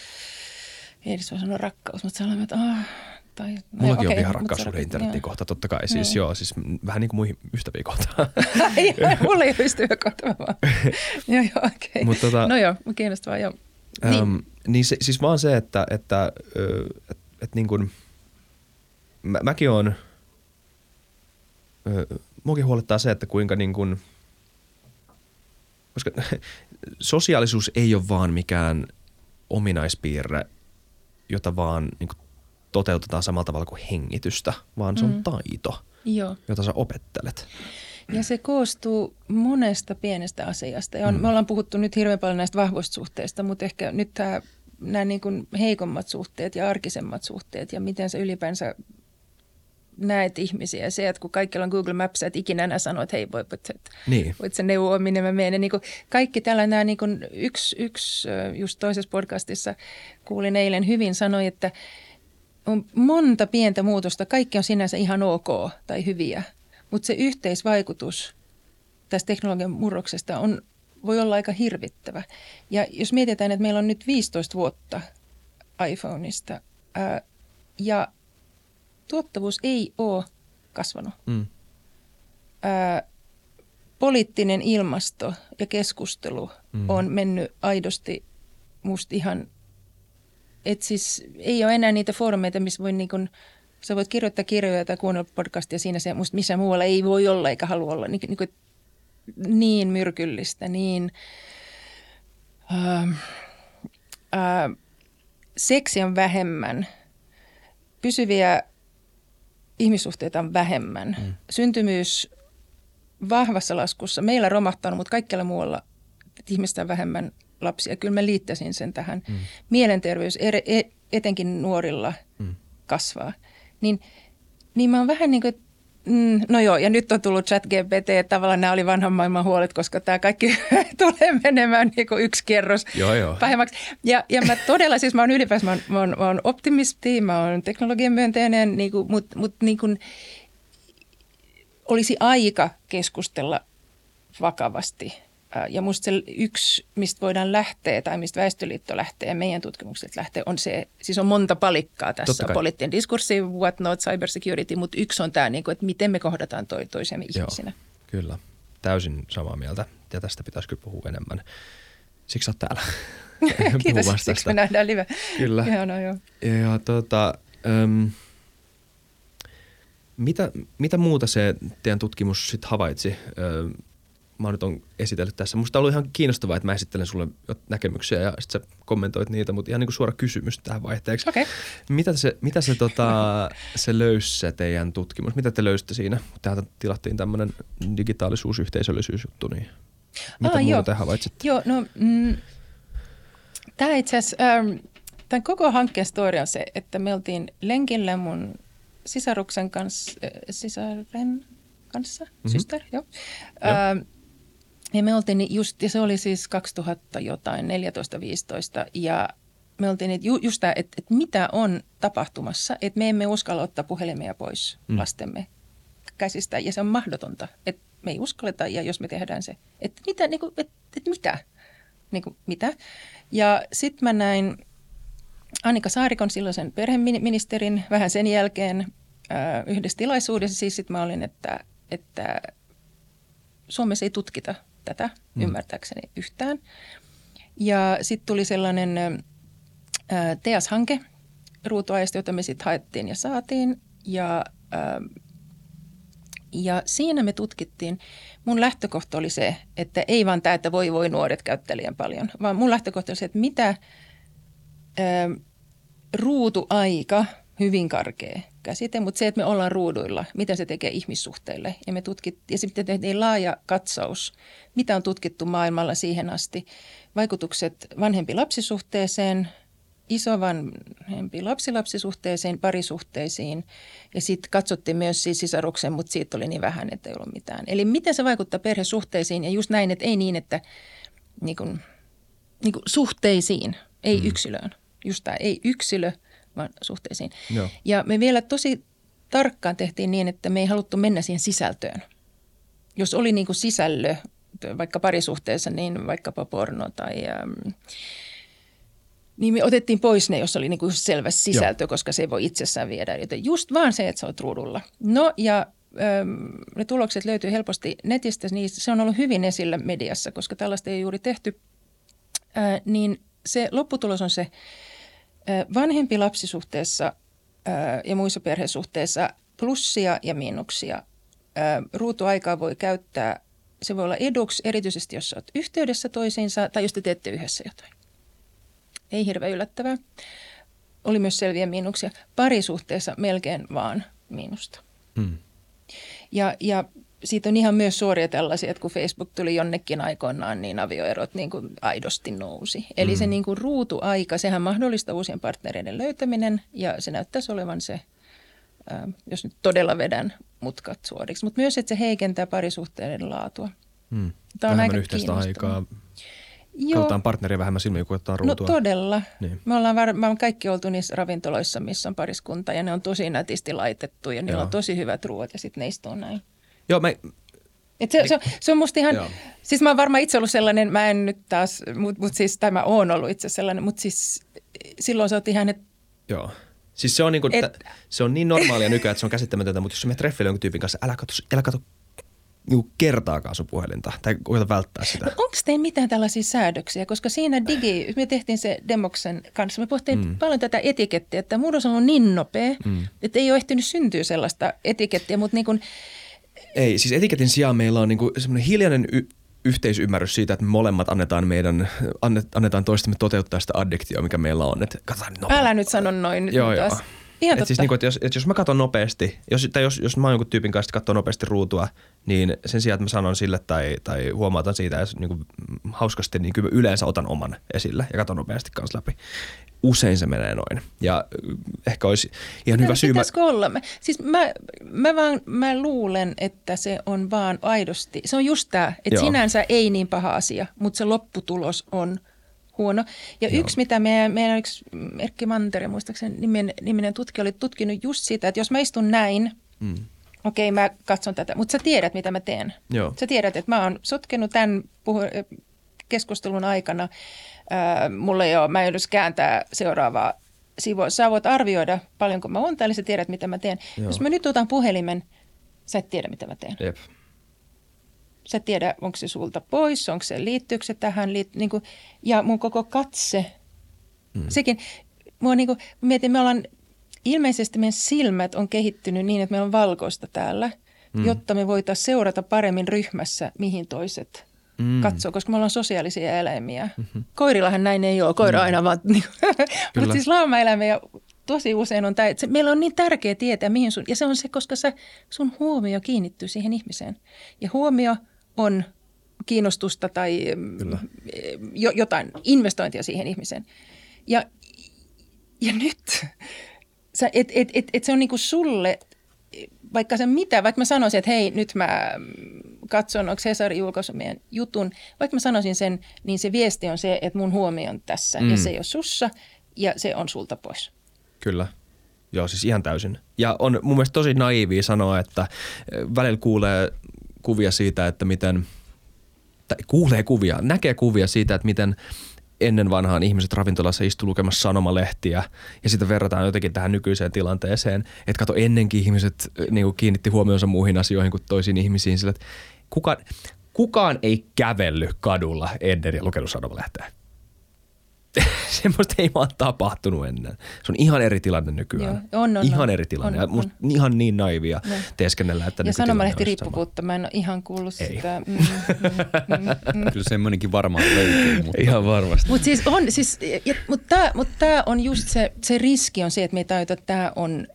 Speaker 3: ei edes voi sanoa rakkaus, mutta sellainen, että ah, tai, no
Speaker 1: mullakin
Speaker 3: okay,
Speaker 1: on viha rakkaussuhde internetin kohta, totta kai. Siis joo, joo siis vähän niin kuin muihin ystäviä kohtaan.
Speaker 3: Ei, mulla ei ole ystäviä kohtaan vaan. joo, joo, okei. Okay.
Speaker 1: Tota,
Speaker 3: no joo, kiinnostavaa, joo. Niin,
Speaker 1: ähm, niin se, siis vaan se, että, että et, et niin kuin, mä, mäkin on, muakin huolettaa se, että kuinka niin kuin, koska sosiaalisuus ei ole vaan mikään ominaispiirre, jota vaan niin kuin toteutetaan samalla tavalla kuin hengitystä, vaan se on mm. taito, Joo. jota sä opettelet.
Speaker 3: Ja se koostuu monesta pienestä asiasta. Ja on, mm. me ollaan puhuttu nyt hirveän paljon näistä vahvoista suhteista, mutta ehkä nyt tämä, nämä niin kuin heikommat suhteet ja arkisemmat suhteet ja miten sä ylipäänsä näet ihmisiä. Se, että kun kaikilla on Google Maps, että ikinä enää sanoo, että hei, voit, niin. voit sä neuvoa, minne mä menen. Niin kuin kaikki tällä nämä, niin kuin yksi, yksi just toisessa podcastissa kuulin eilen hyvin, sanoi, että on monta pientä muutosta. Kaikki on sinänsä ihan ok tai hyviä, mutta se yhteisvaikutus tästä teknologian murroksesta on, voi olla aika hirvittävä. Ja jos mietitään, että meillä on nyt viisitoista vuotta iPhoneista ää, ja tuottavuus ei ole kasvanut. Mm. Ää, poliittinen ilmasto ja keskustelu mm. on mennyt aidosti musta ihan, että siis ei ole enää niitä foorumeita, missä voi niin kuin, sä voit kirjoittaa kirjoja tai kuunnella podcastia siinä se, musta missään muualla ei voi olla eikä halua olla niin, niin, kuin, niin myrkyllistä, niin ää, ää, seksi on vähemmän, pysyviä ihmissuhteita on vähemmän. Mm. Syntymyys vahvassa laskussa. Meillä romahtanut, mutta kaikkialla muualla ihmistä on vähemmän lapsia. Kyllä mä liittäisin sen tähän. Mm. Mielenterveys etenkin nuorilla mm. kasvaa. Niin, niin mä oon vähän niin kuin, Mm, no joo, ja nyt on tullut ChatGPT, että tavallaan nämä oli vanhan maailman huolet, koska tämä kaikki tulee menemään niin kuin yksi kierros
Speaker 1: joo, joo.
Speaker 3: pahemmaksi. Ja, ja mä todella, siis mä oon ylipäänsä, mä oon, mä oon, mä oon optimisti, mä oon teknologian myönteinen, niin kuin, mutta mut, niin kuin olisi aika keskustella vakavasti. Ja musta se yksi, mistä voidaan lähteä tai mistä Väestöliitto lähtee ja meidän tutkimukset lähtee, on se, siis on monta palikkaa tässä, poliittinen diskurssi, what not, cybersecurity, mutta yksi on tämä, että miten me kohdataan toi, toisemme ihmisinä.
Speaker 1: Joo, kyllä, täysin samaa mieltä ja tästä pitäisi kyllä puhua enemmän. Siksi olet täällä.
Speaker 3: Kiitos, siksi me nähdään live.
Speaker 1: Kyllä.
Speaker 3: Joo, no, joo.
Speaker 1: Ja tota, ähm, mitä, mitä muuta se teidän tutkimus sitten havaitsi? Ähm, Mä nyt on esitellyt tässä. Musta on ollut ihan kiinnostavaa, että mä esittelen sulle näkemyksiä ja sitten sä kommentoit niitä, mutta ihan niin kuin suora kysymys tähän vaihteeksi.
Speaker 3: Okay.
Speaker 1: Mitä se, mitä se, tota, se löysi se teidän tutkimus? Mitä te löysitte siinä? Täältä tilattiin tämmöinen digitaalisuus, yhteisöllisyysjuttu, niin mitä
Speaker 3: ah,
Speaker 1: muuta
Speaker 3: joo.
Speaker 1: te havaitsitte?
Speaker 3: Joo, no mm, tämä itse asiassa, ähm, tämän koko hankkeen story on se, että me oltiin lenkillä mun sisaruksen kanssa, äh, sisaren kanssa, mm-hmm. syster, joo. joo. Ähm, Ja me oltiin just, ja se oli siis kaksituhatta jotain, neljätoista viisitoista, ja me oltiin ju, just tämä, että, että mitä on tapahtumassa, että me emme uskalla ottaa puhelimia pois mm. lastemme käsistä, ja se on mahdotonta, että me ei uskalleta, ja jos me tehdään se, että mitä, niin kuin, että, että mitä, niin kuin, mitä. Ja sitten mä näin Annika Saarikon, silloisen perheministerin, vähän sen jälkeen äh, yhdessä tilaisuudessa, siis sitten mä olin, että, että Suomessa ei tutkita tätä mm. ymmärtääkseni yhtään. Ja sitten tuli sellainen ä, T E A S-hanke ruutuajasta, jota me sitten haettiin ja saatiin. Ja, ä, ja siinä me tutkittiin, mun lähtökohta oli se, että ei vaan tämä, että voi voi nuoret käyttää liian paljon, vaan mun lähtökohta oli se, että mitä ä, ruutuaika, hyvin karkea käsite, mutta se, että me ollaan ruuduilla, mitä se tekee ihmissuhteille. Ja me tutkittiin, ja sitten tehtiin laaja katsaus, mitä on tutkittu maailmalla siihen asti. Vaikutukset vanhempi-lapsisuhteeseen, isovanhempi-lapsilapsisuhteeseen, parisuhteisiin. Ja sitten katsottiin myös siis sisaruksen, mutta siitä oli niin vähän, että ei ollut mitään. Eli miten se vaikuttaa perhesuhteisiin ja just näin, että ei niin, että niin kuin, niin kuin suhteisiin, ei mm. yksilöön. Just tämä, ei yksilö, vaan suhteisiin. Joo. Ja me vielä tosi tarkkaan tehtiin niin, että me ei haluttu mennä siihen sisältöön. Jos oli niin kuin sisällö, vaikka parisuhteessa, niin vaikkapa porno tai ähm, niin me otettiin pois ne, jos oli niin kuin selvä sisältö, Joo. koska se ei voi itsessään viedä. Joten just vaan se, että sä oot ruudulla. No ja ähm, ne tulokset löytyy helposti netistä, niin se on ollut hyvin esillä mediassa, koska tällaista ei juuri tehty. Äh, niin se lopputulos on se, vanhempi lapsisuhteessa ää, ja muissa perhesuhteissa plussia ja miinuksia. Ää, ruutuaikaa voi käyttää, se voi olla eduksi erityisesti, jos olet yhteydessä toisiinsa tai jos te teette yhdessä jotain. Ei hirveän yllättävää. Oli myös selviä miinuksia. Parisuhteessa melkein vaan miinusta. Hmm. Ja, ja siitä on ihan myös suoria tällaisia, että kun Facebook tuli jonnekin aikoinaan, niin avioerot niin kuin aidosti nousi. Eli mm. se niin kuin ruutuaika, sehän mahdollistaa uusien partnereiden löytäminen ja se näyttäisi olevan se, ää, jos nyt todella vedän mutkat suoriksi. Mutta myös, että se heikentää parisuhteiden laatua. Mm. Tämä on
Speaker 1: vähemmän yhteistä aikaa. Katsotaan partneria vähemmän silmiin, kun ottaa ruutua.
Speaker 3: No todella. Niin. Me ollaan varmaan kaikki oltu niissä ravintoloissa, missä on pariskunta ja ne on tosi nätisti laitettu ja niillä Joo. on tosi hyvät ruoat ja sitten ne istuu näin.
Speaker 1: Joo, me...
Speaker 3: Et se, se, se on musta ihan, Joo. siis mä oon varmaan itse ollut sellainen, mä en nyt taas, mutta mut siis, tai mä oon ollut itse sellainen, mutta siis silloin sä oot ihan, että...
Speaker 1: Joo, siis se on niin, kuin, et, se on niin normaalia nykyään, että se on käsittämätöntä, mutta jos sä menet treffille jonkun tyypin kanssa, älä katso, älä katso niin kertaakaan sun puhelinta, tai koeta välttää sitä. No onko teillä mitään tällaisia säädöksiä, koska siinä digi, me tehtiin se Demoksen kanssa, me puhuttiin mm. paljon tätä etikettiä, että murros on ollut niin nopea, mm. että ei ole ehtinyt syntyä sellaista etikettiä, mutta niin kuin... Ei, siis etiketin sijaan meillä on niinku semmoinen hiljainen y- yhteisymmärrys siitä, että me molemmat annetaan meidän, annet, annetaan toistemme toteuttaa sitä addiktioa, mikä meillä on. Että katsotaan nopeasti.
Speaker 3: Älä nyt sano noin nyt
Speaker 1: joo,
Speaker 3: taas.
Speaker 1: Joo.
Speaker 3: Ihan
Speaker 1: et siis niinku, että jos, et jos mä katson nopeasti, jos, tai jos, jos mä oon jonkun tyypin kanssa katsoo nopeasti ruutua, niin sen sijaan, että mä sanon sille tai, tai huomautan siitä ja niinku, hauskasti, niin kyllä yleensä otan oman esille ja katson nopeasti kanssa läpi. usein se menee noin. Ja ehkä olisi ihan hyvä syy.
Speaker 3: Pitäisikö olla? Mä, siis mä, mä, vaan, mä luulen, että se on vaan aidosti. Se on just tämä, että Joo. sinänsä ei niin paha asia, mutta se lopputulos on huono. Ja Joo. yksi, mitä meidän, meidän yksi Erkki Mantere, muistaakseni nimen, niminen tutkija oli tutkinut just sitä, että jos mä istun näin, mm. okei, okay, mä katson tätä, mutta sä tiedät, mitä mä teen. Joo. Sä tiedät, että mä oon sotkenut tämän puhu- keskustelun aikana. Äh, mulla ei ole, mä en edes kääntää seuraavaa sivua. Sä voit arvioida paljonko mä oon täällä, sä tiedät, mitä mä teen. Joo. Jos mä nyt otan puhelimen, sä et tiedä, mitä mä teen. Jep. Sä et tiedä, onko se sulta pois, onko se, liittyykö se tähän. Liit, niin kuin, ja mun koko katse, hmm. sekin, mua niin kuin, mietin, me ollaan, ilmeisesti meidän silmät on kehittynyt niin, että meillä on valkoista täällä, hmm. jotta me voitaisiin seurata paremmin ryhmässä, mihin toiset Mm. katsoo, koska me ollaan sosiaalisia eläimiä. Mm-hmm. Koirillahan näin ei ole. Koira mm. aina vaan, niin, mutta siis lauma-eläimiä tosi usein on tämä, että meillä on niin tärkeää tietää, mihin sun, ja se on se, koska sä, sun huomio kiinnittyy siihen ihmiseen. Ja huomio on kiinnostusta tai jo, jotain investointia siihen ihmiseen. Ja, ja nyt, sä, et, et, et, et se on niinku sulle, vaikka se mitä, vaikka mä sanoisin, että hei, nyt mä katson, onko Hesari julkaissut meidän jutun. Vaikka mä sanoisin sen, niin se viesti on se, että mun huomio on tässä mm. ja se ei ole sussa ja se on sulta pois.
Speaker 1: Kyllä. Joo, siis ihan täysin. Ja on mun mielestä tosi naiivia sanoa, että välillä kuulee kuvia siitä, että miten, tai kuulee kuvia, näkee kuvia siitä, että miten ennen vanhaan ihmiset ravintolassa istu lukemassa sanomalehtiä ja sitä verrataan jotenkin tähän nykyiseen tilanteeseen. Että kato, ennenkin ihmiset niin kuin kiinnitti huomionsa muihin asioihin kuin toisiin ihmisiin. Sillä, että kukaan, kukaan ei kävellyt kadulla ennen ja lukenut sanomalehteä. Semmoista ei vaan tapahtunut ennen. Se on ihan eri tilanne nykyään.
Speaker 3: Joo, on, on,
Speaker 1: ihan
Speaker 3: on,
Speaker 1: eri tilanne.
Speaker 3: On, on.
Speaker 1: Musta ihan niin naivia no. teeskennellä, että
Speaker 3: ja sanomalehti-riippuvuutta, mä en ole ihan kuullut
Speaker 1: ei.
Speaker 3: sitä. Mm, mm,
Speaker 2: mm. Kyllä semmoinenkin varmaan löytyy. Mutta.
Speaker 1: Ihan varmasti.
Speaker 3: Mutta siis on, siis, mutta tämä mut on just se, se riski on se, että me ei tajuta, että tämä on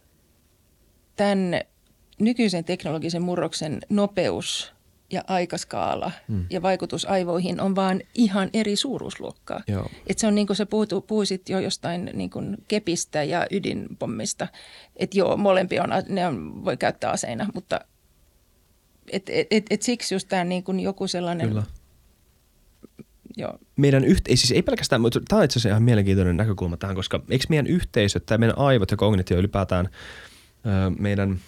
Speaker 3: tämän nykyisen teknologisen murroksen nopeus ja aikaskaala hmm. ja vaikutus aivoihin on vaan ihan eri suuruusluokkaa. Että se on niin kuin sä puhuit, puhuisit jo jostain niin kuin kepistä ja ydinpommista. Että joo, molempia on, ne on, voi käyttää aseina, mutta et, et, et, et siksi just tämä niin kuin joku sellainen.
Speaker 1: Kyllä.
Speaker 3: Joo.
Speaker 1: Meidän yhte- siis ei pelkästään, mutta tämä on itse asiassa ihan mielenkiintoinen näkökulma tähän, koska eikö meidän yhteisöt tai meidän aivot ja kognitio ylipäätään öö, meidän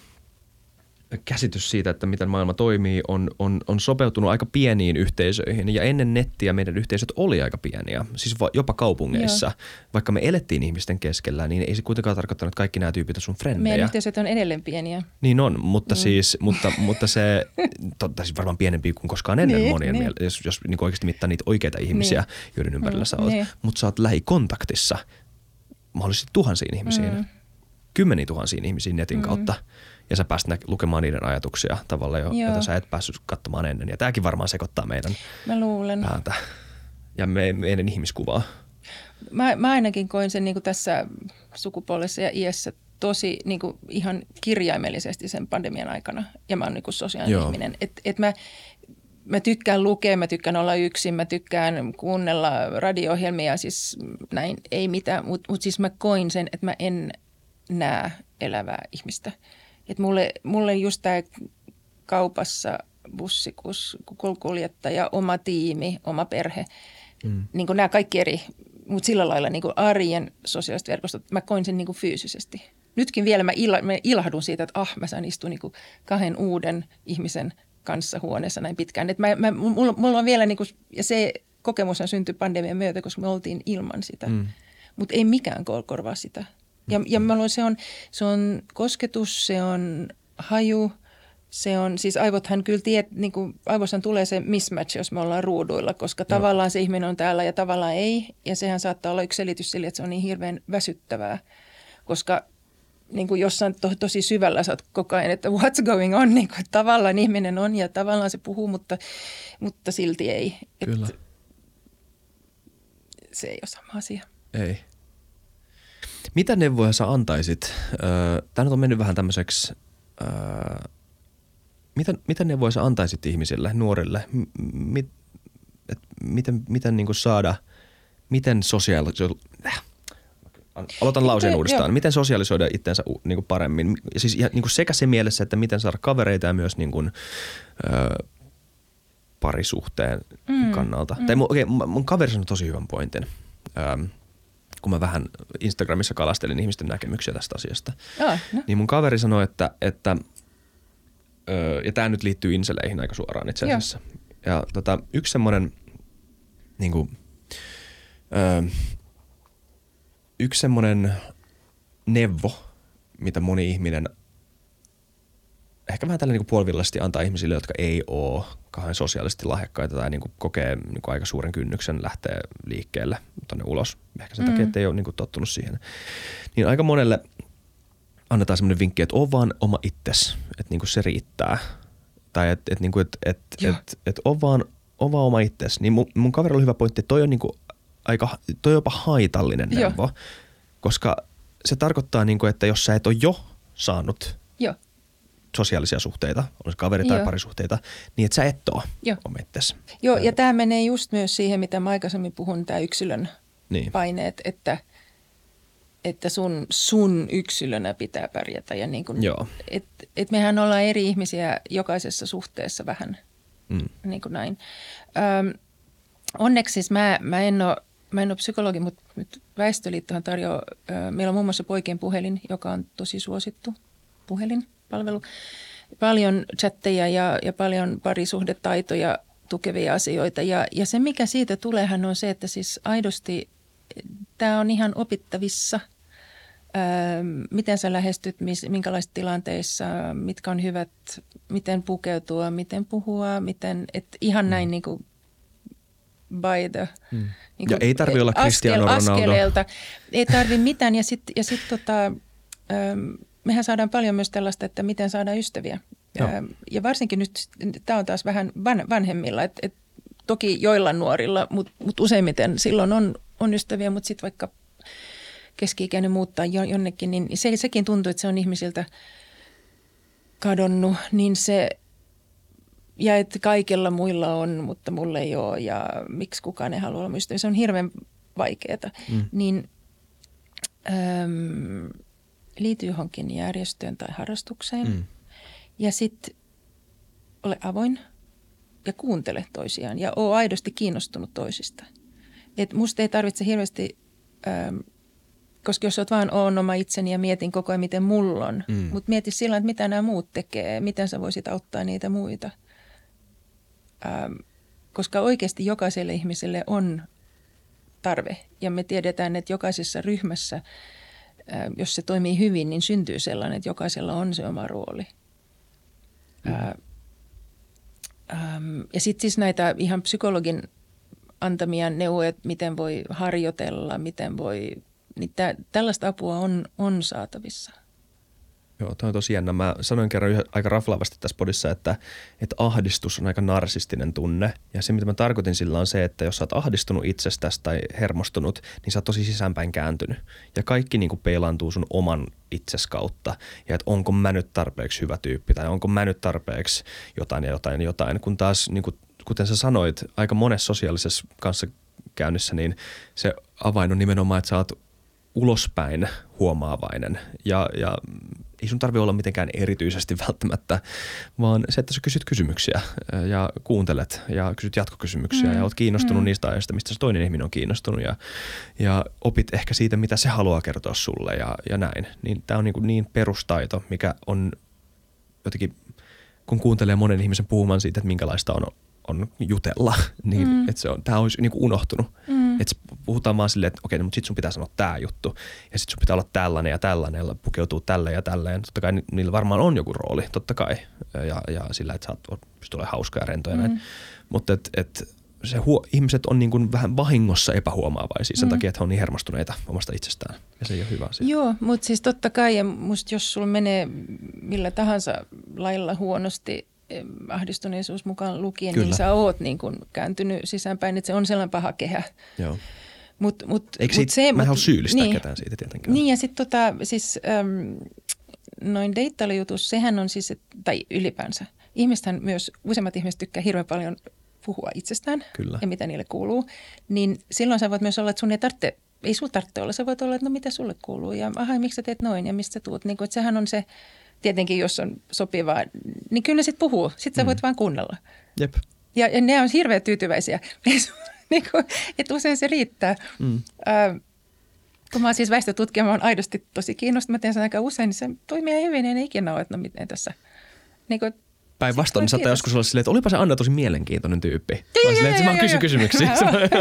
Speaker 1: käsitys siitä, että miten maailma toimii, on, on, on sopeutunut aika pieniin yhteisöihin. Ja ennen nettiä meidän yhteisöt oli aika pieniä, siis jopa kaupungeissa. Joo. Vaikka me elettiin ihmisten keskellä, niin ei se kuitenkaan tarkoittanut, että kaikki nämä tyypit on sun frendejä.
Speaker 3: Meidän yhteisöt on edelleen pieniä.
Speaker 1: Niin on, mutta mm. siis, mutta, mutta se, totta siis varmaan pienempi kuin koskaan ennen niin, monien niin. mielestä, jos, jos niin oikeasti mittaa niitä oikeita ihmisiä, niin. joiden ympärillä mm, sä oot. Niin. Mutta sä oot lähikontaktissa mahdollisesti tuhansiin ihmisiin, mm. kymmeniin tuhansiin ihmisiin netin mm. kautta. Ja sä pääst lukemaan niiden ajatuksia tavalla, jo, jota sä et päässyt katsomaan ennen. Ja tämäkin varmaan sekoittaa meidän
Speaker 3: mä luulen.
Speaker 1: päätä ja me, meidän ihmiskuvaa.
Speaker 3: Mä, mä ainakin koin sen niin kuin tässä sukupuolessa ja iässä tosi niin kuin ihan kirjaimellisesti sen pandemian aikana. Ja mä oon niin kuin sosiaalinen Joo. ihminen. Et, et mä, mä tykkään lukea, mä tykkään olla yksin, mä tykkään kuunnella radio-ohjelmia. Siis näin ei mitään, mutta mut siis mä koin sen, että mä en näe elävää ihmistä. Että mulle, mulle just tämä kaupassa bussikuljettaja, oma tiimi, oma perhe, mm. niin kuin nämä kaikki eri, mutta sillä lailla niin kuin arjen sosiaaliset verkostot, mä koin sen niin kuin fyysisesti. Nytkin vielä mä, ila, mä ilahdun siitä, että ah, mä saan istua niin kuin kahden uuden ihmisen kanssa huoneessa näin pitkään. Että mä, mä, mulla, mulla on vielä, niin kuin, ja se kokemus on syntyi pandemian myötä, koska me oltiin ilman sitä, mm. mutta ei mikään korvaa sitä. Ja, ja mä luulen, se on, se on kosketus, se on haju, se on, siis aivothan kyllä tiedät, niin kuin aivossahan tulee se mismatch, jos me ollaan ruuduilla, koska Joo. tavallaan se ihminen on täällä ja tavallaan ei. Ja sehän saattaa olla yksi selitys sille, että se on niin hirveän väsyttävää, koska niin kuin jossain to, tosi syvällä sä oot koko ajan, että what's going on, niin kuin tavallaan ihminen on ja tavallaan se puhuu, mutta, mutta silti ei.
Speaker 1: Kyllä.
Speaker 3: Et se ei ole sama asia.
Speaker 1: Ei. Mitä neuvoja sä antaisit? Tämä nyt on mennyt vähän tämmöiseksi, mitä, mitä neuvoja sä antaisit ihmisille, nuorille? M- et miten miten niin kuin saada, miten sosiaalisesti, äh, aloitan lauseen
Speaker 3: Toi-
Speaker 1: uudestaan.
Speaker 3: joo.
Speaker 1: Miten sosialisoida itsensä u- niin kuin paremmin? Ja siis ihan, niin kuin sekä se mielessä, että miten saada kavereita ja myös niin kuin, ö, parisuhteen mm. kannalta. Mm. Tai mun, okay, mun kaveri sanoi tosi hyvän pointin, ö, kun mä vähän Instagramissa kalastelin ihmisten näkemyksiä tästä asiasta.
Speaker 3: Oh, no.
Speaker 1: Niin mun kaveri sanoi, että, että ö, ja tää nyt liittyy inseleihin aika suoraan itse asiassa. Joo. Ja tota, yksi semmoinen niin kuin, ö, yksi semmoinen neuvo, mitä moni ihminen ehkä vähän tällä niin kuin puolivillaisesti antaa ihmisille, jotka ei ole kauhean sosiaalisesti lahjakkaita tai niin kuin kokee niin kuin aika suuren kynnyksen lähteä liikkeelle tuonne ulos. Ehkä sen mm. takia, että ei ole niin kuin tottunut siihen. Niin aika monelle annetaan semmoinen vinkki, että ole vaan oma itsesi, että niin kuin se riittää. Tai että et, niin kuin, et, et, et, et ole vaan, ole vaan oma itsesi. Niin mun, mun kaverilla oli hyvä pointti, että toi on niin kuin aika, toi on jopa haitallinen neuvo, Joo. koska se tarkoittaa, niin kuin, että jos sä et ole jo saanut Joo. sosiaalisia suhteita, on se kaveri- tai Joo. parisuhteita, niin että sä et ole oma itsesi.
Speaker 3: Joo, ja tämä menee just myös siihen, mitä mä aikaisemmin puhun, tämä yksilön niin. paineet, että, että sun, sun yksilönä pitää pärjätä. Ja niin kuin, Joo. Et, et mehän ollaan eri ihmisiä jokaisessa suhteessa vähän mm. niin kuin näin. Öm, onneksi siis mä, mä en ole Mä en ole psykologi, mutta nyt Väestöliittohan tarjoaa, meillä on muun muassa poikien puhelin, joka on tosi suosittu puhelinpalvelu. Paljon chatteja ja, ja paljon parisuhdetaitoja tukevia asioita. Ja, ja se, mikä siitä tuleehan on se, että siis aidosti tämä on ihan opittavissa. Ää, miten sä lähestyt, minkälaisissa tilanteissa, mitkä on hyvät, miten pukeutua, miten puhua, miten, et ihan näin mm. niin kuin by the,
Speaker 1: mm.
Speaker 3: niin
Speaker 1: ja ei tarvitse olla Cristiano Ronaldo. Askeleelta.
Speaker 3: Ei tarvitse mitään. Ja sitten ja sit tota, ähm, mehän saadaan paljon myös tällaista, että miten saadaan ystäviä. Ähm, ja varsinkin nyt, tämä on taas vähän van, vanhemmilla. Et, et, toki joilla nuorilla, mutta mut useimmiten silloin on, on ystäviä, mutta sitten vaikka keski-ikäinen muuttaa jonnekin, niin se, sekin tuntuu, että se on ihmisiltä kadonnut, niin se... Ja että kaikilla muilla on, mutta mulla ei ole ja miksi kukaan ei halua olla ystäviä. Se on hirveän vaikeaa. Mm. Niin äm, liity johonkin järjestöön tai harrastukseen mm. ja sitten ole avoin ja kuuntele toisiaan ja ole aidosti kiinnostunut toisista. Et musta ei tarvitse hirveästi, äm, koska jos olet vaan oon oma itseni ja mietin koko ajan miten mulla on, mm. mutta mieti sillä että mitä nämä muut tekee, miten sä voisit auttaa niitä muita. Ähm, koska oikeasti jokaiselle ihmiselle on tarve ja me tiedetään, että jokaisessa ryhmässä, äh, jos se toimii hyvin, niin syntyy sellainen, että jokaisella on se oma rooli. Mm. Äh, ähm, ja sitten siis näitä ihan psykologin antamia neuvoja, että miten voi harjoitella, miten voi, niin tä, tällaista apua on, on saatavissa.
Speaker 1: Joo, toi on tosi jännä. Mä sanoin kerran aika raflaavasti tässä podissa, että, että ahdistus on aika narsistinen tunne. Ja se, mitä mä tarkoitin sillä on se, että jos sä oot ahdistunut itsestäsi tai hermostunut, niin sä oot tosi sisäänpäin kääntynyt. Ja kaikki niin kuin peilaantuu sun oman itses kautta. Ja että onko mä nyt tarpeeksi hyvä tyyppi tai onko mä nyt tarpeeksi jotain ja jotain ja jotain. Kun taas, niin kuin, kuten sä sanoit, aika monessa sosiaalisessa kanssakäynnissä, niin se avain on nimenomaan, että sä oot ulospäin huomaavainen ja, ja ei sun tarvitse olla mitenkään erityisesti välttämättä, vaan se, että sä kysyt kysymyksiä ja kuuntelet ja kysyt jatkokysymyksiä mm. ja oot kiinnostunut mm. niistä asioista, mistä se toinen ihminen on kiinnostunut ja, ja opit ehkä siitä, mitä se haluaa kertoa sulle ja, ja näin. Niin tää on niin, niin perustaito, mikä on jotenkin, kun kuuntelee monen ihmisen puhumaan siitä, että minkälaista on on jutella, niin mm. että se on, tää olisi niinku unohtunut. Mm. Että puhutaan vaan silleen, että okei, no, mutta sit sun pitää sanoa tää juttu ja sit sun pitää olla tällainen ja tällainen ja pukeutuu tälle ja tälleen. Totta kai niillä varmaan on joku rooli, totta kai. Ja, ja sillä, että sä oot, pystyt olemaan hauska ja rento ja mm. näin. Mutta et, et se huo, ihmiset on niin kuin vähän vahingossa epähuomaavaisia sen mm. takia, että he on niin hermostuneita omasta itsestään. Ja se ei ole hyvä asia.
Speaker 3: Joo, mutta siis totta kai, ja musta jos sulla menee millä tahansa lailla huonosti, ahdistuneisuus mukaan lukien, Kyllä. niin sä oot niin kuin kääntynyt sisäänpäin, että se on sellainen paha kehä.
Speaker 1: Joo.
Speaker 3: Mut, mut,
Speaker 1: Eikö
Speaker 3: mut
Speaker 1: siitä,
Speaker 3: se,
Speaker 1: mä en halua syyllistää
Speaker 3: niin,
Speaker 1: ketään siitä tietenkään.
Speaker 3: Niin ja sitten tota, siis äm, noin deittailujutus, sehän on siis, tai ylipäänsä, ihmisethän myös, useimmat ihmiset tykkää hirveän paljon puhua itsestään Kyllä. ja mitä niille kuuluu, niin silloin sä voit myös olla, että sun ei tarvitse ei sulla tarvitse olla. Sä voit olla, että no mitä sulle kuuluu ja aha, miksi sä teet noin ja mistä sä tuut. Niin kuin, että sehän on se, tietenkin jos on sopivaa, niin kyllä ne sitten puhuu. Sitten sä voit mm. vaan kuunnella.
Speaker 1: Jep.
Speaker 3: Ja, ja ne on hirveän tyytyväisiä. niin kuin, että usein se riittää. Mm. Äh, kun mä oon siis väestötutkija, mä oon aidosti tosi kiinnostunut. Mä teen sen aika usein, niin se toimii ihan hyvin. Ei ikinä ole, että no miten tässä. Niin kuin,
Speaker 1: päinvastoin, niin saattaa joskus olla silleen, että olipa se Anna tosi mielenkiintoinen tyyppi.
Speaker 3: Joo, joo,
Speaker 1: silleen, että mä oon kysy kysymyksiä.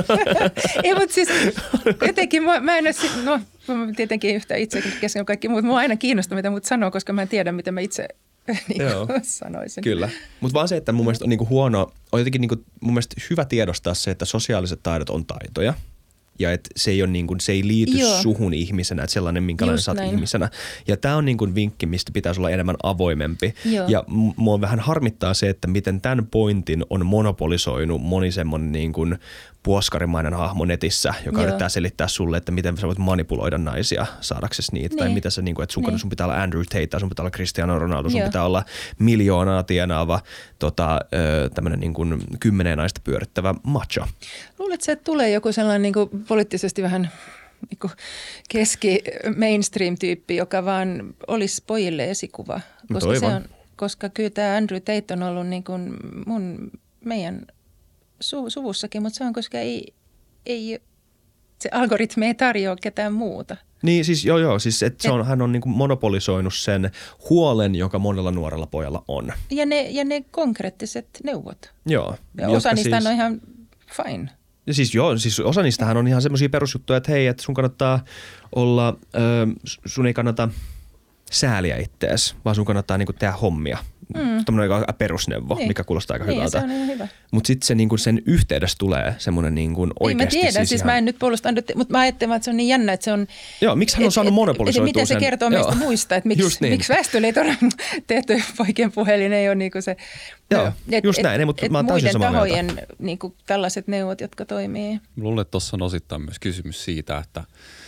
Speaker 3: Ei, mutta siis jotenkin mä, mä en ole, no mä tietenkin yhtä itsekin kesken kaikki muut. Mua aina kiinnostaa, mitä muut sanoo, koska mä en tiedä, mitä mä itse niin sanoisin.
Speaker 1: Kyllä, mutta vaan se, että mun mielestä on niinku huono, on jotenkin niinku mun mielestä hyvä tiedostaa se, että sosiaaliset taidot on taitoja. Ja että se ei, ole niin kuin, se ei liity Joo. suhun ihmisenä, että sellainen, minkälainen Just sä oot näin. ihmisenä. Ja tämä on niin kuin vinkki, mistä pitäisi olla enemmän avoimempi. Joo. Ja mua vähän harmittaa se, että miten tämän pointin on monopolisoinut moni semmoinen niin kuin puoskarimainen hahmo netissä, joka Joo. yrittää selittää sulle, että miten sä voit manipuloida naisia saadaksesi niitä. Niin. Tai mitä sä, niin kuin, että sun, niin. sun pitää olla Andrew Tate, tai sun pitää olla Cristiano Ronaldo, sun Joo. pitää olla miljoonaa tienaava tota, tämmöinen niin kuin kymmenen naista pyörittävä macho.
Speaker 3: Luuletko, että tulee joku sellainen niin kuin poliittisesti vähän niin kuin keski-mainstream-tyyppi, joka vaan olisi pojille esikuva? Koska, se on, koska kyllä tämä Andrew Tate on ollut niin kuin mun, meidän su, suvussakin, mutta se on, koska ei, ei, se algoritmi ei tarjoa ketään muuta.
Speaker 1: Niin siis joo joo, siis et se on, hän on niin kuin monopolisoinut sen huolen, joka monella nuorella pojalla on.
Speaker 3: Ja ne, ja ne konkreettiset neuvot.
Speaker 1: Joo.
Speaker 3: Ja osa niistä siis on ihan fine.
Speaker 1: Ja siis joo, siis osa niistähän on ihan semmoisia perusjuttuja, että hei, että sun kannattaa olla, ö, sun ei kannata sääliä ittees, vaan sun kannattaa niinku tehdä hommia. Mm. Tuommoinen aika perusneuvo, niin. mikä kuulostaa aika
Speaker 3: niin,
Speaker 1: hyvältä.
Speaker 3: Se on ihan hyvä.
Speaker 1: Mutta sitten se, niinku, sen yhteydessä tulee semmoinen niinku oikeasti.
Speaker 3: Niin mä tiedän, siis,
Speaker 1: siis
Speaker 3: ihan... mä en nyt puolusta, mutta mä ajattelen, että se on niin jännä, että se on.
Speaker 1: Joo, miksi hän on et, saanut monopolisoitua
Speaker 3: sen. Miten se kertoo
Speaker 1: sen...
Speaker 3: meistä muista, että miksi, niin. miksi väestöliiton on tehty poikien puhelin, ei ole niinku se.
Speaker 1: Joo, no, et, just et, näin, mutta mä oon täysin samaa mieltä.
Speaker 3: Muiden tahojen niinku, tällaiset neuvot, jotka toimii.
Speaker 2: Luulen, että tuossa on osittain myös kysymys siitä, että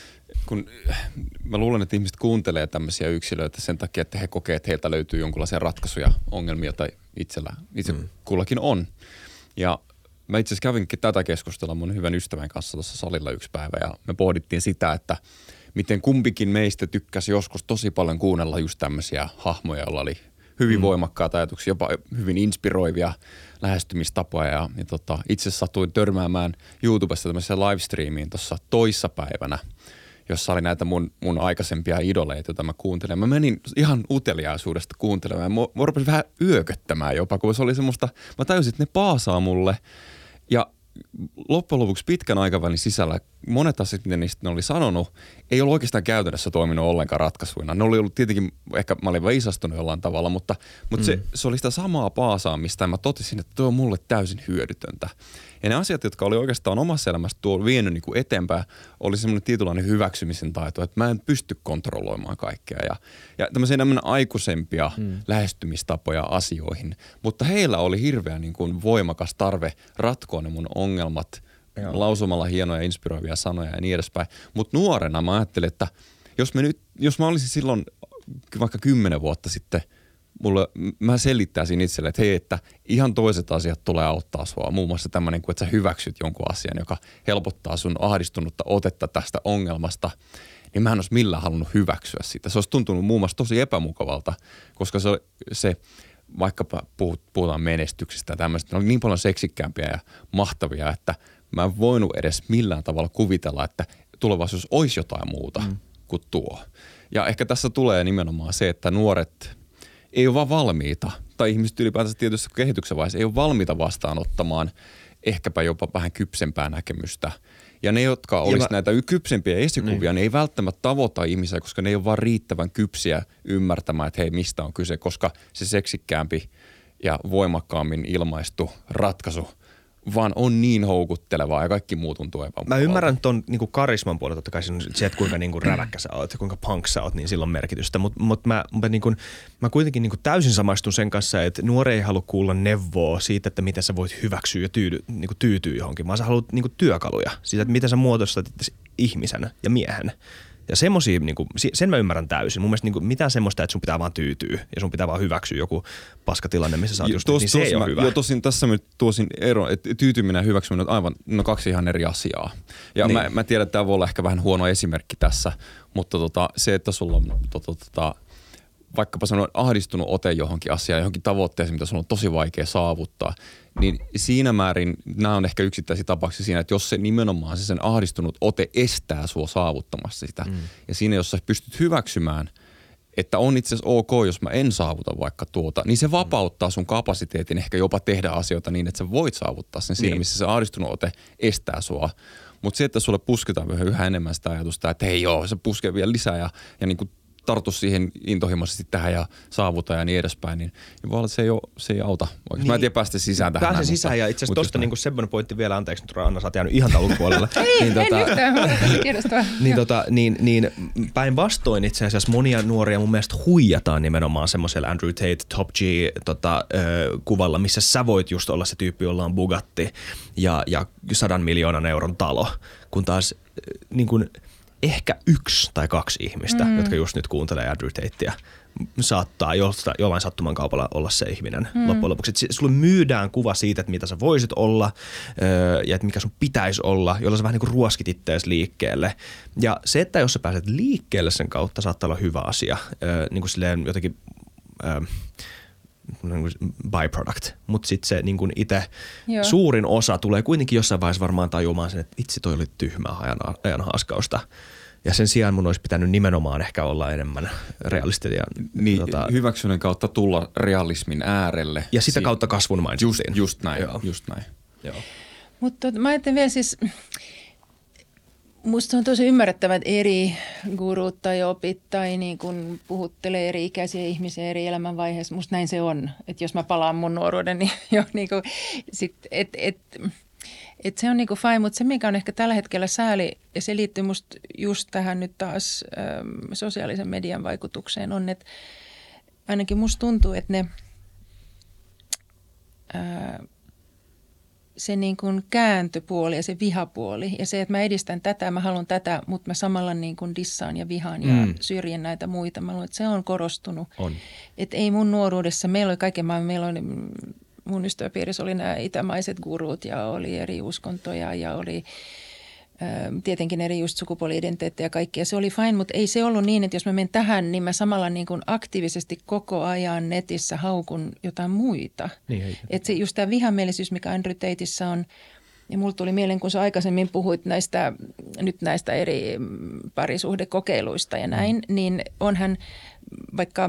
Speaker 2: kun mä luulen, että ihmiset kuuntelee tämmöisiä yksilöitä sen takia, että he kokee, että heiltä löytyy jonkinlaisia ratkaisuja, ongelmia tai itsellä, itse mm. kullakin on. Ja mä itse asiassa kävinkin tätä keskustella mun hyvän ystävän kanssa tuossa salilla yksi päivä ja me pohdittiin sitä, että miten kumpikin meistä tykkäsi joskus tosi paljon kuunnella just tämmöisiä hahmoja, joilla oli hyvin mm. voimakkaita ajatuksia, jopa hyvin inspiroivia lähestymistapoja. Ja, ja tota, itse satuin törmäämään YouTubessa tämmöiseen livestreamiin tuossa toissapäivänä, jossa oli näitä mun, mun aikaisempia idoleita, joita mä kuuntelen. Mä menin ihan uteliaisuudesta kuuntelemaan. Mä, mä rupesin vähän yököttämään jopa, kun se oli semmoista, mä tajusin, että ne paasaa mulle. Ja loppujen lopuksi pitkän aikavälin sisällä monet asiat, mitä niistä ne oli sanonut, ei ollut oikeastaan käytännössä toiminut ollenkaan ratkaisuina. Ne oli ollut tietenkin, ehkä mä olin viisastunut jollain tavalla, mutta, mutta mm. se, se oli sitä samaa paasaamista ja mä totesin, että tuo on mulle täysin hyödytöntä. Ja ne asiat, jotka oli oikeastaan omassa elämässä tuo vienyt niin kuin eteenpäin, oli semmoinen tietynlainen hyväksymisen taito, että mä en pysty kontrolloimaan kaikkea. Ja, ja tämmöisiä enemmän aikuisempia mm. lähestymistapoja asioihin. Mutta heillä oli hirveän niin kuin voimakas tarve ratkoa ne mun ongelmat Joo. lausumalla hienoja inspiroivia sanoja ja niin edespäin. Mutta nuorena mä ajattelin, että jos, me nyt, jos mä olisin silloin vaikka kymmenen vuotta sitten, mulle, mä selittäisin itselle, että hei, että ihan toiset asiat tulee auttaa sua. Muun muassa tämmöinen, että sä hyväksyt jonkun asian, joka helpottaa sun ahdistunutta otetta tästä ongelmasta, niin mä en olisi millään halunnut hyväksyä sitä. Se olisi tuntunut muun muassa tosi epämukavalta, koska se, se vaikkapa puhutaan menestyksestä ja tämmöistä, ne oli niin paljon seksikkäämpiä ja mahtavia, että mä en voinut edes millään tavalla kuvitella, että tulevaisuus olisi jotain muuta mm. kuin tuo. Ja ehkä tässä tulee nimenomaan se, että nuoret ei ole vaan valmiita, tai ihmiset ylipäätänsä tietyssä kehityksen vaiheessa ei ole valmiita vastaanottamaan ehkäpä jopa vähän kypsempää näkemystä. Ja ne, jotka olisi mä... näitä kypsempiä esikuvia, mm. ne ei välttämättä tavoita ihmisiä, koska ne ei ole vaan riittävän kypsiä ymmärtämään, että hei, mistä on kyse, koska se seksikkäämpi ja voimakkaammin ilmaistu ratkaisu vaan on niin houkuttelevaa ja kaikki muu tuntuu epämukavalta.
Speaker 1: Mä ymmärrän ton niinku karisman puolella, totta kai se, että kuinka niinku räväkkä sä oot ja kuinka punk sä oot, niin sillä on merkitystä. Mutta mut mä, mä, niinku, mä kuitenkin niinku täysin samastun sen kanssa, että nuori ei halua kuulla neuvoa siitä, että miten sä voit hyväksyä ja tyydy, niinku tyytyä johonkin, vaan sä haluat niinku työkaluja siitä, että miten sä muodostat ihmisen ja miehen. Ja semmosia, niin kuin, sen mä ymmärrän täysin. Mun mielestä niin kuin, mitään semmoista, että sun pitää vaan tyytyä ja sun pitää vaan hyväksyä joku paskatilanne, missä sä oot just, tos, niin se tos, ei ole hyvä.
Speaker 2: Joo, tosin tässä mä tuosin ero, että tyytyminen ja hyväksyminen on aivan no kaksi ihan eri asiaa. Ja niin. mä, mä tiedän, että tämä voi olla ehkä vähän huono esimerkki tässä, mutta tota, se, että sulla on tota, tota, vaikkapa sellainen ahdistunut ote johonkin asiaan, johonkin tavoitteeseen, mitä sulla on tosi vaikea saavuttaa, niin siinä määrin nämä on ehkä yksittäisiä tapauksia siinä, että jos se nimenomaan se sen ahdistunut ote estää sua saavuttamassa sitä, mm. ja siinä jos sä pystyt hyväksymään, että on itse asiassa ok, jos mä en saavuta vaikka tuota, niin se vapauttaa sun kapasiteetin ehkä jopa tehdä asioita niin, että sä voit saavuttaa sen siinä, niin. missä se ahdistunut ote estää sua. Mutta se, että sulle pusketaan yhä enemmän sitä ajatusta, että hei joo, se puskee vielä lisää ja, ja niin kuin tartu siihen intohimoisesti tähän ja saavuta ja niin edespäin, niin, niin voi olla, että se ei, ole, se ei auta. Niin. Mä en tiedä päästä sisään tähän.
Speaker 1: Pääse sisään ja itse asiassa tuosta niinku semmoinen pointti vielä, anteeksi nyt Anna, sä oot jäänyt ihan taulun puolelle.
Speaker 3: Ei, niin, en tota, yhtään, tiedostavaa.
Speaker 1: niin, tota, niin, niin päinvastoin itse asiassa monia nuoria mun mielestä huijataan nimenomaan semmoisella Andrew Tate Top G tota, ö, kuvalla, missä sä voit just olla se tyyppi, jolla on Bugatti ja, ja sadan miljoonan euron talo, kun taas niin kuin ehkä yksi tai kaksi ihmistä, mm. jotka just nyt kuuntelee Andrew Tatea, saattaa jollain, jollain sattuman kaupalla olla se ihminen mm. loppujen lopuksi. Et sulle myydään kuva siitä, että mitä sä voisit olla öö, ja että mikä sun pitäisi olla, jolla sä vähän niin kuin ruoskit ittees liikkeelle. Ja se, että jos sä pääset liikkeelle sen kautta, saattaa olla hyvä asia. Öö, niin kuin silleen jotenkin öö, byproduct, mutta sitten se niin kuin itse suurin osa tulee kuitenkin jossain vaiheessa varmaan tajumaan sen, että vitsi toi oli tyhmää ajan, ajan haaskausta. Ja sen sijaan mun olisi pitänyt nimenomaan ehkä olla enemmän realistinen.
Speaker 2: Niin, tota, hyväksynnän kautta tulla realismin äärelle.
Speaker 1: Ja sitä kautta kasvun mindsetiin.
Speaker 2: Just, just näin, Joo. just näin.
Speaker 3: Joo. Mutta mä ajattelen vielä siis, musta on tosi ymmärrettävä, että eri gurut tai opit tai niin kun puhuttelee eri ikäisiä ihmisiä eri elämänvaiheissa. Musta näin se on. Että jos mä palaan mun nuoruuden, niin jo niin kuin sit, et, et, et se on niin kuin fine, mutta se mikä on ehkä tällä hetkellä sääli, ja se liittyy musta just tähän nyt taas äm, sosiaalisen median vaikutukseen, on, että ainakin musta tuntuu, että ne ää, se niin kuin kääntöpuoli ja se vihapuoli ja se, että mä edistän tätä, mä haluan tätä, mutta mä samalla niin kuin dissaan ja vihaan ja mm. syrjin näitä muita. Mä luulen, että se on korostunut. On. Että ei mun nuoruudessa, meillä oli kaiken maailman, meillä oli, mun ystäväpiirissä oli nämä itämaiset gurut ja oli eri uskontoja ja oli tietenkin eri just sukupuoli-identiteettiä ja kaikkia. Se oli fine, mutta ei se ollut niin, että jos mä menen tähän, niin mä samalla niin kuin aktiivisesti koko ajan netissä haukun jotain muita. Niin, että se just tämä vihamielisyys, mikä Andrew Tateissa on, ja mulla tuli mieleen, kun sä aikaisemmin puhuit näistä, nyt näistä eri parisuhdekokeiluista ja näin, mm. niin onhan vaikka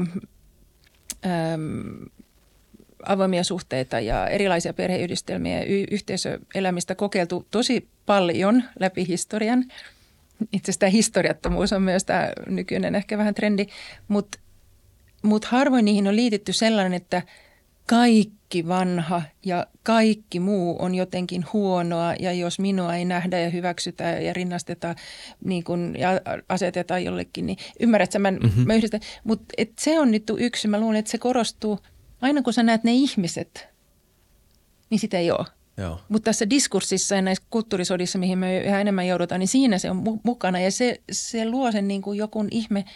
Speaker 3: äm, avoimia suhteita ja erilaisia perheyhdistelmiä ja y- yhteisöelämistä kokeiltu tosi paljon läpi historian. Itse asiassa tämä historiattomuus on myös tämä nykyinen ehkä vähän trendi, mutta mut harvoin niihin on liitetty sellainen, että kaikki vanha ja kaikki muu on jotenkin huonoa ja jos minua ei nähdä ja hyväksytä ja rinnasteta niin kun, ja asetetaan jollekin, niin ymmärrätkö, mä, mm-hmm. mä yhdistän. Mutta se on nyt yksi, mä luulen, että se korostuu. Aina kun sä näet ne ihmiset, niin sitä ei ole. Mutta tässä diskurssissa ja näissä kulttuurisodissa, mihin me yhä enemmän joudutaan, niin siinä se on mu- mukana. Ja se, se luo sen niin kuin joku ihme,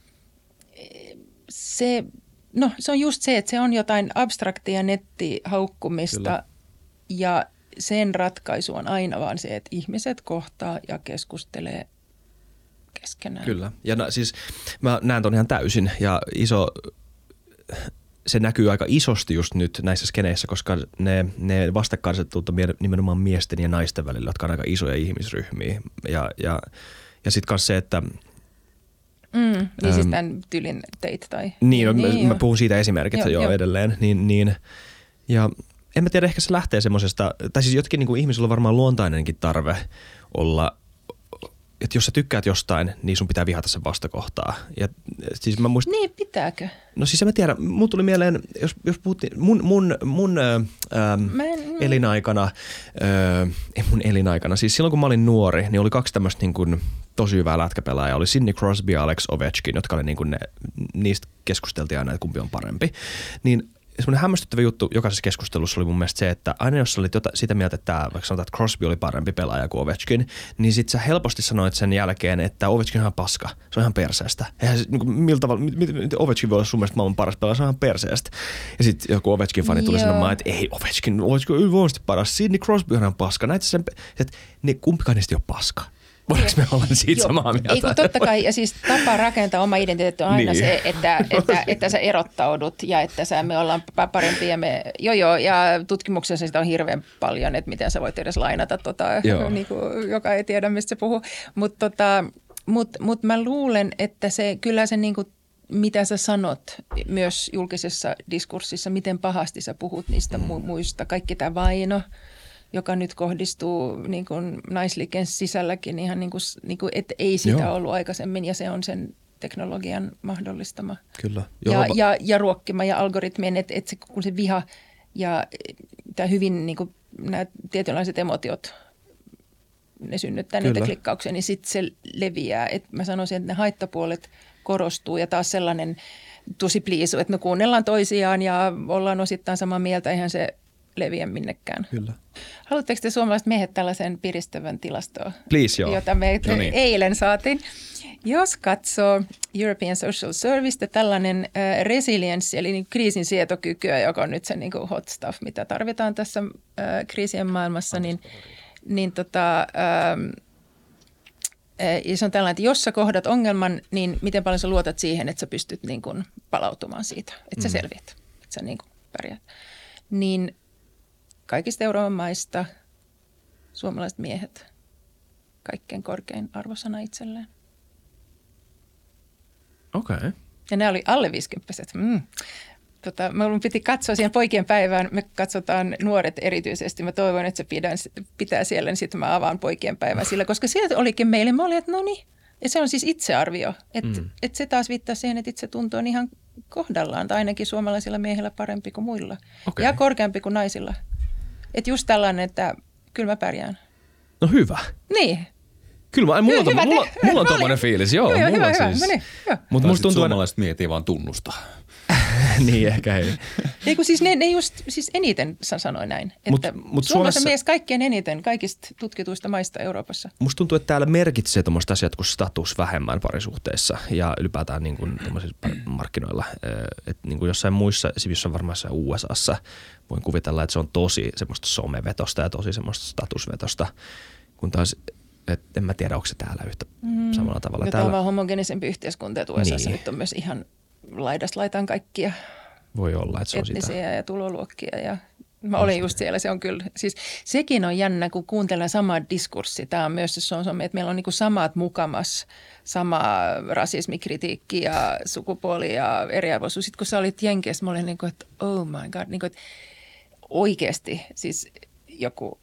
Speaker 3: se, no, se on just se, että se on jotain abstraktia nettihaukkumista. Kyllä. Ja sen ratkaisu on aina vaan se, että ihmiset kohtaa ja keskustelee keskenään. Kyllä.
Speaker 1: Ja no, siis mä näen ton ihan täysin ja iso... Se näkyy aika isosti just nyt näissä skeneissä, koska ne, ne vastakkainasettelut on nimenomaan miesten ja naisten välillä, jotka on aika isoja ihmisryhmiä. Ja, ja, ja sitten myös se, että...
Speaker 3: Mm, niin äm, siis tämän tylin teit tai...
Speaker 1: Niin, no, niin mä, mä puhun siitä esimerkiksi jo, jo edelleen. Niin, niin, ja en mä tiedä, ehkä se lähtee semmoisesta... Tai siis jotkin niin kuin ihmisillä on varmaan luontainenkin tarve olla... Että jos sä tykkäät jostain, niin sun pitää vihata sen vastakohtaa. Ja siis mä muist...
Speaker 3: Niin, pitääkö?
Speaker 1: No siis en mä tiedä. Mun tuli mieleen, jos, jos puhuttiin, mun, mun, mun ää, en... elinaikana, ää, ei mun elinaikana, siis silloin kun mä olin nuori, niin oli kaksi tämmöistä niin kuin tosi hyvää lätkäpelaajaa. Oli Sidney Crosby ja Alex Ovechkin, jotka oli niin kuin ne, niistä keskusteltiin aina, että kumpi on parempi. Niin semmoinen hämmästyttävä juttu jokaisessa keskustelussa oli mun mielestä se, että aina jos sä olit jota, sitä mieltä, että vaikka sanotaan, että Crosby oli parempi pelaaja kuin Ovechkin, niin sit sä helposti sanoit sen jälkeen, että Ovechkin on ihan paska, se on ihan perseestä. Eihän se, niin kuin, millä tavalla, miten Ovechkin voi olla sun mielestä maailman paras pelaaja, se on ihan perseestä. Ja sitten joku Ovechkin-fani tuli sanomaan, että ei Ovechkin, Ovechkin on ylivoimaisesti paras, Sidney Crosby on ihan paska. Näitä sen, että ne kumpikaan niistä ei ole paska. Voidaanko me olla siitä
Speaker 3: Joo.
Speaker 1: samaa mieltä?
Speaker 3: Ei kun totta kai, ja siis tapa rakentaa oma identiteetti on aina
Speaker 1: Niin.
Speaker 3: se, että, että, että sä erottaudut ja että sä, me ollaan parempia. Ja me, joo joo, ja tutkimuksessa sitä on hirveän paljon, että miten sä voit edes lainata, tota, niin kuin, joka ei tiedä, mistä se puhuu. Mutta tota, mut, mut mä luulen, että se kyllä se niin kuin, mitä sä sanot myös julkisessa diskurssissa, miten pahasti sä puhut niistä mu- muista, kaikki tämä vaino, joka nyt kohdistuu niin kuin naisliikkeen sisälläkin ihan niin kuin, niin kuin että ei sitä Joo. ollut aikaisemmin ja se on sen teknologian mahdollistama.
Speaker 1: Kyllä.
Speaker 3: Ja, ja, ja ruokkima ja algoritmien, että, että se, kun se viha ja tämä hyvin niin kuin nämä tietynlaiset emotiot, ne synnyttää Kyllä. niitä klikkauksia, niin sitten se leviää. Et mä sanoisin, että ne haittapuolet korostuu ja taas sellainen tosi pliisu, että me kuunnellaan toisiaan ja ollaan osittain samaa mieltä, eihän se leviä minnekään.
Speaker 1: Kyllä.
Speaker 3: Haluatteko te suomalaiset miehet tällaisen piristävän tilastoon,
Speaker 1: Please, joo.
Speaker 3: jota me no niin. eilen saatiin? Jos katsoo European Social Service, tällainen äh, resilienssi, eli niin kriisin sietokykyä, joka on nyt se niin kuin hot stuff, mitä tarvitaan tässä äh, kriisien maailmassa, niin, niin tota, ähm, äh, se on tällainen, että jos sä kohdat ongelman, niin miten paljon sä luotat siihen, että sä pystyt niin kuin palautumaan siitä, että sä selviät, että sä niin kuin pärjäät. Niin kaikista Euroopan maista suomalaiset miehet, kaikkein korkein arvosana itselleen.
Speaker 1: Okei. Okay.
Speaker 3: Ja nämä oli alle viisikymppiset. Mm. Tota, minun piti katsoa siihen poikien päivään. Me katsotaan nuoret erityisesti. Mä toivon, että se pidän, pitää siellä, niin sitten mä avaan poikien päivän sillä. Koska sieltä olikin meille, mä olin, että no niin. Ja se on siis itsearvio. Että mm. et se taas viittaa siihen, että itsetunto on ihan kohdallaan. Tai ainakin suomalaisilla miehillä parempi kuin muilla. Okay. Ja korkeampi kuin naisilla. Että just tällainen, että kyllä mä pärjään.
Speaker 1: No hyvä.
Speaker 3: Niin.
Speaker 1: Kyllä, mulla,
Speaker 3: Kyllä,
Speaker 1: on,
Speaker 3: hyvä,
Speaker 1: mulla,
Speaker 3: te,
Speaker 1: mulla on tommoinen fiilis, joo.
Speaker 3: Joo,
Speaker 1: mulla
Speaker 3: hyvä,
Speaker 1: on
Speaker 3: hyvä.
Speaker 1: siis.
Speaker 3: No niin, joo.
Speaker 2: Mutta musta tuntuu, suomalaiset mietit vaan tunnustaa.
Speaker 1: Niin, ehkä ei.
Speaker 3: Ei kun siis ne, ne just siis eniten sanoin näin. Että
Speaker 1: mut, mut
Speaker 3: Suomessa mies kaikkein eniten kaikista tutkituista maista Euroopassa.
Speaker 1: Musta tuntuu, että täällä merkitsee tuommoista asiat kuin status vähemmän parisuhteissa ja ylipäätään niin kuin markkinoilla. Että niin kuin jossain muissa, jossain varmaan U S A:ssa voin kuvitella, että se on tosi semmoista somevetosta ja tosi semmoista statusvetosta, kun taas et en mä tiedä, onko se täällä yhtä mm. samalla tavalla.
Speaker 3: Ja
Speaker 1: täällä
Speaker 3: on vaan homogenisempi yhteiskunta, että U S A:ssa niin. Nyt on myös ihan laidasta laitaan kaikkia
Speaker 1: voi olla, että se on
Speaker 3: etnisiä
Speaker 1: sitä.
Speaker 3: ja tuloluokkia. Ja mä olin just siellä, se on kyllä, siis sekin on jännä, kun kuuntelen samaa diskurssi. Tämä on myös se, on, että meillä on niinku samat mukamas, sama rasismikritiikki ja sukupuoli ja eriarvoisuus. Sitten kun sä olit Jenkeissä, mä olin niin kuin, että oh my god, niin kuin, että oikeasti siis joku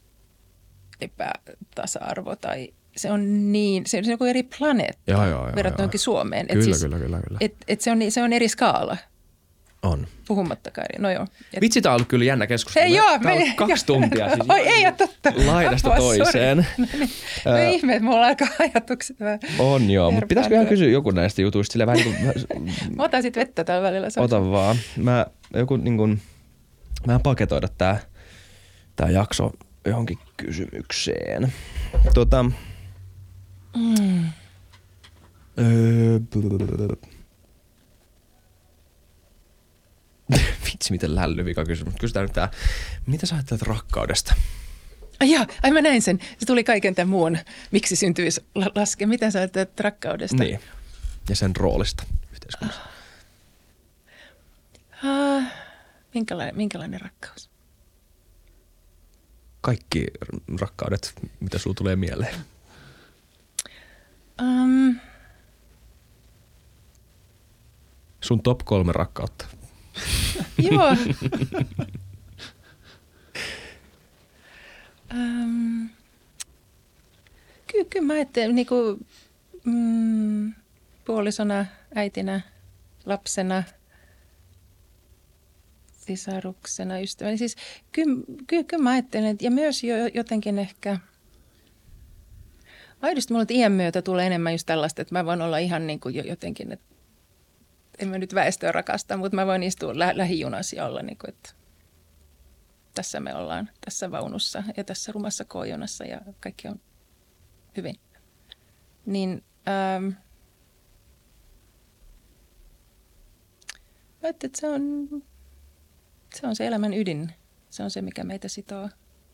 Speaker 3: epätasa-arvo tai se on niin, se on joku eri planeetta verrattuna Suomeen.
Speaker 1: Kyllä,
Speaker 3: siis,
Speaker 1: kyllä, kyllä, kyllä.
Speaker 3: Et, et se, on, se on eri skaala.
Speaker 1: On.
Speaker 3: Puhumattakaan eri. No joo. Et...
Speaker 1: Vitsi, tää on ollut kyllä jännä keskustelu.
Speaker 3: Hei, joo,
Speaker 1: tää
Speaker 3: me,
Speaker 1: on kaksi jo. tuntia. Siis
Speaker 3: Oi, ei ole totta.
Speaker 1: Laidasta Apua, toiseen.
Speaker 3: No, niin. no äh, ihme, että mulla alkaa ajatukset vähän.
Speaker 1: On joo, mutta pitäisikö ihan kysyä joku näistä jutuista? Sillä vähän niin kuin...
Speaker 3: Mä otan sit vettä tällä välillä.
Speaker 1: Ota vaan. Mä joku niin kuin, mä paketoida tää, tää jakso johonkin kysymykseen. Tota... Mm. Öö, Vitsi, miten lällyvika kysymys. Kysytään nyt tää, mitä sä ajattelet rakkaudesta?
Speaker 3: Ai jaa, ai mä näin sen. Se tuli kaiken tämän muun, miksi syntyisi laske. Mitä sä ajattelet rakkaudesta?
Speaker 1: Niin, ja sen roolista yhteiskunnassa.
Speaker 3: Ah, minkälainen, minkälainen rakkaus?
Speaker 1: Kaikki rakkaudet, mitä sulla tulee mieleen.
Speaker 3: Um.
Speaker 1: Sun top kolme rakkautta.
Speaker 3: Joo. um. Kyllä, kyllä mä ajattelen niin kuin, mm, puolisona, äitinä, lapsena, sisaruksena, ystävänä. Siis kyllä, kyllä, kyllä mä ajattelen, että, ja myös jo, jotenkin ehkä... Aidosti mulla iän myötä tulee enemmän just tällaista, että mä voin olla ihan niin kuin jotenkin, että en mä nyt väestöä rakasta, mutta mä voin istua lä- lähijunassa ja olla niin kuin, että tässä me ollaan, tässä vaunussa ja tässä rumassa koojonassa ja kaikki on hyvin. Niin ähm, että se on, se on se elämän ydin. Se on se, mikä meitä sitoo.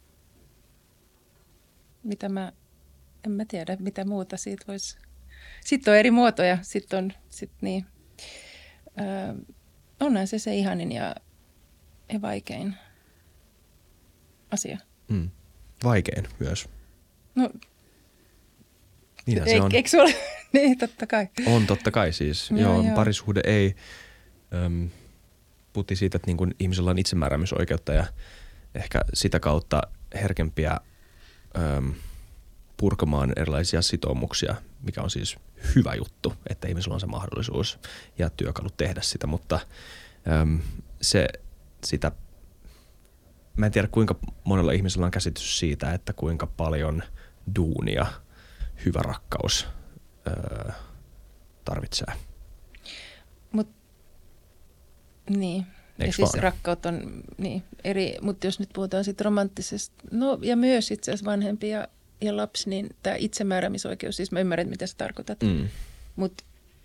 Speaker 3: Mitä mä, en mä tiedä, mitä muuta siitä voisi. Sitten on eri muotoja. Sitten on, sit niin. Öö, onhan se se ihanin ja, ja vaikein asia.
Speaker 1: Mm. Vaikein myös.
Speaker 3: No,
Speaker 1: Niinhän
Speaker 3: e-
Speaker 1: se on.
Speaker 3: Eikö se ole? Niin, totta kai.
Speaker 1: On totta kai siis.
Speaker 3: Joo,
Speaker 1: joo,
Speaker 3: joo.
Speaker 1: parisuhde ei. Öm, puhuttiin siitä, että niin kun ihmisellä on itsemääräämisoikeutta ja ehkä sitä kautta herkempiä öm, purkamaan erilaisia sitoumuksia, mikä on siis hyvä juttu, että ihmisellä on se mahdollisuus ja työkalut tehdä sitä, mutta öm, se sitä, mä en tiedä kuinka monella ihmisellä on käsitys siitä, että kuinka paljon duunia hyvä rakkaus öö, tarvitsee.
Speaker 3: Mut, niin. Ja
Speaker 1: Eiks
Speaker 3: siis
Speaker 1: vaan?
Speaker 3: rakkaut on niin, eri, mutta jos nyt puhutaan sitten romanttisesta, no ja myös itse asiassa vanhempi ja, ja lapsi, niin tämä itsemääräämisoikeus, siis mä ymmärrän, mitä sä tarkoitat.
Speaker 1: Mm.
Speaker 3: Mutta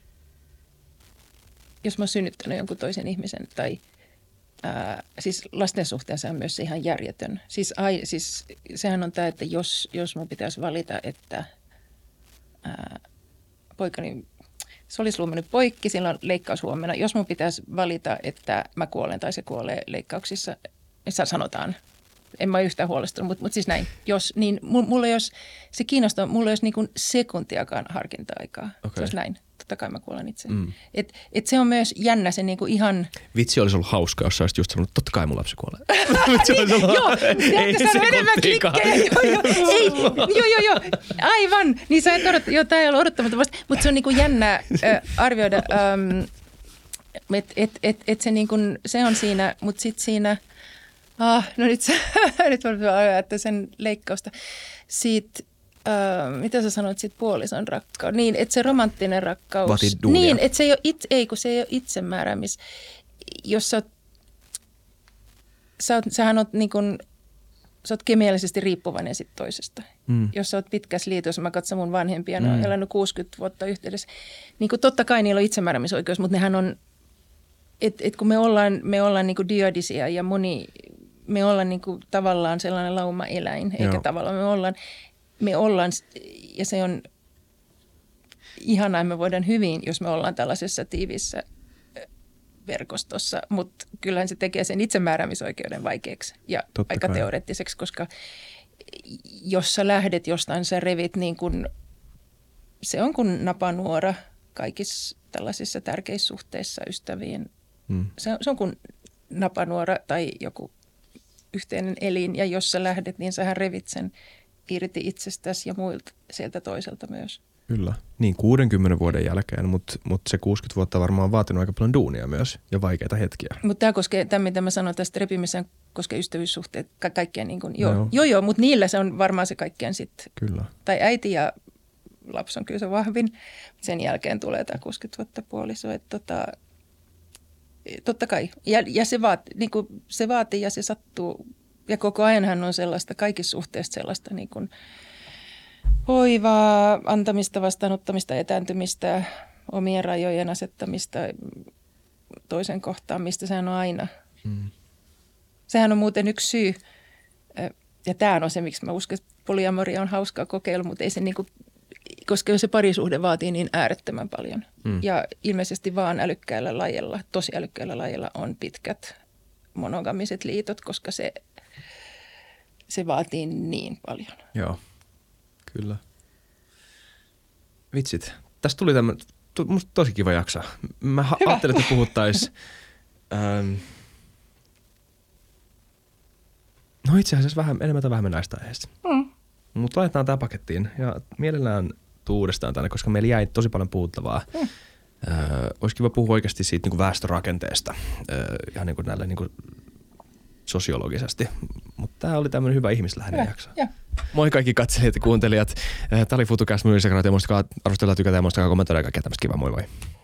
Speaker 3: jos mä oon synnyttänyt jonkun toisen ihmisen tai ää, siis lasten suhteen se on myös ihan järjetön. Siis, ai, siis sehän on tämä, että jos, jos mun pitäisi valita, että ää, poikani, se olisi luumenut poikki, sillä on leikkaus huomenna. Jos mun pitäisi valita, että mä kuolen tai se kuolee leikkauksissa, niin sanotaan, en mä ole yhtään huolestunut, mutta, mutta siis näin. Jos, niin mulla jos se kiinnostaa, mulla ei olisi niin kuin sekuntiakaan harkinta-aikaa.
Speaker 1: Okay.
Speaker 3: Se olisi näin. Totta kai mä kuolen itse.
Speaker 1: Mm.
Speaker 3: Et, et se on myös jännä se niinku ihan...
Speaker 1: Vitsi olisi ollut hauskaa, jos sä olisit just sanonut, totta kai mun lapsi kuolee. Vitsi olisi ollut,
Speaker 3: Joo,
Speaker 1: ei
Speaker 3: te saada enemmän klikkejä. Joo, joo, ei, joo, joo, joo, aivan. Niin sä et odottaa, joo, tää ei ole odottamatta vasta, mutta se on niinku jännä äh, arvioida, ähm, että et, et, et se, niinku, se on siinä, mutta sitten siinä, ah, no nyt, nyt mä ajattelin, että sen leikkausta siitä, Uh, mitä sä sanoit siitä puolison rakkaus? Niin, että se romanttinen rakkaus.
Speaker 1: Vaatii duunia.
Speaker 3: Niin, että se ei ole, itse, ei, kun se ei ole itsemääräämis. Jos sä oot, sä oot, sähän oot niin kuin, sä oot kemiallisesti riippuvainen sit toisesta. Mm. Jos sä oot pitkässä liitossa, mä katson mun vanhempia, ne on mm. elänyt kuusikymmentä vuotta yhteydessä. Niin kuin totta kai niillä on itsemääräämisoikeus, mutta nehän on, että et kun me ollaan, me ollaan niin kuin dyadisia ja moni, me ollaan niin kuin tavallaan sellainen laumaeläin, eikä
Speaker 1: Joo.
Speaker 3: tavallaan me ollaan, me ollaan, ja se on ihanaa, me voidaan hyvin, jos me ollaan tällaisessa tiivissä verkostossa, mutta kyllähän se tekee sen itsemääräämisoikeuden vaikeaksi ja
Speaker 1: Totta
Speaker 3: aika
Speaker 1: kai.
Speaker 3: teoreettiseksi, koska jos sä lähdet jostain, sä revit niin kuin, se on kuin napanuora kaikissa tällaisissa tärkeissä suhteissa ystäviin. Hmm. Se, on, se on kuin napanuora tai joku yhteinen elin, ja jos sä lähdet, niin sähän revit sen irti itsestäsi ja muilta sieltä toiselta myös.
Speaker 1: Kyllä. Niin kuudenkymmenen vuoden jälkeen, mutta mut se kuusikymmentä vuotta varmaan on vaatinut aika paljon duunia myös ja vaikeita hetkiä.
Speaker 3: Mutta tämä koskee, tämä mitä mä sanoin tästä repimissään, koskee ystävyyssuhteet ka- kaikkien niin kuin, joo,
Speaker 1: No joo.
Speaker 3: joo, joo mutta niillä se on varmaan se kaikkien sitten.
Speaker 1: Kyllä.
Speaker 3: Tai äiti ja lapsi on kyllä se vahvin. Sen jälkeen tulee tämä kuusikymmentä vuotta puoliso. Että tota, totta kai. Ja, ja se, vaat, niin kuin, se vaatii ja se sattuu. Ja koko ajanhan on sellaista, kaikissa suhteissa sellaista niin kuin hoivaa, antamista, vastaanottamista, etääntymistä, omien rajojen asettamista, toisen kohtaamista. Sehän on aina. Mm. Sehän on muuten yksi syy. Ja tämä on se, miksi mä uskon, että polyamoria on hauskaa kokeilu, mutta ei se niin kuin, koska se parisuhde vaatii niin äärettömän paljon. Mm. Ja ilmeisesti vaan älykkäillä lajilla, tosi älykkäillä lajilla on pitkät monogamiset liitot, koska se, se vaatii niin paljon.
Speaker 1: Joo, kyllä. Vitsit. Tästä tuli tämmöinen, musta tosi kiva jakso. Mä ha- ajattelin, että puhuttaisiin, ähm, no itse asiassa vähän, enemmän tai vähemmän näistä aiheista. Mm. Mutta laitetaan tämä pakettiin ja mielellään tuu uudestaan tänne, koska meillä jäi tosi paljon puhuttavaa. Mm. Öö, olisi kiva puhua oikeasti siitä niin kuin väestörakenteesta, öö, ihan niin kuin näille niin kuin sosiologisesti. Mutta tämä oli tämmöinen hyvä ihmisläheinen jakso.
Speaker 3: Ja.
Speaker 1: Moi kaikki katselijat ja kuuntelijat. Tämä oli FutuCast, minun Isa Krautio. Muistakaa arvostella, tykätä ja muistakaa kommentoida ja kaikkea tämmöistä kivaa. Moi moi.